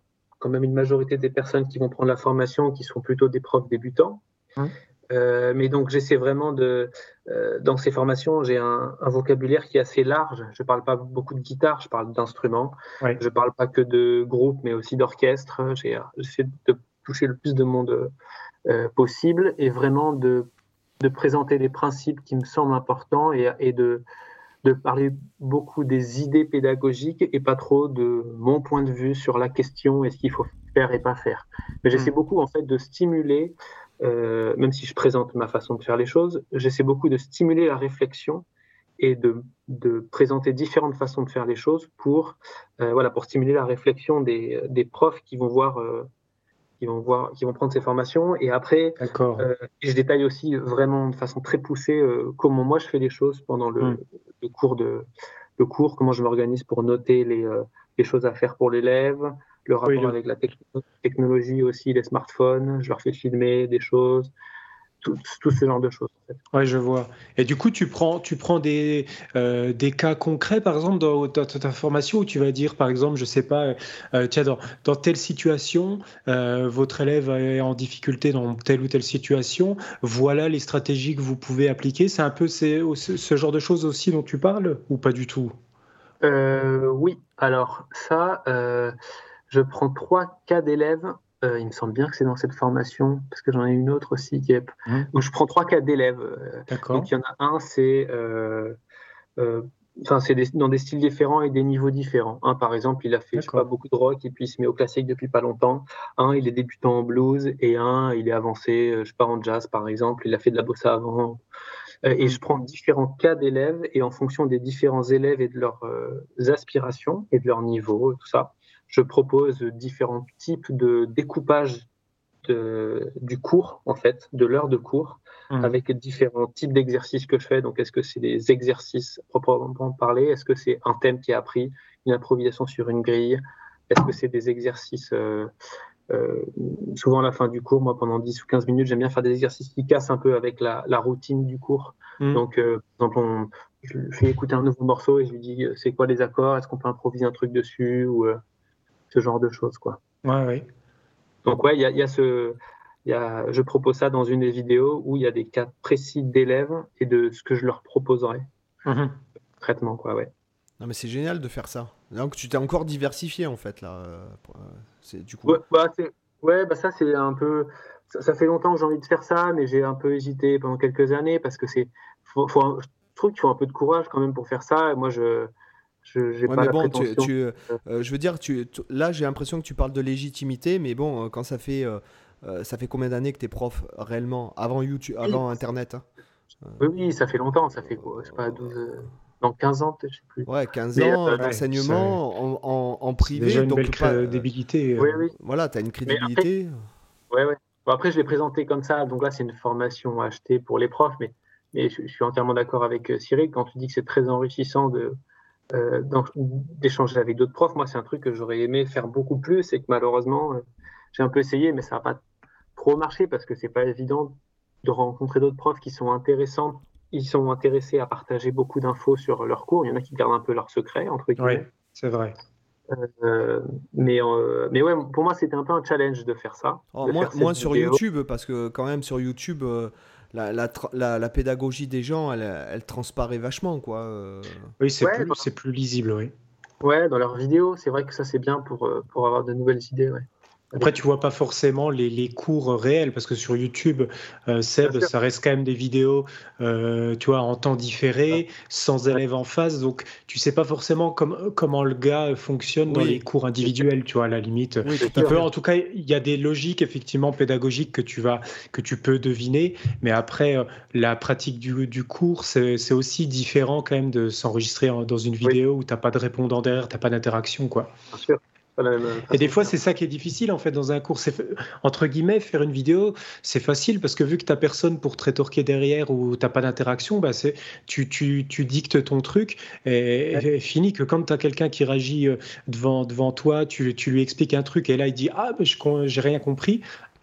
quand même une majorité des personnes qui vont prendre la formation qui sont plutôt des profs débutants. Hum. Euh, mais donc j'essaie vraiment de, euh, dans ces formations, j'ai un, un vocabulaire qui est assez large. Je parle pas beaucoup de guitare, je parle d'instruments. Ouais. Je parle pas que de groupe, mais aussi d'orchestre. J'ai, j'essaie de toucher le plus de monde euh, possible et vraiment de, de présenter des principes qui me semblent importants et, et de, de parler beaucoup des idées pédagogiques et pas trop de mon point de vue sur la question et ce qu'il faut faire et pas faire. Mais j'essaie Mmh. beaucoup en fait de stimuler, euh, même si je présente ma façon de faire les choses, j'essaie beaucoup de stimuler la réflexion et de, de présenter différentes façons de faire les choses pour, euh, voilà, pour stimuler la réflexion des, des profs qui vont voir, euh, qui vont voir, qui vont prendre ces formations. Et après, D'accord. euh, je détaille aussi vraiment de façon très poussée euh, comment moi je fais les choses pendant le, Mmh. le cours de, le cours, comment je m'organise pour noter les, euh, les choses à faire pour l'élève, le rapport Oui, le- avec la techno- technologie aussi, les smartphones. Je leur fais filmer des choses, tout, tout ce genre de choses. En fait. Ouais, je vois. Et du coup, tu prends, tu prends des, euh, des cas concrets, par exemple, dans, dans ta formation, où tu vas dire, par exemple, je sais pas, euh, tiens, dans, dans telle situation, euh, votre élève est en difficulté dans telle ou telle situation, voilà les stratégies que vous pouvez appliquer. C'est un peu c'est, ce, ce genre de choses aussi dont tu parles, ou pas du tout? Euh, oui, alors ça, euh, je prends trois cas d'élèves. Euh, il me semble bien que c'est dans cette formation, parce que j'en ai une autre aussi qui est. Mmh. Donc, je prends trois cas d'élèves. Euh, D'accord. donc, il y en a un, c'est. Euh, euh, Enfin, c'est des- dans des styles différents et des niveaux différents. Un, par exemple, il a fait, je sais pas, D'accord. beaucoup de rock et puis il se met au classique depuis pas longtemps. Un, il est débutant en blues et un, il est avancé, euh, je sais pas, en jazz, par exemple. Il a fait de la bossa avant. Euh, et Mm. je prends différents cas d'élèves et en fonction des différents élèves et de leurs euh, aspirations et de leur niveau, tout ça, je propose différents types de découpage de, du cours, en fait, de l'heure de cours, Mm. avec différents types d'exercices que je fais. Donc, est-ce que c'est des exercices proprement parlés? Est-ce que c'est un thème qui est appris, une improvisation sur une grille? Est-ce que c'est des exercices euh, euh, souvent à la fin du cours, moi pendant dix ou quinze minutes, j'aime bien faire des exercices qui cassent un peu avec la, la routine du cours. Mm. Donc, euh, par exemple, on, je lui fais écouter un nouveau morceau et je lui dis c'est quoi les accords, est-ce qu'on peut improviser un truc dessus ou euh, ce genre de choses, quoi. Ouais, ouais. Donc, ouais, il y a, y a ce. Y a, je propose ça dans une des vidéos où il y a des cas précis d'élèves et de ce que je leur proposerais. Mhm. Traitement, quoi, ouais. Non, mais c'est génial de faire ça. Donc tu t'es encore diversifié en fait là. euh, pour- euh, C'est du coup. Ouais, bah, c'est- ouais, bah ça c'est un peu. Ça, ça fait longtemps que j'ai envie de faire ça, mais j'ai un peu hésité pendant quelques années parce que c'est. Faut, faut un- je trouve qu'il faut un peu de courage quand même pour faire ça. Et moi, je je j'ai Ouais, pas mais la bon, tu, prétention. tu, euh, euh, je veux dire, tu, tu- là j'ai l'impression que tu parles de légitimité, mais bon, euh, quand ça fait, euh, euh, ça fait combien d'années que t'es prof réellement avant YouTube, Oui, avant Internet, hein oui, oui, ça fait longtemps. Ça fait quoi? Je sais pas, douze, euh, non, quinze ans peut-être, je sais plus. Ouais, quinze Mais ans euh, euh, Ouais, c'est d'enseignement en, en, en c'est déjà privé, une belle donc pas. euh, crédibilité. oui, euh. oui. voilà, t'as une Mais après, crédibilité. ouais, ouais. Bon, après, je l'ai présenté comme ça. Donc là, c'est une formation achetée pour les profs, mais mais je, je suis entièrement d'accord avec euh, Cyril quand tu dis que c'est très enrichissant de euh, d'en- d'échanger avec d'autres profs. Moi, c'est un truc que j'aurais aimé faire beaucoup plus et que malheureusement, euh, j'ai un peu essayé, mais ça n'a pas trop marché parce que c'est pas évident de rencontrer d'autres profs qui sont intéressants. Ils sont intéressés à partager beaucoup d'infos sur leurs cours. Il y en a qui gardent un peu leur secret, entre guillemets. Ouais, c'est vrai. Euh, mais, euh, mais ouais, pour moi, c'était un peu un challenge de faire ça, Oh, de moins, faire cette moins sur vidéo. YouTube, parce que quand même sur YouTube, euh, la, la, tra- la- la pédagogie des gens, elle, elle transparaît vachement, quoi. euh. Oui, c'est Ouais, plus, dans, c'est plus lisible, oui. ouais, dans leurs vidéos, c'est vrai que ça, c'est bien pour, euh, pour avoir de nouvelles idées. Ouais. Après, Avec... tu vois pas forcément les, les cours réels, parce que sur YouTube, euh, Bien Seb, sûr. ça reste quand même des vidéos, euh, tu vois, en temps différé, sans Ouais. élèves en face, donc tu sais pas forcément com- comment le gars fonctionne dans les Oui, cours individuels, tu vois, à la limite. oui, C'est tout Il à sûr. peut, fait. en tout cas, il y a des logiques effectivement pédagogiques que tu vas, que tu peux deviner, mais après, euh, la pratique du, du cours, c'est, c'est aussi différent quand même de s'enregistrer en- dans une Oui, vidéo où t'as pas de répondant derrière, t'as pas d'interaction, quoi. bien sûr. Pas la même Et des façon de fois, faire. c'est ça qui est difficile en fait dans un cours. C'est, entre guillemets, faire une vidéo, c'est facile parce que vu que tu n'as personne pour te rétorquer derrière ou tu n'as pas d'interaction, bah c'est, tu, tu, tu dictes ton truc et, Ouais. et fini que quand tu as quelqu'un qui réagit euh, devant, devant toi, tu, tu lui expliques un truc et là il dit ah, ben, je n'ai rien compris.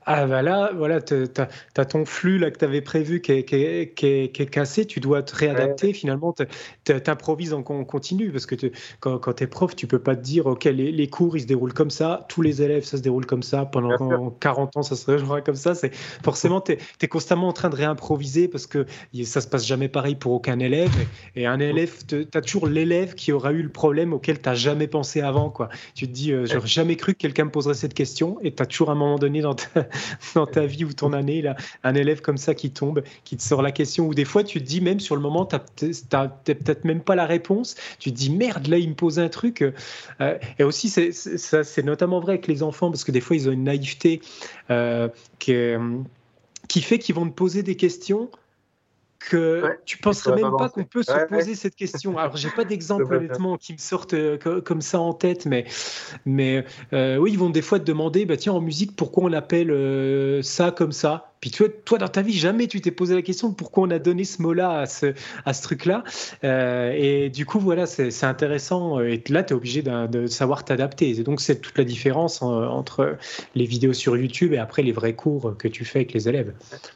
Ah bah là, voilà, tu as ton flux là que tu avais prévu qui est, qui, est, qui, est, qui est cassé, tu dois te réadapter, Ouais, finalement, tu improvises en continu, parce que te, quand, quand tu es prof, tu peux pas te dire, ok, les, les cours, ils se déroulent comme ça, tous les élèves, ça se déroule comme ça, bien sûr. pendant quarante ans, ça se déroulera comme ça. C'est forcément, tu es, constamment en train de réimproviser, parce que ça se passe jamais pareil pour aucun élève, et, et un élève, tu as toujours l'élève qui aura eu le problème auquel tu n'as jamais pensé avant, quoi. Tu te dis, euh, j'aurais jamais cru que quelqu'un me poserait cette question, et tu as toujours un moment donné dans ta dans ta vie ou ton année, là, un élève comme ça qui tombe, qui te sort la question, ou des fois tu te dis même sur le moment, tu n'as peut-être même pas la réponse, tu te dis merde, là il me pose un truc. Euh, et aussi, c'est, ça, c'est notamment vrai avec les enfants, parce que des fois ils ont une naïveté euh, qui, qui fait qu'ils vont te poser des questions que Ouais, tu je penserais pourrais pas même pas qu'on avancer. peut se Ouais, ouais, poser cette question. Alors, j'ai pas je d'exemple vois bien. honnêtement qui me sortent euh, co- comme ça en tête, mais, mais euh, oui, ils vont des fois te demander, bah, tiens, en musique, pourquoi on appelle euh, ça comme ça? Puis toi, toi, dans ta vie, jamais tu t'es posé la question de pourquoi on a donné ce mot-là à ce, à ce truc-là. Euh, et du coup, voilà, c'est c'est intéressant. Et là, tu es obligé d'un- de savoir t'adapter. Et donc, c'est toute la différence euh, entre les vidéos sur YouTube et après les vrais cours que tu fais avec les élèves.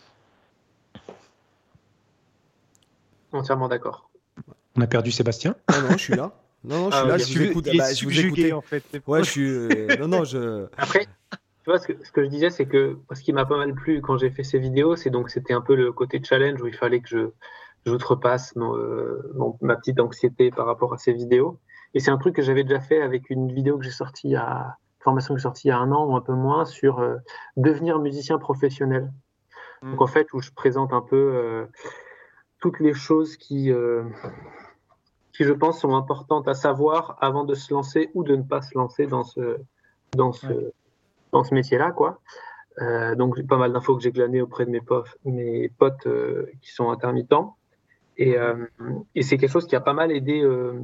Entièrement d'accord. On a perdu Sébastien. Non, non, je suis là. Non, non, je suis Ah, là, ok. Il est, je vous su- écoute. Ah il est bah, je vous subjugué, écoutais. en fait. Ouais, je suis. euh, Non, non, je. Après, tu vois, ce que, ce que je disais, c'est que ce qui m'a pas mal plu quand j'ai fait ces vidéos, c'est donc c'était un peu le côté challenge où il fallait que je j'outrepasse mon, euh, mon- ma petite anxiété par rapport à ces vidéos. Et c'est un truc que j'avais déjà fait avec une vidéo que j'ai sortie à formation que j'ai sortie il y a un an ou un peu moins sur euh, devenir musicien professionnel. Donc en fait, où je présente un peu euh, toutes les choses qui, euh, qui, je pense, sont importantes à savoir avant de se lancer ou de ne pas se lancer dans ce, dans Ouais. ce, dans ce métier-là, quoi. Euh, donc, j'ai pas mal d'infos que j'ai glanées auprès de mes, pof, mes potes euh, qui sont intermittents. Et, euh, et c'est quelque chose qui a pas mal aidé, euh,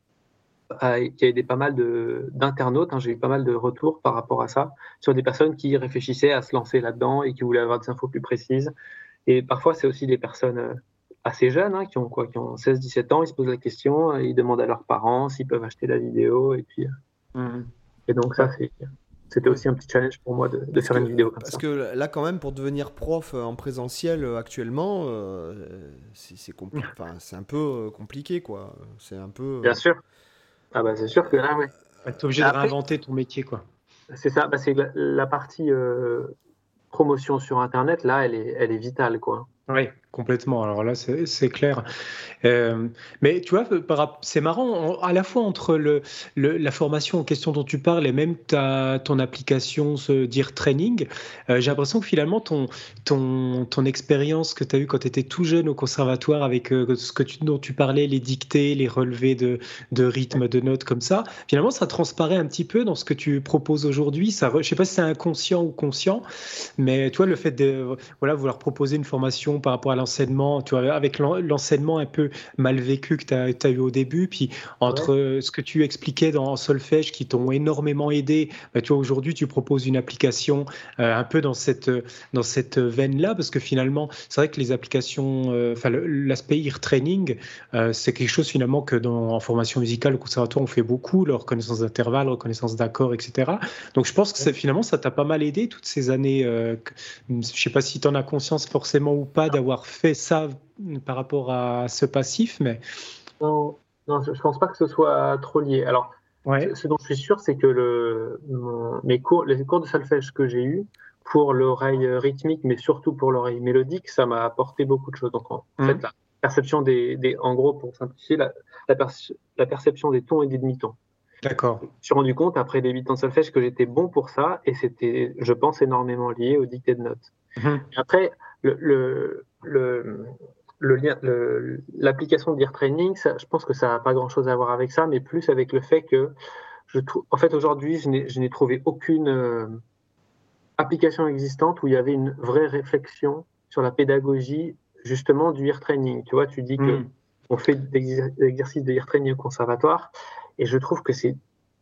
à- qui a aidé pas mal de- d'internautes. Hein. J'ai eu pas mal de retours par rapport à ça, sur des personnes qui réfléchissaient à se lancer là-dedans et qui voulaient avoir des infos plus précises. Et parfois, c'est aussi des personnes euh, assez jeunes, hein, qui ont quoi, qui ont seize dix-sept ans, ils se posent la question, ils demandent à leurs parents s'ils peuvent acheter la vidéo. Et puis, euh, Mhm. et donc Ouais. ça, c'est, c'était Ouais. aussi un petit challenge pour moi de, de Parce faire que, une vidéo comme parce ça. que là, quand même, pour devenir prof euh, en présentiel euh, actuellement, euh, c'est c'est compli- enfin, c'est un peu euh, compliqué, quoi. C'est un peu. Bien euh, sûr. Ah bah c'est sûr que là, oui. Ouais, t'es obligé de Après, réinventer ton métier, quoi. c'est ça, bah, c'est la, la partie euh, promotion sur Internet, là, elle est, elle est vitale, quoi. Oui, complètement. Alors là, c'est c'est clair. Euh, mais tu vois, par rap- c'est marrant, en- à la fois entre le, le- la formation en question dont tu parles et même ta, ton application, se dire training, euh, j'ai l'impression que finalement, ton, ton, ton expérience que tu as eue quand tu étais tout jeune au conservatoire avec euh, ce que tu, dont tu parlais, les dictées, les relevés de, de rythme, de notes comme ça, finalement, ça transparaît un petit peu dans ce que tu proposes aujourd'hui. Ça, re- je sais pas si c'est inconscient ou conscient, mais toi, le fait de voilà, vouloir proposer une formation par rapport à l'enseignement, tu vois, avec l'en- l'enseignement un peu mal vécu que tu as, eu au début, puis Ouais. entre euh, ce que tu expliquais dans Solfège qui t'ont énormément aidé, bah, tu vois, aujourd'hui, tu proposes une application euh, un peu dans cette, dans cette veine-là, parce que finalement, c'est vrai que les applications, euh, enfin, le- l'aspect ear training, euh, c'est quelque chose finalement que dans, en formation musicale au conservatoire, on fait beaucoup, la reconnaissance d'intervalles, reconnaissance d'accords, et cetera. Donc, je pense que c'est- finalement, ça t'a pas mal aidé toutes ces années. Euh, que- je sais pas si tu en as conscience forcément ou pas d'avoir fait ça par rapport à ce passif, mais Non, non, je, je pense pas que ce soit trop lié. Alors, ce, ouais. ce dont je suis sûr, c'est que le, mon- mes cours, les cours de solfège que j'ai eus, pour l'oreille rythmique, mais surtout pour l'oreille mélodique, ça m'a apporté beaucoup de choses. Donc, en, en fait, Hum, la perception des, des- en gros, pour simplifier, la, la, perce- la perception des tons et des demi-tons. d'accord. Je me suis rendu compte après les huit ans de solfège que j'étais bon pour ça et c'était, je pense, énormément lié aux dictées de notes. Hum, Et après, le, le, le, le lien, le- l'application de Dear Training, ça, je pense que ça n'a pas grand-chose à voir avec ça, mais plus avec le fait que je trouve, en fait, aujourd'hui, je n'ai, je n'ai trouvé aucune euh, application existante où il y avait une vraie réflexion sur la pédagogie justement du ear training. Tu vois, tu dis que hum. on fait des exercices de ear training au conservatoire, et je trouve que c'est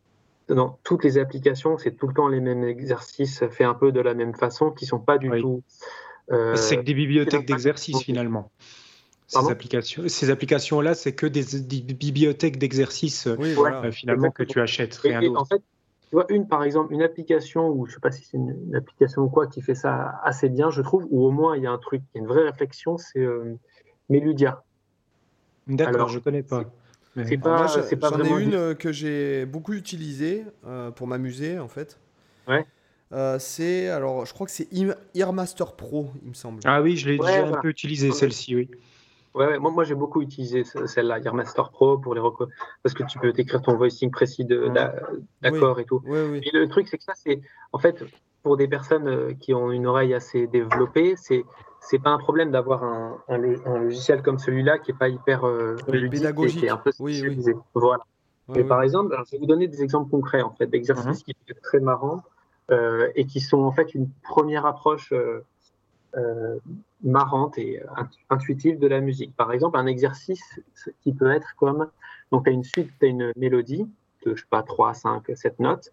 dans toutes les applications, c'est tout le temps les mêmes exercices faits un peu de la même façon, qui sont pas du Oui. tout. C'est Euh, que des bibliothèques d'exercices finalement. Ces Pardon? applications, ces applications-là, c'est que des, des bibliothèques d'exercices Oui, Ouais, euh, voilà. finalement que exactement. tu achètes, rien Et, et en d'autre. fait, tu vois, une, par exemple, une application, ou je sais pas si c'est une, une application ou quoi, qui fait ça assez bien, je trouve, ou au moins il y a un truc, il y a une vraie réflexion, c'est euh, Meludia. D'accord, je Alors, connais c'est pas. c'est Mais... Alors moi, pas, je- c'est pas j'en ai vraiment une du. euh, que j'ai beaucoup utilisée euh, pour m'amuser en fait. Ouais, Euh, c'est alors, je crois que c'est Ear- Earmaster Pro, il me semble. Ah oui, je l'ai ouais, déjà un voilà. peu utilisé, celle-ci, oui. Ouais, ouais, moi, moi j'ai beaucoup utilisé ce- celle-là, Master Pro, pour les reco- parce que tu peux t'écrire ton voicing précis de- Mhm. d'a- Oui, d'accord et tout. oui, oui. Mais le truc, c'est que ça, c'est en fait pour des personnes euh, qui ont une oreille assez développée, c'est c'est pas un problème d'avoir un, un lo- un logiciel comme celui-là qui est pas hyper euh, Oui. ludique et qui est un Pédagogique. peu Oui, oui. spécialisé. Voilà. Oui, Mais oui. par exemple, alors, je vais vous donner des exemples concrets en fait Mhm. d'exercices qui sont très marrants euh, et qui sont en fait une première approche. Euh, euh, marrante et intuitive de la musique. Par exemple, un exercice qui peut être comme, donc tu as une suite, tu as une mélodie de, je sais pas, trois, cinq, sept notes,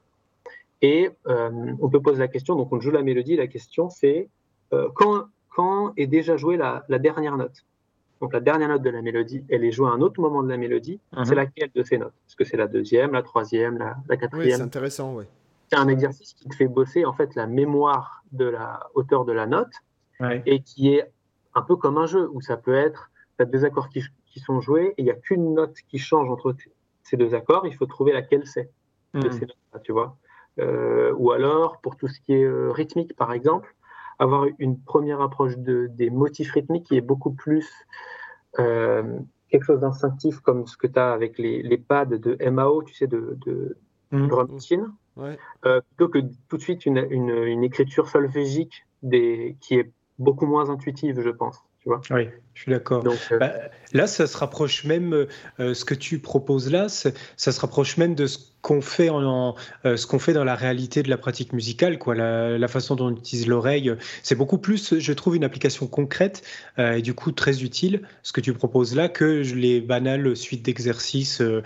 et euh, on peut poser la question, donc on joue la mélodie, la question c'est euh, quand, quand est déjà jouée la, la dernière note. Donc la dernière note de la mélodie, elle est jouée à un autre moment de la mélodie, c'est Mhm. laquelle de ces notes? Est-ce que c'est la deuxième, la troisième, la, la Oui, c'est quatrième? intéressant, oui. C'est un exercice qui te fait bosser en fait la mémoire de la hauteur de la note Ouais. et qui est un peu comme un jeu où ça peut être, tu as deux accords qui, qui sont joués et il n'y a qu'une note qui change entre ces deux accords, il faut trouver laquelle c'est de ces Mhm. notes-là, tu vois. Euh, ou alors, pour tout ce qui est euh, rythmique, par exemple, avoir une première approche de, des motifs rythmiques qui est beaucoup plus euh, quelque chose d'instinctif comme ce que tu as avec les, les pads de M A O, tu sais, de, de Mhm. drum machine, Ouais. euh, plutôt que tout de suite une, une, une écriture solfégique des, qui est beaucoup moins intuitive, je pense. Tu vois. Oui, je suis d'accord. Donc, euh, Bah, là, ça se rapproche même, euh, ce que tu proposes là, c'est- ça se rapproche même de ce qu'on fait en, en- euh, ce qu'on fait dans la réalité de la pratique musicale, quoi. La, la façon dont on utilise l'oreille, c'est beaucoup plus, je trouve, une application concrète euh, et du coup très utile, ce que tu proposes là, que les banales suites d'exercices, euh,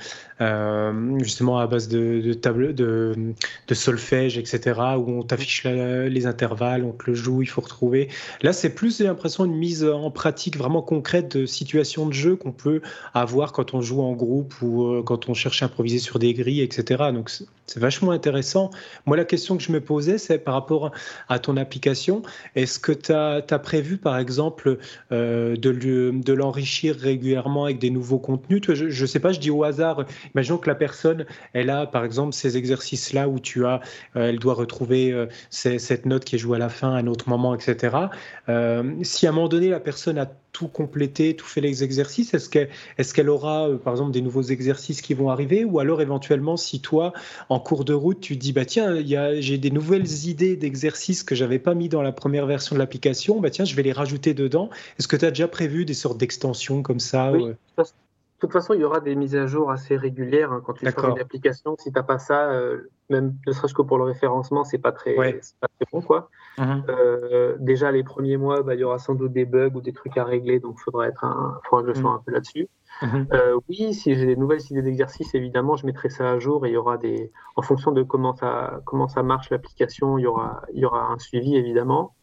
euh, justement à base de, de table, de, de solfège, et cetera, où on t'affiche la- les intervalles, on te le joue, il faut retrouver. Là, c'est plus, j'ai l'impression, une mise en pratique vraiment concrète de situations de jeu qu'on peut avoir quand on joue en groupe ou euh, quand on cherche à improviser sur des grilles, et cetera. Donc, c'est c'est vachement intéressant. Moi, la question que je me posais, c'est par rapport à ton application, est-ce que tu as prévu, par exemple, euh, de, le- de l'enrichir régulièrement avec des nouveaux contenus? Tu vois, je ne sais pas, je dis au hasard, imaginons que la personne, elle a, par exemple, ces exercices-là où tu as, euh, elle doit retrouver euh, ces- cette note qui est jouée à la fin à un autre moment, et cetera. Euh, si à un moment donné, la personne a tout complété, tout fait les exercices, est-ce qu'elle est-ce qu'elle aura, euh, par exemple, des nouveaux exercices qui vont arriver? Ou alors, éventuellement, si toi, en cours de route, tu te dis, bah, tiens, il y a, j'ai des nouvelles idées d'exercices que j'avais pas mis dans la première version de l'application, bah, tiens, je vais les rajouter dedans. Est-ce que tu as déjà prévu des sortes d'extensions comme ça? oui, ou- de toute façon, il y aura des mises à jour assez régulières hein, quand tu sors une D'accord. application. Si tu n'as pas ça, euh, même ne serait-ce que pour le référencement, c'est pas très, Ouais. c'est pas très bon, quoi. Mhm. Euh, déjà, les premiers mois, bah, il y aura sans doute des bugs ou des trucs à régler, donc il faudra être un, faudra que je sois Mhm. un peu là-dessus. Mhm. Euh, oui, si j'ai des nouvelles idées d'exercices, évidemment, je mettrai ça à jour et il y aura des, en fonction de comment ça, comment ça marche l'application, il y aura, il y aura un suivi évidemment.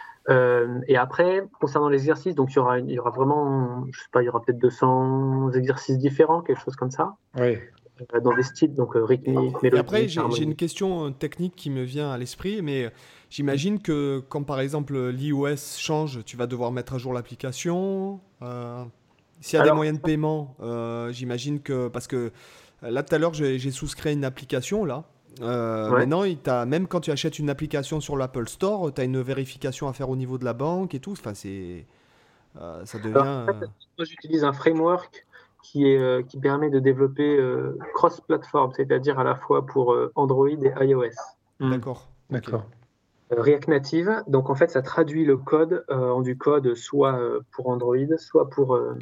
Euh, et après, concernant les exercices, donc il y aura, il y aura vraiment, je sais pas, il y aura peut-être deux cents exercices différents, quelque chose comme ça, Ouais. euh, dans des styles donc euh, Et, rythmique, et après, mélodique, j'ai j'ai une harmonique. question euh, technique qui me vient à l'esprit, mais j'imagine que quand par exemple l'iOS change, tu vas devoir mettre à jour l'application. Euh, S'il y a des Alors, moyens de paiement, euh, j'imagine que. Parce que euh, là, tout à l'heure, j'ai j'ai souscrit une application, là. Euh, ouais. maintenant, il t'a- même quand tu achètes une application sur l'Apple Store, tu as une vérification à faire au niveau de la banque et tout. Enfin, c'est, euh, ça devient. Alors, en fait, euh, moi, j'utilise un framework qui, est, euh, qui permet de développer euh, cross-platform, c'est-à-dire à la fois pour euh, Android et iOS. Mhm. D'accord. Ok. D'accord. Euh, React Native, donc en fait, ça traduit le code euh, en du code soit euh, pour Android, soit pour, euh,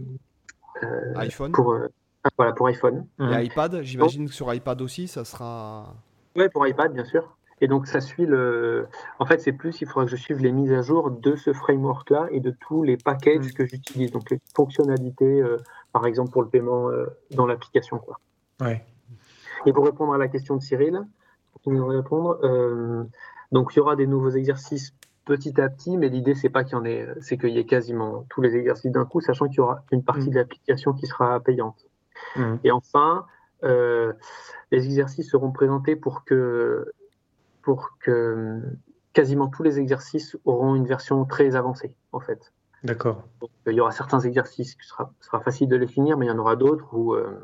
euh, iPhone. pour, euh, ah, voilà, pour iPhone. Et Mhm. iPad, Donc, j'imagine que sur iPad aussi, ça sera. ouais, pour iPad, bien sûr. Et donc, ça suit le. En fait, c'est plus, il faudra que je suive les mises à jour de ce framework-là et de tous les packages Mhm. que j'utilise. Donc, les fonctionnalités, euh, par exemple, pour le paiement euh, dans l'application, quoi. Ouais. Et pour répondre à la question de Cyril, pour qu'il nous répondre, euh, donc il y aura des nouveaux exercices petit à petit, mais l'idée c'est pas qu'il y en ait, c'est qu'il y ait quasiment tous les exercices d'un coup, sachant qu'il y aura une partie de Mhm. l'application qui sera payante. Mhm. Et enfin, euh, les exercices seront présentés pour que, pour que quasiment tous les exercices auront une version très avancée, en fait. D'accord. Donc, il y aura certains exercices qui sera, sera facile de les finir, mais il y en aura d'autres où euh,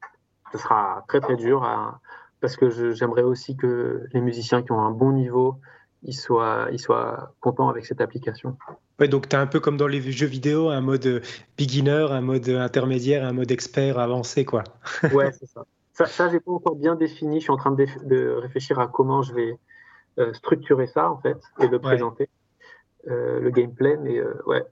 ce sera très très dur à, parce que je, j'aimerais aussi que les musiciens qui ont un bon niveau, ils soient, ils soient contents avec cette application. Ouais, donc tu as un peu comme dans les jeux vidéo, un mode beginner, un mode intermédiaire, un mode expert avancé, quoi. Ouais, c'est ça. Ça, ça j'ai pas encore bien défini. Je suis en train de, déf- de réfléchir à comment je vais euh, structurer ça, en fait, et le Ouais. présenter, euh, le gameplay, mais euh, ouais.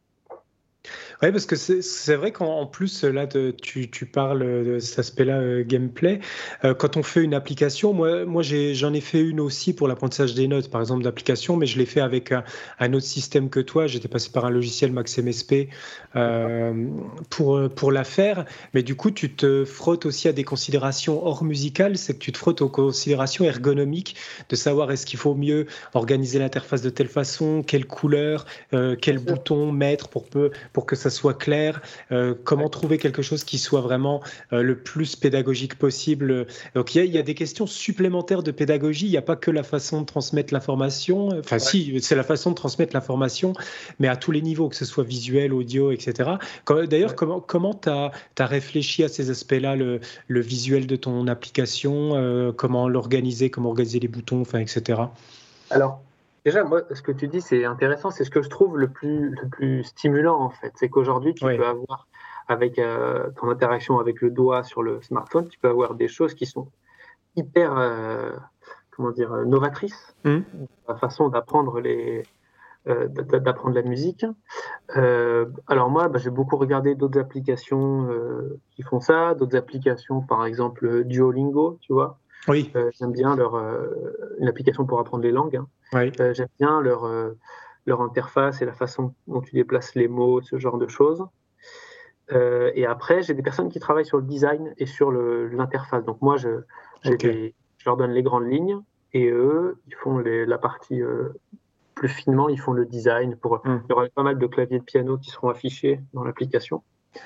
Oui, parce que c'est c'est vrai qu'en en plus, là, de- tu, tu parles de cet aspect-là, euh, gameplay. Euh, quand on fait une application, moi, moi j'ai, j'en ai fait une aussi pour l'apprentissage des notes, par exemple, d'application, mais je l'ai fait avec un, un autre système que toi. J'étais passé par un logiciel Max M S P euh, pour, euh, pour la faire. Mais du coup, tu te frottes aussi à des considérations hors musicales, c'est que tu te frottes aux considérations ergonomiques, de savoir est-ce qu'il faut mieux organiser l'interface de telle façon, quelle couleur, euh, quel Bien sûr. bouton mettre pour, peu, pour que ça soit clair, euh, comment trouver quelque chose qui soit vraiment euh, le plus pédagogique possible. Donc il y a, il y a des questions supplémentaires de pédagogie, il n'y a pas que la façon de transmettre l'information, enfin Ouais. si, c'est la façon de transmettre l'information, mais à tous les niveaux, que ce soit visuel, audio, et cetera. Quand- D'ailleurs, Ouais. comment comment tu as réfléchi à ces aspects-là, le, le visuel de ton application, euh, comment l'organiser, comment organiser les boutons, enfin, et cetera. Alors, déjà, moi, ce que tu dis, c'est intéressant. C'est ce que je trouve le plus, le plus stimulant, en fait. C'est qu'aujourd'hui, tu Ouais. peux avoir, avec euh, ton interaction avec le doigt sur le smartphone, tu peux avoir des choses qui sont hyper, euh, comment dire, euh, novatrices. Hum. La façon d'apprendre les, euh, d- d'apprendre la musique. Euh, alors moi, bah, j'ai beaucoup regardé d'autres applications euh, qui font ça, d'autres applications, par exemple Duolingo, tu vois. Oui, Euh, j'aime bien leur euh, une application pour apprendre les langues. Hein. oui. Euh, j'aime bien leur euh, leur interface et la façon dont tu déplaces les mots, ce genre de choses. Euh, et après, j'ai des personnes qui travaillent sur le design et sur le, l'interface. Donc moi, je, j'ai Ok. des, je leur donne les grandes lignes et eux, ils font les, la partie euh, plus finement, ils font le design. Pour, Hum. il y aura pas mal de claviers de piano qui seront affichés dans l'application.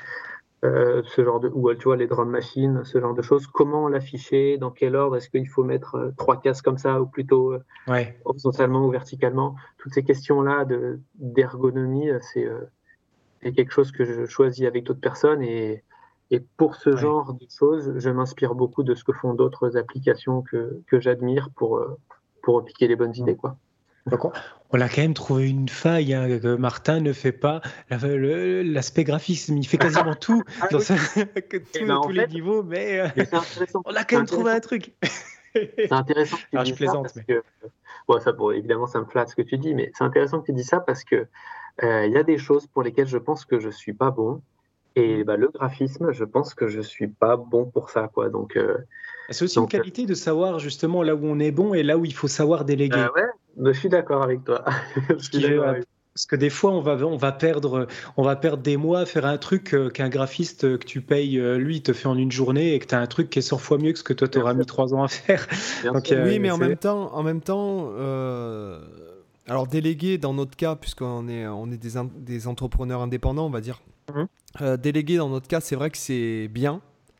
Euh, ce genre de, ou tu vois, les drum machines, ce genre de choses. Comment l'afficher, dans quel ordre, est-ce qu'il faut mettre euh, trois cases comme ça ou plutôt euh, Ouais. horizontalement ou verticalement? Toutes ces questions-là de, d'ergonomie, euh, c'est, euh, c'est quelque chose que je choisis avec d'autres personnes et, et pour ce Ouais. genre de choses, je m'inspire beaucoup de ce que font d'autres applications que, que j'admire pour, euh, pour piquer les bonnes idées, quoi. Donc on, on a quand même trouvé une faille, hein, que Martin ne fait pas la- le- l'aspect graphisme, il fait quasiment tout Ah dans oui. sa- que Eh tout- ben, en tous les fait, niveaux, mais euh, mais c'est intéressant. on a C'est quand même trouvé intéressant. un truc. C'est intéressant que tu Alors je dises ça plaisante, parce mais que, bon, ça, bon, évidemment, ça me flatte ce que tu dis, mais c'est intéressant que tu dis ça parce que euh, il y a des choses pour lesquelles je pense que je suis pas bon. Et bah, le graphisme, je pense que je suis pas bon pour ça, quoi. Donc, euh, c'est aussi une donc, euh, qualité de savoir justement là où on est bon et là où il faut savoir euh, déléguer. ouais, je suis d'accord avec toi. Je Ce suis qui est, d'accord euh, avec parce que des fois, on va, on va perdre, on va perdre des mois à faire un truc euh, qu'un graphiste euh, que tu payes, euh, lui, il te fait en une journée et que tu as un truc qui est cent fois mieux que ce que toi, tu toi. Bien auras sûr, mis trois ans à faire. bien Donc, sûr. Oui, euh, mais en c'est... même temps, en même temps, euh, alors déléguer dans notre cas, puisqu'on est, on est des, in- des entrepreneurs indépendants, on va dire. Mhm. Euh, déléguer dans notre cas, c'est vrai que c'est bien.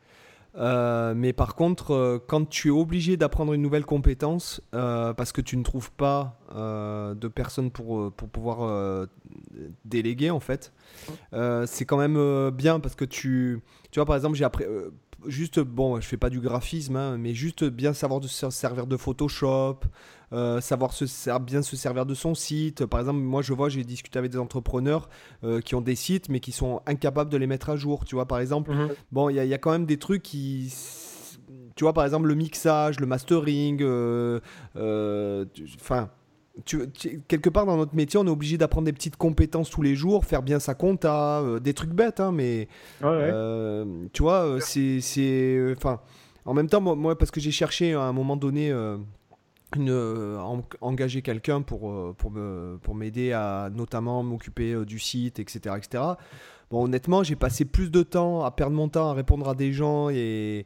Euh, mais par contre, euh, quand tu es obligé d'apprendre une nouvelle compétence euh, parce que tu ne trouves pas euh, de personnes pour, euh, pour pouvoir euh, déléguer, en fait, euh, c'est quand même euh, bien parce que tu, tu vois, par exemple, j'ai appris, euh, juste, bon, je fais pas du graphisme, hein, mais juste bien savoir de se servir de Photoshop, euh, savoir se ser- bien se servir de son site. Par exemple, moi, je vois, j'ai discuté avec des entrepreneurs euh, qui ont des sites, mais qui sont incapables de les mettre à jour. Tu vois, par exemple, Mhm. bon, il y, a- il y a quand même des trucs qui. Tu vois, par exemple, le mixage, le mastering, euh, euh, tu- enfin. Tu, tu- quelque part dans notre métier, on est obligé d'apprendre des petites compétences tous les jours, faire bien sa compta, euh, des trucs bêtes, hein, mais Ouais, ouais. euh, tu vois, euh, c'est, c'est, enfin, en même temps, moi, moi, parce que j'ai cherché à un moment donné euh, une, euh, en- engager quelqu'un pour, euh, pour, me, pour m'aider à notamment m'occuper euh, du site, et cetera, et cetera. Bon, honnêtement, j'ai passé plus de temps à perdre mon temps à répondre à des gens et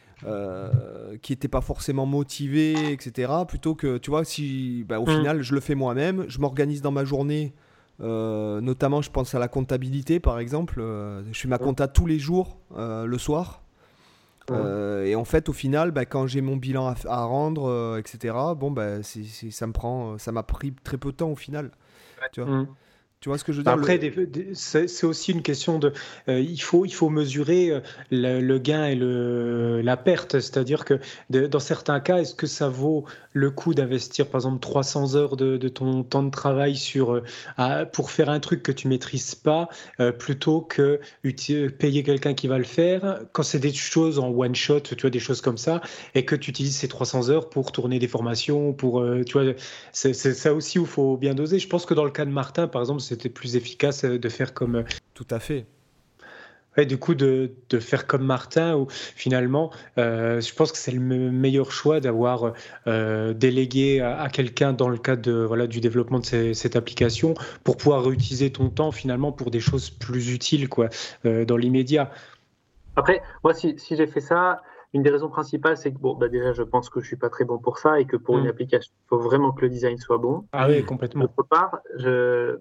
euh, qui n'étaient pas forcément motivés, et cetera. Plutôt que, tu vois, si, bah, au Mhm. final, je le fais moi-même, je m'organise dans ma journée. Euh, notamment, je pense à la comptabilité, par exemple. Euh, je fais ma compta tous les jours, euh, le soir. Euh, et en fait, au final, bah, quand j'ai mon bilan à, à rendre, euh, et cetera, bon, bah, c'est, c'est- ça me prend, ça m'a pris très peu de temps au final. Tu vois, Mm. tu vois ce que je veux dire Après, le... des- des- c'est c'est aussi une question de, euh, il faut, il faut mesurer euh, le, le gain et le, la perte. C'est-à-dire que de- dans certains cas, est-ce que ça vaut le coup d'investir, par exemple, trois cents heures de, de ton temps de travail sur, euh, à- pour faire un truc que tu maîtrises pas, euh, plutôt que uti- payer quelqu'un qui va le faire, quand c'est des choses en one shot, tu vois, des choses comme ça, et que tu utilises ces trois cents heures pour tourner des formations, pour, euh, tu vois, c'est c'est ça aussi où il faut bien doser. Je pense que dans le cas de Martin, par exemple, c'était plus efficace euh, de faire comme, euh, Tout à fait. ouais, du coup, de, de faire comme Martin, où finalement, euh, je pense que c'est le me- meilleur choix d'avoir euh, délégué à, à quelqu'un dans le cadre de, voilà, du développement de ces- cette application pour pouvoir réutiliser ton temps finalement pour des choses plus utiles, quoi, euh, dans l'immédiat. Après, moi, si, si j'ai fait ça, une des raisons principales, c'est que bon, bah déjà, je pense que je suis pas très bon pour ça et que pour une Mm. application, il faut vraiment que le design soit bon. Ah oui, Et complètement. d'autre part, je,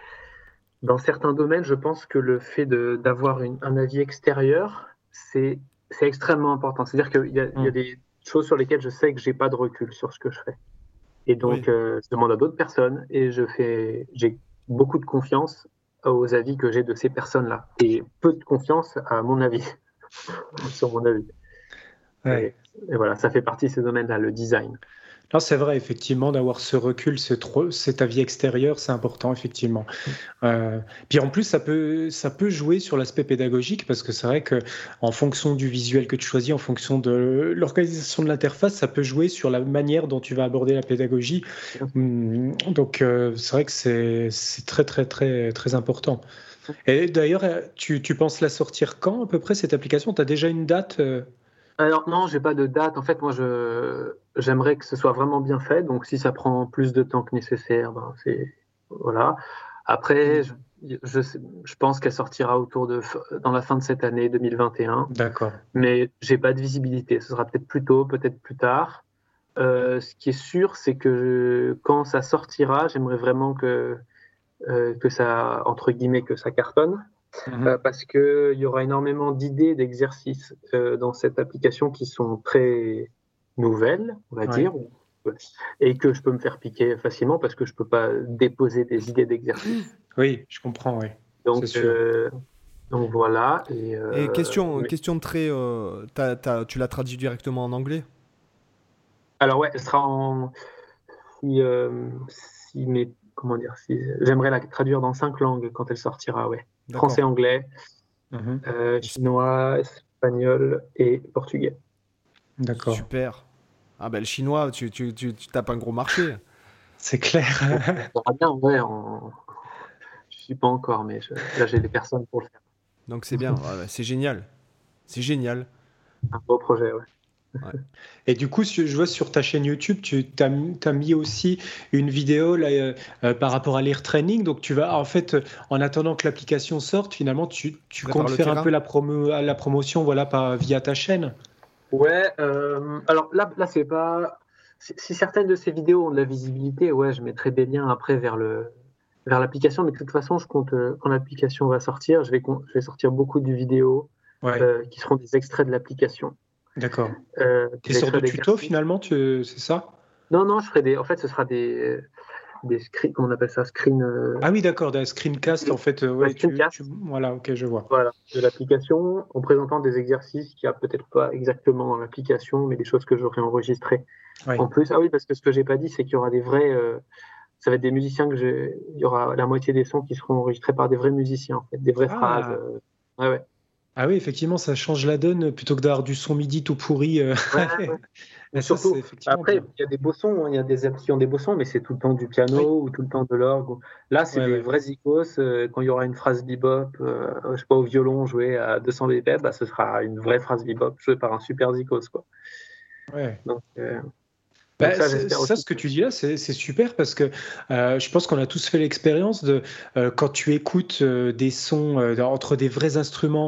dans certains domaines, je pense que le fait de, d'avoir une, un avis extérieur, c'est, c'est extrêmement important. C'est-à-dire qu'il y a, il y a Mm. des choses sur lesquelles je sais que j'ai pas de recul sur ce que je fais. Et Oui. donc, euh, je demande à d'autres personnes et je fais, j'ai beaucoup de confiance aux avis que j'ai de ces personnes-là et peu de confiance à mon avis, sur mon avis. Ouais. Et, et voilà, ça fait partie de ces domaines-là, le design. Non, c'est vrai, effectivement, d'avoir ce recul, ce tro- cet avis extérieur, c'est important, effectivement. Euh, puis en plus, ça peut, ça peut jouer sur l'aspect pédagogique parce que c'est vrai que en fonction du visuel que tu choisis, en fonction de l'organisation de l'interface, ça peut jouer sur la manière dont tu vas aborder la pédagogie. Hum, Donc, euh, c'est vrai que c'est, c'est très, très, très, très important. Et d'ailleurs, euh, tu, tu penses la sortir quand à peu près cette application? Tu as déjà une date? euh Alors non, j'ai pas de date. En fait, moi, je j'aimerais que ce soit vraiment bien fait. Donc, si ça prend plus de temps que nécessaire, ben c'est voilà. Après, je, je, sais- je pense qu'elle sortira autour de dans la fin de cette année deux mille vingt et un. D'accord. Mais j'ai pas de visibilité. Ce sera peut-être plus tôt, peut-être plus tard. Euh, ce qui est sûr, c'est que quand ça sortira, j'aimerais vraiment que euh, que ça entre guillemets que ça cartonne. Euh, Mhm. parce qu'il y aura énormément d'idées, d'exercices euh, dans cette application qui sont très nouvelles, on va Ouais. dire, et que je peux me faire piquer facilement parce que je ne peux pas déposer des idées d'exercices. Oui, je comprends, oui. C'est Donc, sûr. euh, donc voilà. Et, Et euh, question, mais- question de très. Euh, t'as- t'as- tu l'as traduit directement en anglais? alors ouais, elle sera en si, euh, si mais comment dire si j'aimerais la traduire dans cinq langues quand elle sortira, ouais. Français, D'accord. anglais, Mhm. euh, Et c'est- chinois, espagnol et portugais. D'accord. Super. Ah ben le chinois, tu, tu, tu, tu tapes un gros marché. C'est clair. On verra bien, ouais, on- je suis pas encore, mais je- là j'ai des personnes pour le faire. Donc c'est bien. Ouais, ouais, c'est génial. C'est génial. Un beau projet, ouais. Ouais. Et du coup, si je vois sur ta chaîne YouTube, tu as, mis aussi une vidéo là, euh, euh, par rapport à l'air training. Donc, tu vas, en fait, euh, en attendant que l'application sorte, finalement, tu, tu Tu vas faire comptes le faire un peu terrain? la, promo, la promotion voilà, par, via ta chaîne. Ouais, euh, alors là, là c'est pas. Si, si certaines de ces vidéos ont de la visibilité, ouais, je mettrai des liens après vers le vers l'application, mais de toute façon, je compte euh, quand l'application va sortir, je vais con- je vais sortir beaucoup de vidéos Ouais, euh, qui seront des extraits de l'application, d'accord. euh, Des des sortes de extraits tutos, d'exercices. finalement, tu, c'est ça? Non, non, je ferai des. En fait, ce sera des des screens, comment on appelle ça, screen. euh, Ah oui, d'accord, des screencasts, en fait. euh, ouais, ouais, tu, screencast. tu, voilà, ok, je vois. Voilà, de l'application en présentant des exercices qu'il n'y a peut-être pas exactement dans l'application, mais des choses que j'aurais enregistrées Ouais. en plus. Ah oui, parce que ce que j'ai pas dit, c'est qu'il y aura des vrais. Euh, ça va être des musiciens que j'ai. Il y aura la moitié des sons qui seront enregistrés par des vrais musiciens, en fait, des vraies phrases. Ah, euh. Ouais, ouais. ah oui, effectivement, ça change la donne plutôt que d'avoir du son midi tout pourri. euh, Ouais, ouais. Et Ou ça, c'est surtout, effectivement après, bien. il y a des beaux sons, hein, il y a des apps qui ont des beaux sons, mais c'est tout le temps du Oui, piano ou tout le temps de l'orgue. Là, c'est ouais, des ouais. vrais icônes. euh, quand il y aura une phrase bebop, euh, je sais pas, au violon joué à deux cents B P M, bah, ce sera une vraie phrase bebop jouée par un super zikos, quoi. Ouais. Donc, euh, donc Bah, ça, c'est- j'espère ça, aussi ce que que. tu dis là, c'est c'est super parce que euh, je pense qu'on a tous fait l'expérience de euh, quand tu écoutes euh, des sons euh, entre des vrais instruments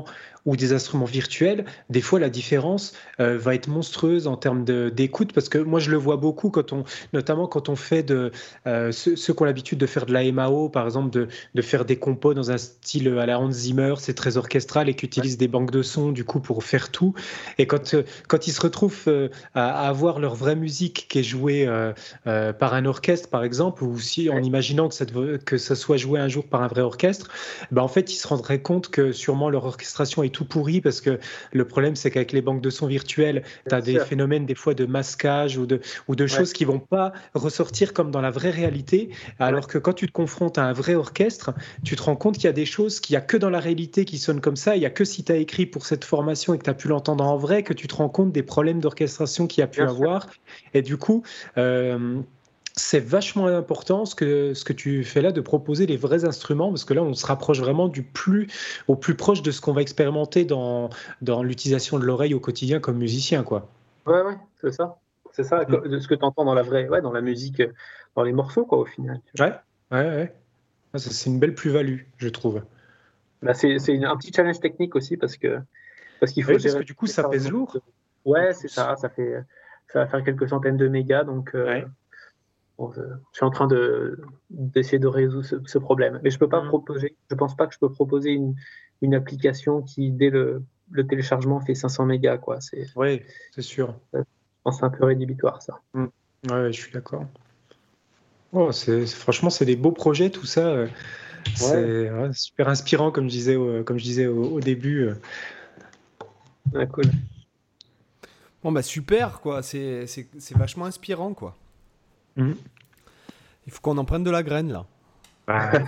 ou des instruments virtuels, des fois la différence euh, va être monstrueuse en termes de, d'écoute, parce que moi je le vois beaucoup quand on, notamment quand on fait de euh, ceux, ceux qui ont l'habitude de faire de la M A O, par exemple, de, de faire des compos dans un style à la Hans Zimmer, c'est très orchestral et qui utilisent des banques de sons du coup pour faire tout. Et quand euh, quand ils se retrouvent euh, à, à avoir leur vraie musique qui est jouée euh, euh, par un orchestre, par exemple, ou si en Ouais. imaginant que ça, dev- que ça soit joué un jour par un vrai orchestre, ben en fait, ils se rendraient compte que sûrement leur orchestration est tout pourri parce que le problème, c'est qu'avec les banques de sons virtuelles, tu Bien as des sûr. phénomènes des fois de masquage ou de, ou de Ouais. choses qui vont pas ressortir comme dans la vraie réalité, Ouais. alors que quand tu te confrontes à un vrai orchestre, tu te rends compte qu'il y a des choses qu'il n'y a que dans la réalité qui sonnent comme ça, il n'y a que si tu as écrit pour cette formation et que tu as pu l'entendre en vrai que tu te rends compte des problèmes d'orchestration qu'il y a pu Bien sûr. avoir. Et du coup, euh, c'est vachement important ce que, ce que tu fais là de proposer les vrais instruments parce que là on se rapproche vraiment du plus au plus proche de ce qu'on va expérimenter dans, dans l'utilisation de l'oreille au quotidien comme musicien quoi. Ouais, ouais, c'est ça. C'est ça, Mm. co- de ce que tu entends dans la vraie, ouais, dans la musique, euh, dans les morceaux, quoi, au final. Tu vois. Ouais, ouais, ouais. Ah, ça, c'est une belle plus-value, je trouve. Bah, c'est, c'est une- un petit challenge technique aussi parce que parce qu'il faut Oui, parce gérer que le du coup ça pèse téléchargement de- lourd en Ouais, c'est plus. ça. Ça fait, ça va faire quelques centaines de mégas, donc euh, Ouais. bon, je, je suis en train de d'essayer de résoudre ce, ce problème. Mais je peux pas Mm. proposer. Je pense pas que je peux proposer une une application qui dès le le téléchargement fait cinq cents mégas, quoi. C'est, Ouais, c'est sûr. je pense que c'est un peu rédhibitoire, ça. Mm. Ouais, je suis d'accord. Oh, c'est, c'est- franchement, c'est des beaux projets, tout ça. euh, Ouais, C'est ouais, super inspirant, comme je disais, au, comme je disais au, au début. euh. ouais, cool. Bon, bah super, quoi. C'est c'est- c'est vachement inspirant, quoi. Mm. Il faut qu'on en prenne de la graine, là. Bah ouais.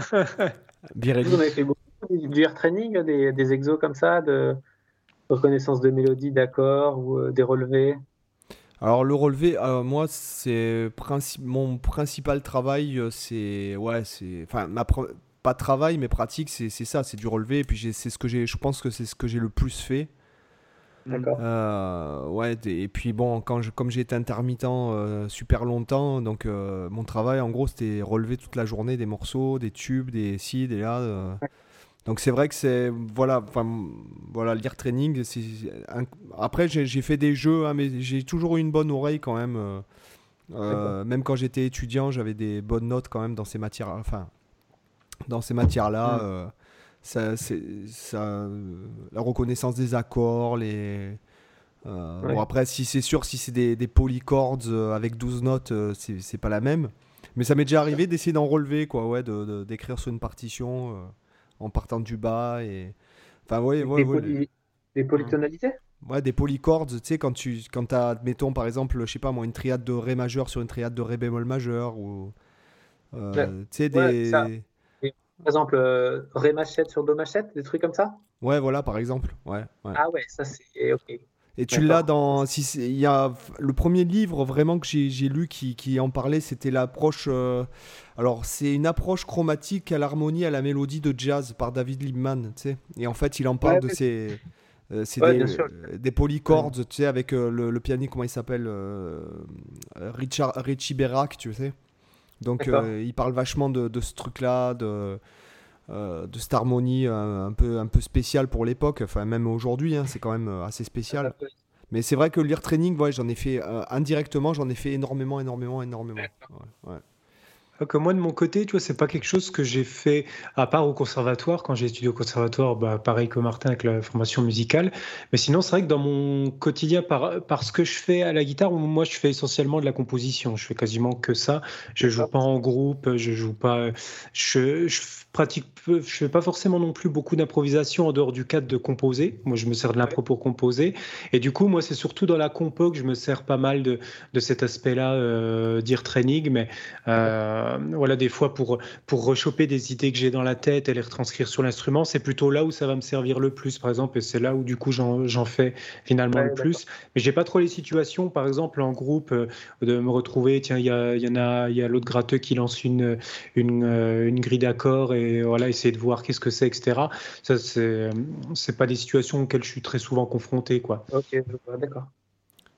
Vous en Birelli. avez fait beaucoup du du air training, des, des exos comme ça, de reconnaissance de mélodie, d'accords ou euh, des relevés. Alors, le relevé, euh, moi, c'est princi- mon principal travail, euh, c'est. Ouais, c'est. Enfin, ma pre- pas travail, mais pratique, c'est c'est ça, c'est du relevé. Et puis, j'ai- c'est ce que j'ai. Je pense que c'est ce que j'ai le plus fait. Mm. D'accord. Euh, ouais, des- et puis bon, quand je, comme j'ai été intermittent euh, super longtemps, donc euh, mon travail en gros c'était relever toute la journée des morceaux, des tubes, des ci, des là. euh. Donc c'est vrai que c'est voilà, enfin voilà, lire training. c'est un- Après j'ai j'ai fait des jeux, hein, mais j'ai toujours eu une bonne oreille quand même. euh, D'accord. euh, même quand j'étais étudiant, j'avais des bonnes notes quand même dans ces matières, enfin dans ces matières-là. Mm. euh, ça, c'est, ça, euh, la reconnaissance des accords, les euh, bon, Ouais. après, si c'est sûr, si c'est des, des polychords euh, avec douze notes, euh, c'est c'est pas la même. Mais ça m'est déjà arrivé d'essayer d'en relever, quoi, ouais, de, de- d'écrire sur une partition euh, en partant du bas. Et... Enfin, ouais, Avec ouais, des, ouais, le- poly... des Mm. polytonalités? ouais, des polychords, tu sais, quand tu quand t'as, admettons, par exemple, je sais pas moi, une triade de Ré majeur sur une triade de Ré bémol majeur, ou, Ouais, euh, tu sais, ouais, ça. des... Et, par exemple, euh, Ré machette sur Do machette, des trucs comme ça? Ouais, voilà, par exemple, ouais, ouais. Ah ouais, ça c'est. Ok, Et tu l'as d'accord. Ça, dans. c'est- Si c'est- il y a le premier livre vraiment que j'ai j'ai lu qui, qui en parlait, c'était l'approche. euh, alors, c'est une approche chromatique à l'harmonie, à la mélodie de jazz par David Liebman, tu sais. Et en fait, il en parle Ouais, de ouais, ces. euh, c'est ouais, des, bien sûr. euh, des polychords, tu sais, avec euh, le, le pianiste, comment il s'appelle euh, Richard, Richie Berak, tu sais. Donc, D'accord. euh, il parle vachement de, de ce truc-là, de, euh, de cette harmonie euh, un peu, un peu spéciale pour l'époque. Enfin, même aujourd'hui, hein, c'est quand même euh, assez spécial. Mais c'est vrai que lire training, ouais, j'en ai fait euh, indirectement, j'en ai fait énormément, énormément, énormément. Ouais, ouais. Alors que moi, de mon côté, tu vois, c'est pas quelque chose que j'ai fait à part au conservatoire. Quand j'ai étudié au conservatoire, bah, pareil que Martin avec la formation musicale. Mais sinon, c'est vrai que dans mon quotidien, par, par ce que je fais à la guitare, moi, je fais essentiellement de la composition. Je fais quasiment que ça. Je joue D'accord. pas en groupe, je joue pas. Je, je pratique peu, je fais pas forcément non plus beaucoup d'improvisation en dehors du cadre de composer. Moi, je me sers de Ouais. l'impro pour composer. Et du coup, moi, c'est surtout dans la compo que je me sers pas mal de, de cet aspect-là, euh, d'ear training. Mais euh, voilà, des fois pour, pour rechoper des idées que j'ai dans la tête et les retranscrire sur l'instrument, c'est plutôt là où ça va me servir le plus, par exemple, et c'est là où du coup j'en, j'en fais finalement le Ouais, d'accord. plus. Mais j'ai pas trop les situations, par exemple en groupe, euh, de me retrouver, tiens, il y, a, il y en a, il y a l'autre gratteux qui lance une, une, euh, une grille d'accords et voilà, essayer de voir qu'est-ce que c'est, et cetera. Ça, c'est, c'est pas des situations auxquelles je suis très souvent confronté, quoi. Ok, je vois, d'accord.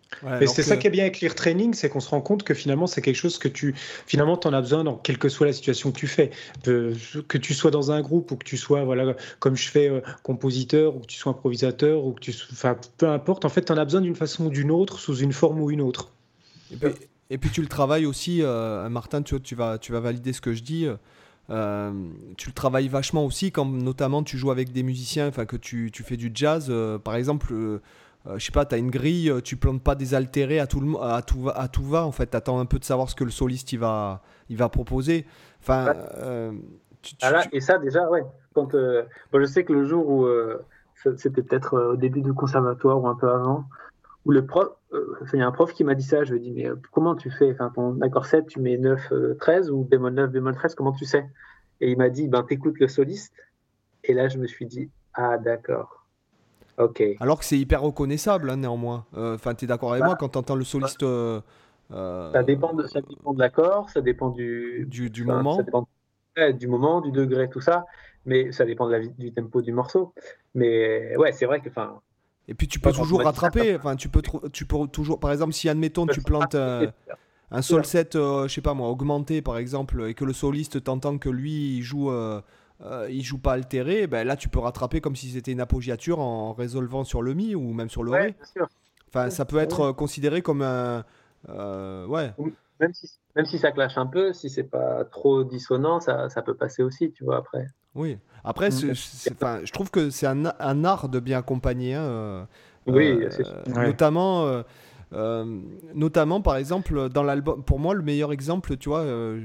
Ouais, et c'est que... ça qui est bien avec l'ear training, c'est qu'on se rend compte que finalement c'est quelque chose que tu finalement t'en as besoin dans quelle que soit la situation que tu fais, euh, que tu sois dans un groupe ou que tu sois voilà comme je fais euh, compositeur ou que tu sois improvisateur ou que tu enfin peu importe, en fait t'en as besoin d'une façon ou d'une autre, sous une forme ou une autre. Et puis, et puis tu le travailles aussi, euh, Martin, tu vois, tu vas tu vas valider ce que je dis. Euh, tu le travailles vachement aussi quand notamment tu joues avec des musiciens, enfin que tu, tu fais du jazz, euh, par exemple. Euh, Euh, je sais pas, tu as une grille, tu plantes pas des altérés à tout, le, à tout, va, à tout va, en fait, tu attends un peu de savoir ce que le soliste il va, il va proposer. Enfin, ouais. euh, tu, tu, ah là, tu... Et ça, déjà, ouais. Quand, euh, bon, je sais que le jour où, euh, c'était peut-être euh, au début du conservatoire ou un peu avant, où le prof, euh, il y a un prof qui m'a dit ça, je lui ai dit, mais euh, comment tu fais, enfin, ton accord sept, tu mets neuf, treize ou bémol neuf, bémol treize, comment tu sais? Et il m'a dit, ben, t'écoutes le soliste. Et là, je me suis dit, ah, d'accord. Okay. Alors que c'est hyper reconnaissable, hein, néanmoins. Enfin, euh, tu es d'accord avec bah, moi quand tu entends le soliste. Euh, euh, ça, dépend de, ça dépend de l'accord, ça dépend du, du, du moment. Ça dépend de, du moment, du degré, tout ça. Mais ça dépend de la, du tempo du morceau. Mais ouais, c'est vrai que. Et puis tu peux toujours rattraper. Enfin, tu peux, tu peux toujours. Par exemple, si admettons tu plantes euh, un sol sept, euh, je sais pas moi, augmenté par exemple, et que le soliste t'entend que lui il joue. Euh, Euh, il joue pas altéré, ben là tu peux rattraper comme si c'était une appoggiature en résolvant sur le mi ou même sur le ouais, ré. Enfin, ça peut être ouais. considéré comme un euh, ouais. Même si même si ça clash un peu, si c'est pas trop dissonant, ça, ça peut passer aussi, tu vois après. Oui. Après, c'est, c'est, enfin, je trouve que c'est un, un art de bien accompagner. Hein, euh, oui, euh, c'est sûr. Notamment. Euh, euh, notamment par exemple dans l'album. Pour moi, le meilleur exemple, tu vois. Euh,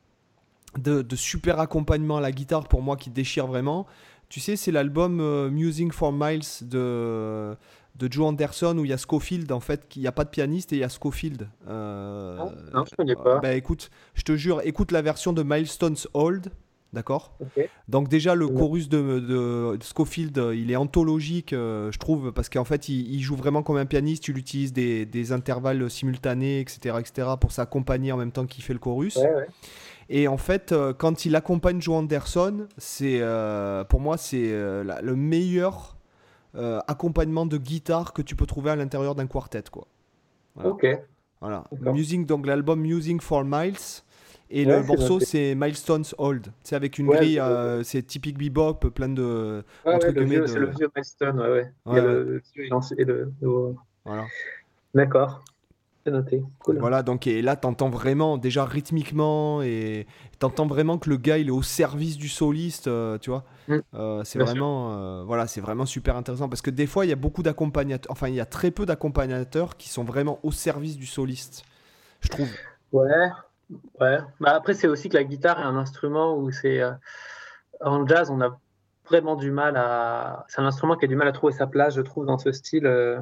De, de super accompagnement à la guitare pour moi qui déchire vraiment. Tu sais, c'est l'album euh, Musing for Miles de, de Joe Anderson où il y a Scofield en fait, il n'y a pas de pianiste et il y a Scofield. Euh, non, non, je connais pas. Euh, bah écoute, je te jure, écoute la version de Milestones Old, d'accord okay. Donc déjà le chorus de, de, de Scofield, il est anthologique, euh, je trouve, parce qu'en fait il, il joue vraiment comme un pianiste, il utilise des, des intervalles simultanés, et cetera, et cetera pour s'accompagner en même temps qu'il fait le chorus. Ouais, ouais. Et en fait, euh, quand il accompagne Joe Anderson, c'est, euh, pour moi, c'est euh, la, le meilleur euh, accompagnement de guitare que tu peux trouver à l'intérieur d'un quartet, quoi. Voilà. Ok. Voilà. Musing, donc l'album Musing for Miles. Et ouais, le morceau, c'est Milestones Old. C'est avec une ouais, grille, euh, c'est typique bebop, plein de. Ouais, entre ouais, le vieux, de... c'est le vieux Milestone, ouais, ouais. ouais il y a ouais. le vieux et le nouveau. Voilà. D'accord. C'est noté. Cool. Voilà, donc et là, t'entends vraiment, déjà rythmiquement, et t'entends vraiment que le gars, il est au service du soliste, euh, tu vois. Mm. Euh, c'est vraiment, euh, voilà, c'est vraiment super intéressant parce que des fois, il y a beaucoup d'accompagnateurs, enfin, il y a très peu d'accompagnateurs qui sont vraiment au service du soliste, je trouve. Ouais, ouais. Bah après, c'est aussi que la guitare est un instrument où c'est euh, en jazz, on a vraiment du mal à. C'est un instrument qui a du mal à trouver sa place, je trouve, dans ce style. Euh...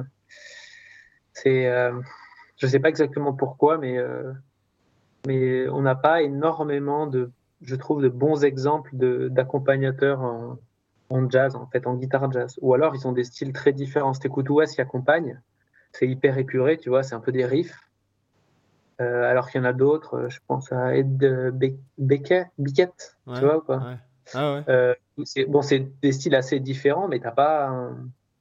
C'est euh... Je ne sais pas exactement pourquoi, mais, euh, mais on n'a pas énormément de, je trouve, de bons exemples de, d'accompagnateurs en, en jazz, en fait, en guitare jazz. Ou alors, ils ont des styles très différents. Si t'écoutes Wes qui accompagne, c'est hyper épuré, tu vois, c'est un peu des riffs. Euh, alors qu'il y en a d'autres, je pense à Ed Be- Beckett, Beckett ouais, tu vois ou pas ouais. Ah ouais. Euh, c'est, bon, c'est des styles assez différents, mais t'as pas un...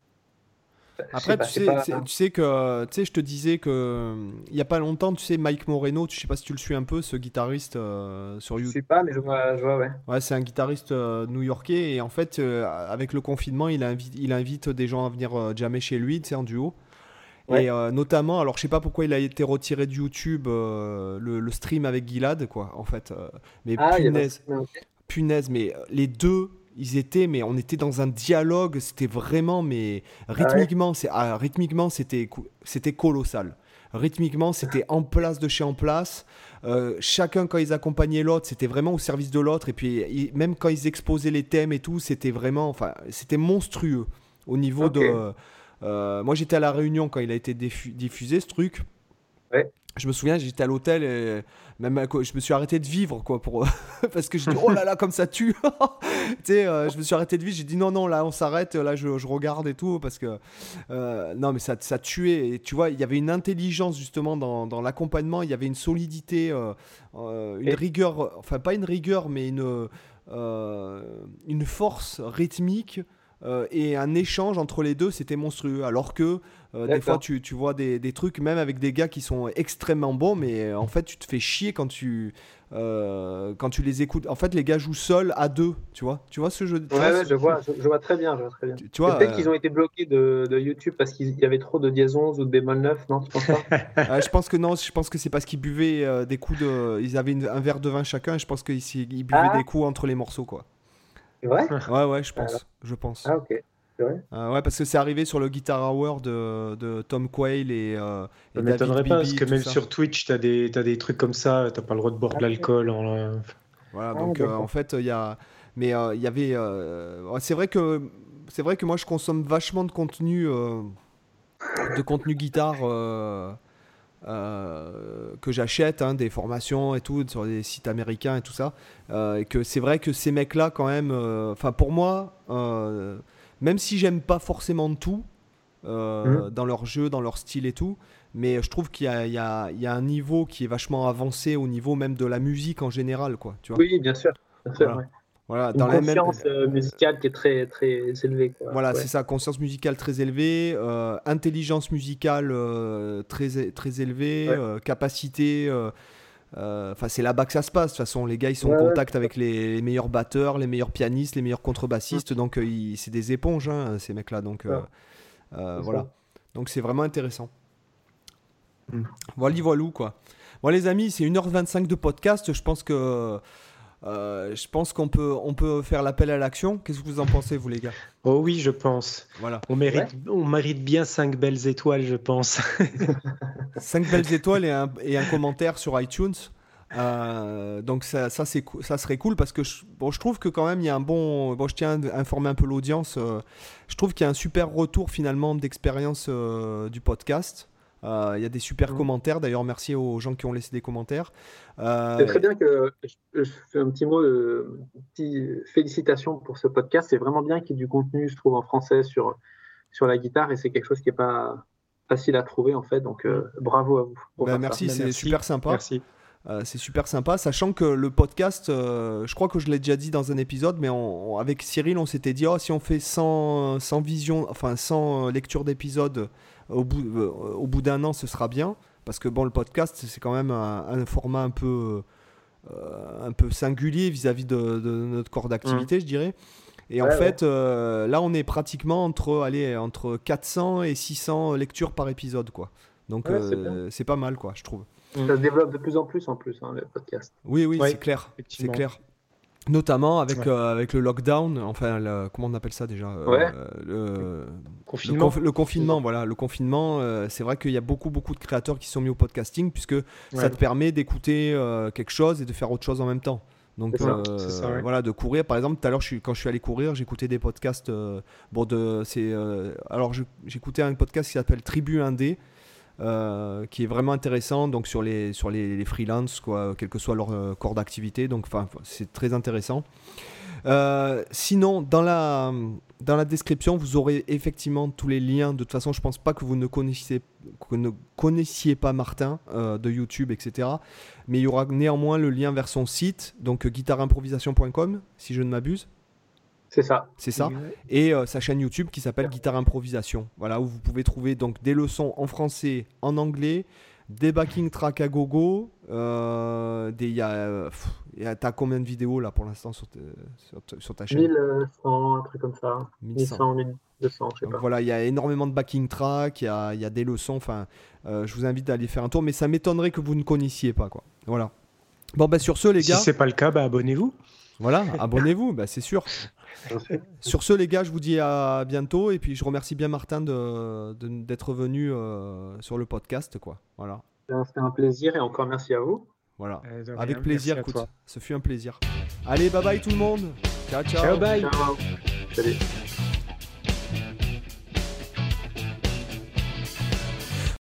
Après, pas, tu, sais, pas... tu sais que, tu sais, je te disais que il y a pas longtemps, tu sais, Mike Moreno, je sais pas si tu le suis un peu, ce guitariste euh, sur YouTube. Je sais pas, mais je vois, je vois, ouais. Ouais, c'est un guitariste euh, new-yorkais et en fait, euh, avec le confinement, il invite, il invite des gens à venir euh, jammer chez lui, tu sais, en duo. Ouais. Et euh, notamment, alors je sais pas pourquoi il a été retiré de YouTube euh, le, le stream avec Gilad, quoi, en fait. Euh, mais ah, punaise, il y a okay. punaise, mais les deux. Ils étaient, mais on était dans un dialogue, c'était vraiment, mais rythmiquement, ah ouais. c'est, ah, rythmiquement c'était, c'était colossal. Rythmiquement, c'était en place de chez en place. Euh, chacun, quand ils accompagnaient l'autre, c'était vraiment au service de l'autre. Et puis, ils, même quand ils exposaient les thèmes et tout, c'était vraiment, enfin, c'était monstrueux au niveau okay. de. Euh, moi, j'étais à la Réunion quand il a été diffu- diffusé ce truc. Ouais. Je me souviens, j'étais à l'hôtel et même je me suis arrêté de vivre quoi pour parce que je dis oh là là comme ça tue. Tu sais, euh, je me suis arrêté de vivre. J'ai dit non non là on s'arrête. Là je, je regarde et tout parce que euh, non mais ça ça tuait. Et tu vois il y avait une intelligence justement dans, dans l'accompagnement. Il y avait une solidité, euh, euh, une et... rigueur. Enfin pas une rigueur mais une euh, une force rythmique. euh, et un échange entre les deux, c'était monstrueux. Alors que euh, des fois, tu, tu vois des, des trucs, même avec des gars qui sont extrêmement bons, mais en fait, tu te fais chier quand tu, euh, quand tu les écoutes. En fait, les gars jouent seuls à deux, tu vois. Tu vois ce jeu. Ouais, ouais, je vois, je, je vois très bien, je vois très bien. Tu, tu vois, peut-être euh... qu'ils ont été bloqués de, de YouTube parce qu'il y avait trop de dièse onze ou de bémol neuf, non, tu penses pas? euh, Je pense que non, je pense que c'est parce qu'ils buvaient euh, des coups de. Ils avaient une, un verre de vin chacun, et je pense qu'ils ils buvaient Ah. des coups entre les morceaux, quoi. C'est vrai? Ouais, ouais, je pense. Alors... Je pense. Ah, ok. Ouais. Euh, ouais, parce que c'est arrivé sur le Guitar Hour de, de Tom Quayle et, euh, et Ça David m'étonnerait pas, parce Bibi, que tout même ça. sur Twitch, t'as des, t'as des trucs comme ça, t'as pas le droit de boire de l'alcool. En... Voilà, Ah, donc euh, en fait, il y a. Mais il euh, y avait. Euh... C'est vrai que c'est vrai que moi, je consomme vachement de contenu, euh... de contenu guitare. Euh... Euh, que j'achète, hein, des formations et tout sur des sites américains et tout ça, euh, et que c'est vrai que ces mecs-là quand même, enfin euh, pour moi, euh, même si j'aime pas forcément tout euh, mmh. dans leur jeu, dans leur style et tout, mais je trouve qu'il y a, il y a, il y a un niveau qui est vachement avancé au niveau même de la musique en général, quoi. Tu vois. Oui, bien sûr, bien sûr. Voilà. Ouais. Voilà, une dans conscience la même... euh, musicale qui est très, très élevée. Quoi. Voilà, ouais. c'est ça, conscience musicale très élevée, euh, intelligence musicale euh, très, très élevée, ouais. euh, capacité... Enfin, euh, euh, c'est là-bas que ça se passe. De toute façon, les gars, ils sont ouais, en contact ouais. avec les, les meilleurs batteurs, les meilleurs pianistes, les meilleurs contrebassistes. Ouais. Donc, euh, ils, c'est des éponges, hein, ces mecs-là. Donc, ouais. euh, euh, voilà. Ça. Donc, c'est vraiment intéressant. Mm. Voilà, voilou, quoi. Bon, les amis, c'est une heure vingt-cinq de podcast. Je pense que... Euh, je pense qu'on peut, on peut faire l'appel à l'action. Qu'est-ce que vous en pensez, vous, les gars? Oh oui, je pense. Voilà. On mérite, ouais. on mérite bien cinq belles étoiles, je pense. cinq belles étoiles et un, et un commentaire sur iTunes. Euh, donc ça, ça, c'est, ça serait cool parce que je, bon, je trouve que quand même il y a un bon... Bon, je tiens à informer un peu l'audience. Euh, je trouve qu'il y a un super retour finalement d'expérience euh, du podcast. Il euh, y a des super mmh. commentaires. D'ailleurs, merci aux gens qui ont laissé des commentaires. Euh... C'est très bien que je, je fais un petit mot de petit félicitations pour ce podcast. C'est vraiment bien qu'il y ait du contenu, je trouve, en français sur, sur la guitare. Et c'est quelque chose qui n'est pas facile à trouver, en fait. Donc, euh, bravo à vous. Ben, merci, c'est merci. super sympa. Merci. Euh, c'est super sympa, sachant que le podcast, euh, je crois que je l'ai déjà dit dans un épisode, mais on, on, avec Cyril, on s'était dit, oh, si on fait cent, cent visions, enfin cent lectures d'épisodes au bout, euh, au bout d'un an, ce sera bien, parce que bon, le podcast, c'est quand même un, un format un peu, euh, un peu singulier vis-à-vis de, de notre corps d'activité, mmh. je dirais. Et ouais, en fait, ouais. euh, là, on est pratiquement entre, allez, entre quatre cents et six cents lectures par épisode, quoi. Donc, ouais, euh, c'est, c'est pas mal, quoi, je trouve. Ça se développe de plus en plus en plus, hein, le podcast. Oui, oui, ouais, c'est clair. C'est clair. Notamment avec, ouais. euh, avec le lockdown, enfin, le, comment on appelle ça déjà ouais. euh, le, confinement. Le, conf, le confinement, voilà. Le confinement, euh, c'est vrai qu'il y a beaucoup, beaucoup de créateurs qui sont mis au podcasting puisque ouais. ça te permet d'écouter euh, quelque chose et de faire autre chose en même temps. Donc, c'est ça, euh, c'est ça, ouais. voilà, de courir. Par exemple, tout à l'heure, je suis, quand je suis allé courir, j'écoutais des podcasts. Euh, bon, de, c'est, euh, alors, je, j'écoutais un podcast qui s'appelle Tribu Indé. Euh, qui est vraiment intéressant donc sur les sur les, les freelances quoi, quel que soit leur euh, corps d'activité, donc enfin c'est très intéressant. Euh, sinon dans la dans la description vous aurez effectivement tous les liens. De toute façon je pense pas que vous ne connaissiez que vous ne connaissiez pas Martin euh, de YouTube etc, mais il y aura néanmoins le lien vers son site donc guitare improvisation point com si je ne m'abuse. C'est ça. C'est ça. Et euh, sa chaîne YouTube qui s'appelle Guitare Improvisation. Voilà, où vous pouvez trouver donc des leçons en français, en anglais, des backing tracks à gogo. Euh, des, y a, euh, y a, t'as combien de vidéos là pour l'instant sur, te, sur, te, sur ta chaîne? mille cent, un truc comme ça. mille cent, mille deux cents, je sais donc pas. Voilà, il y a énormément de backing tracks, il y a, y a des leçons. Enfin, euh, je vous invite à aller faire un tour, mais ça m'étonnerait que vous ne connaissiez pas, quoi. Voilà. Bon, bah sur ce, les gars. Si c'est pas le cas, bah abonnez-vous. Voilà, abonnez-vous, bah, c'est sûr. Sur ce, les gars, je vous dis à bientôt. Et puis, je remercie bien Martin de, de, d'être venu euh, sur le podcast, quoi. Voilà. C'était un plaisir et encore merci à vous. Voilà. Euh, rien, avec plaisir, écoute. Toi. Ce fut un plaisir. Allez, bye bye tout le monde. Ciao, ciao. Ciao, bye. Ciao. Salut.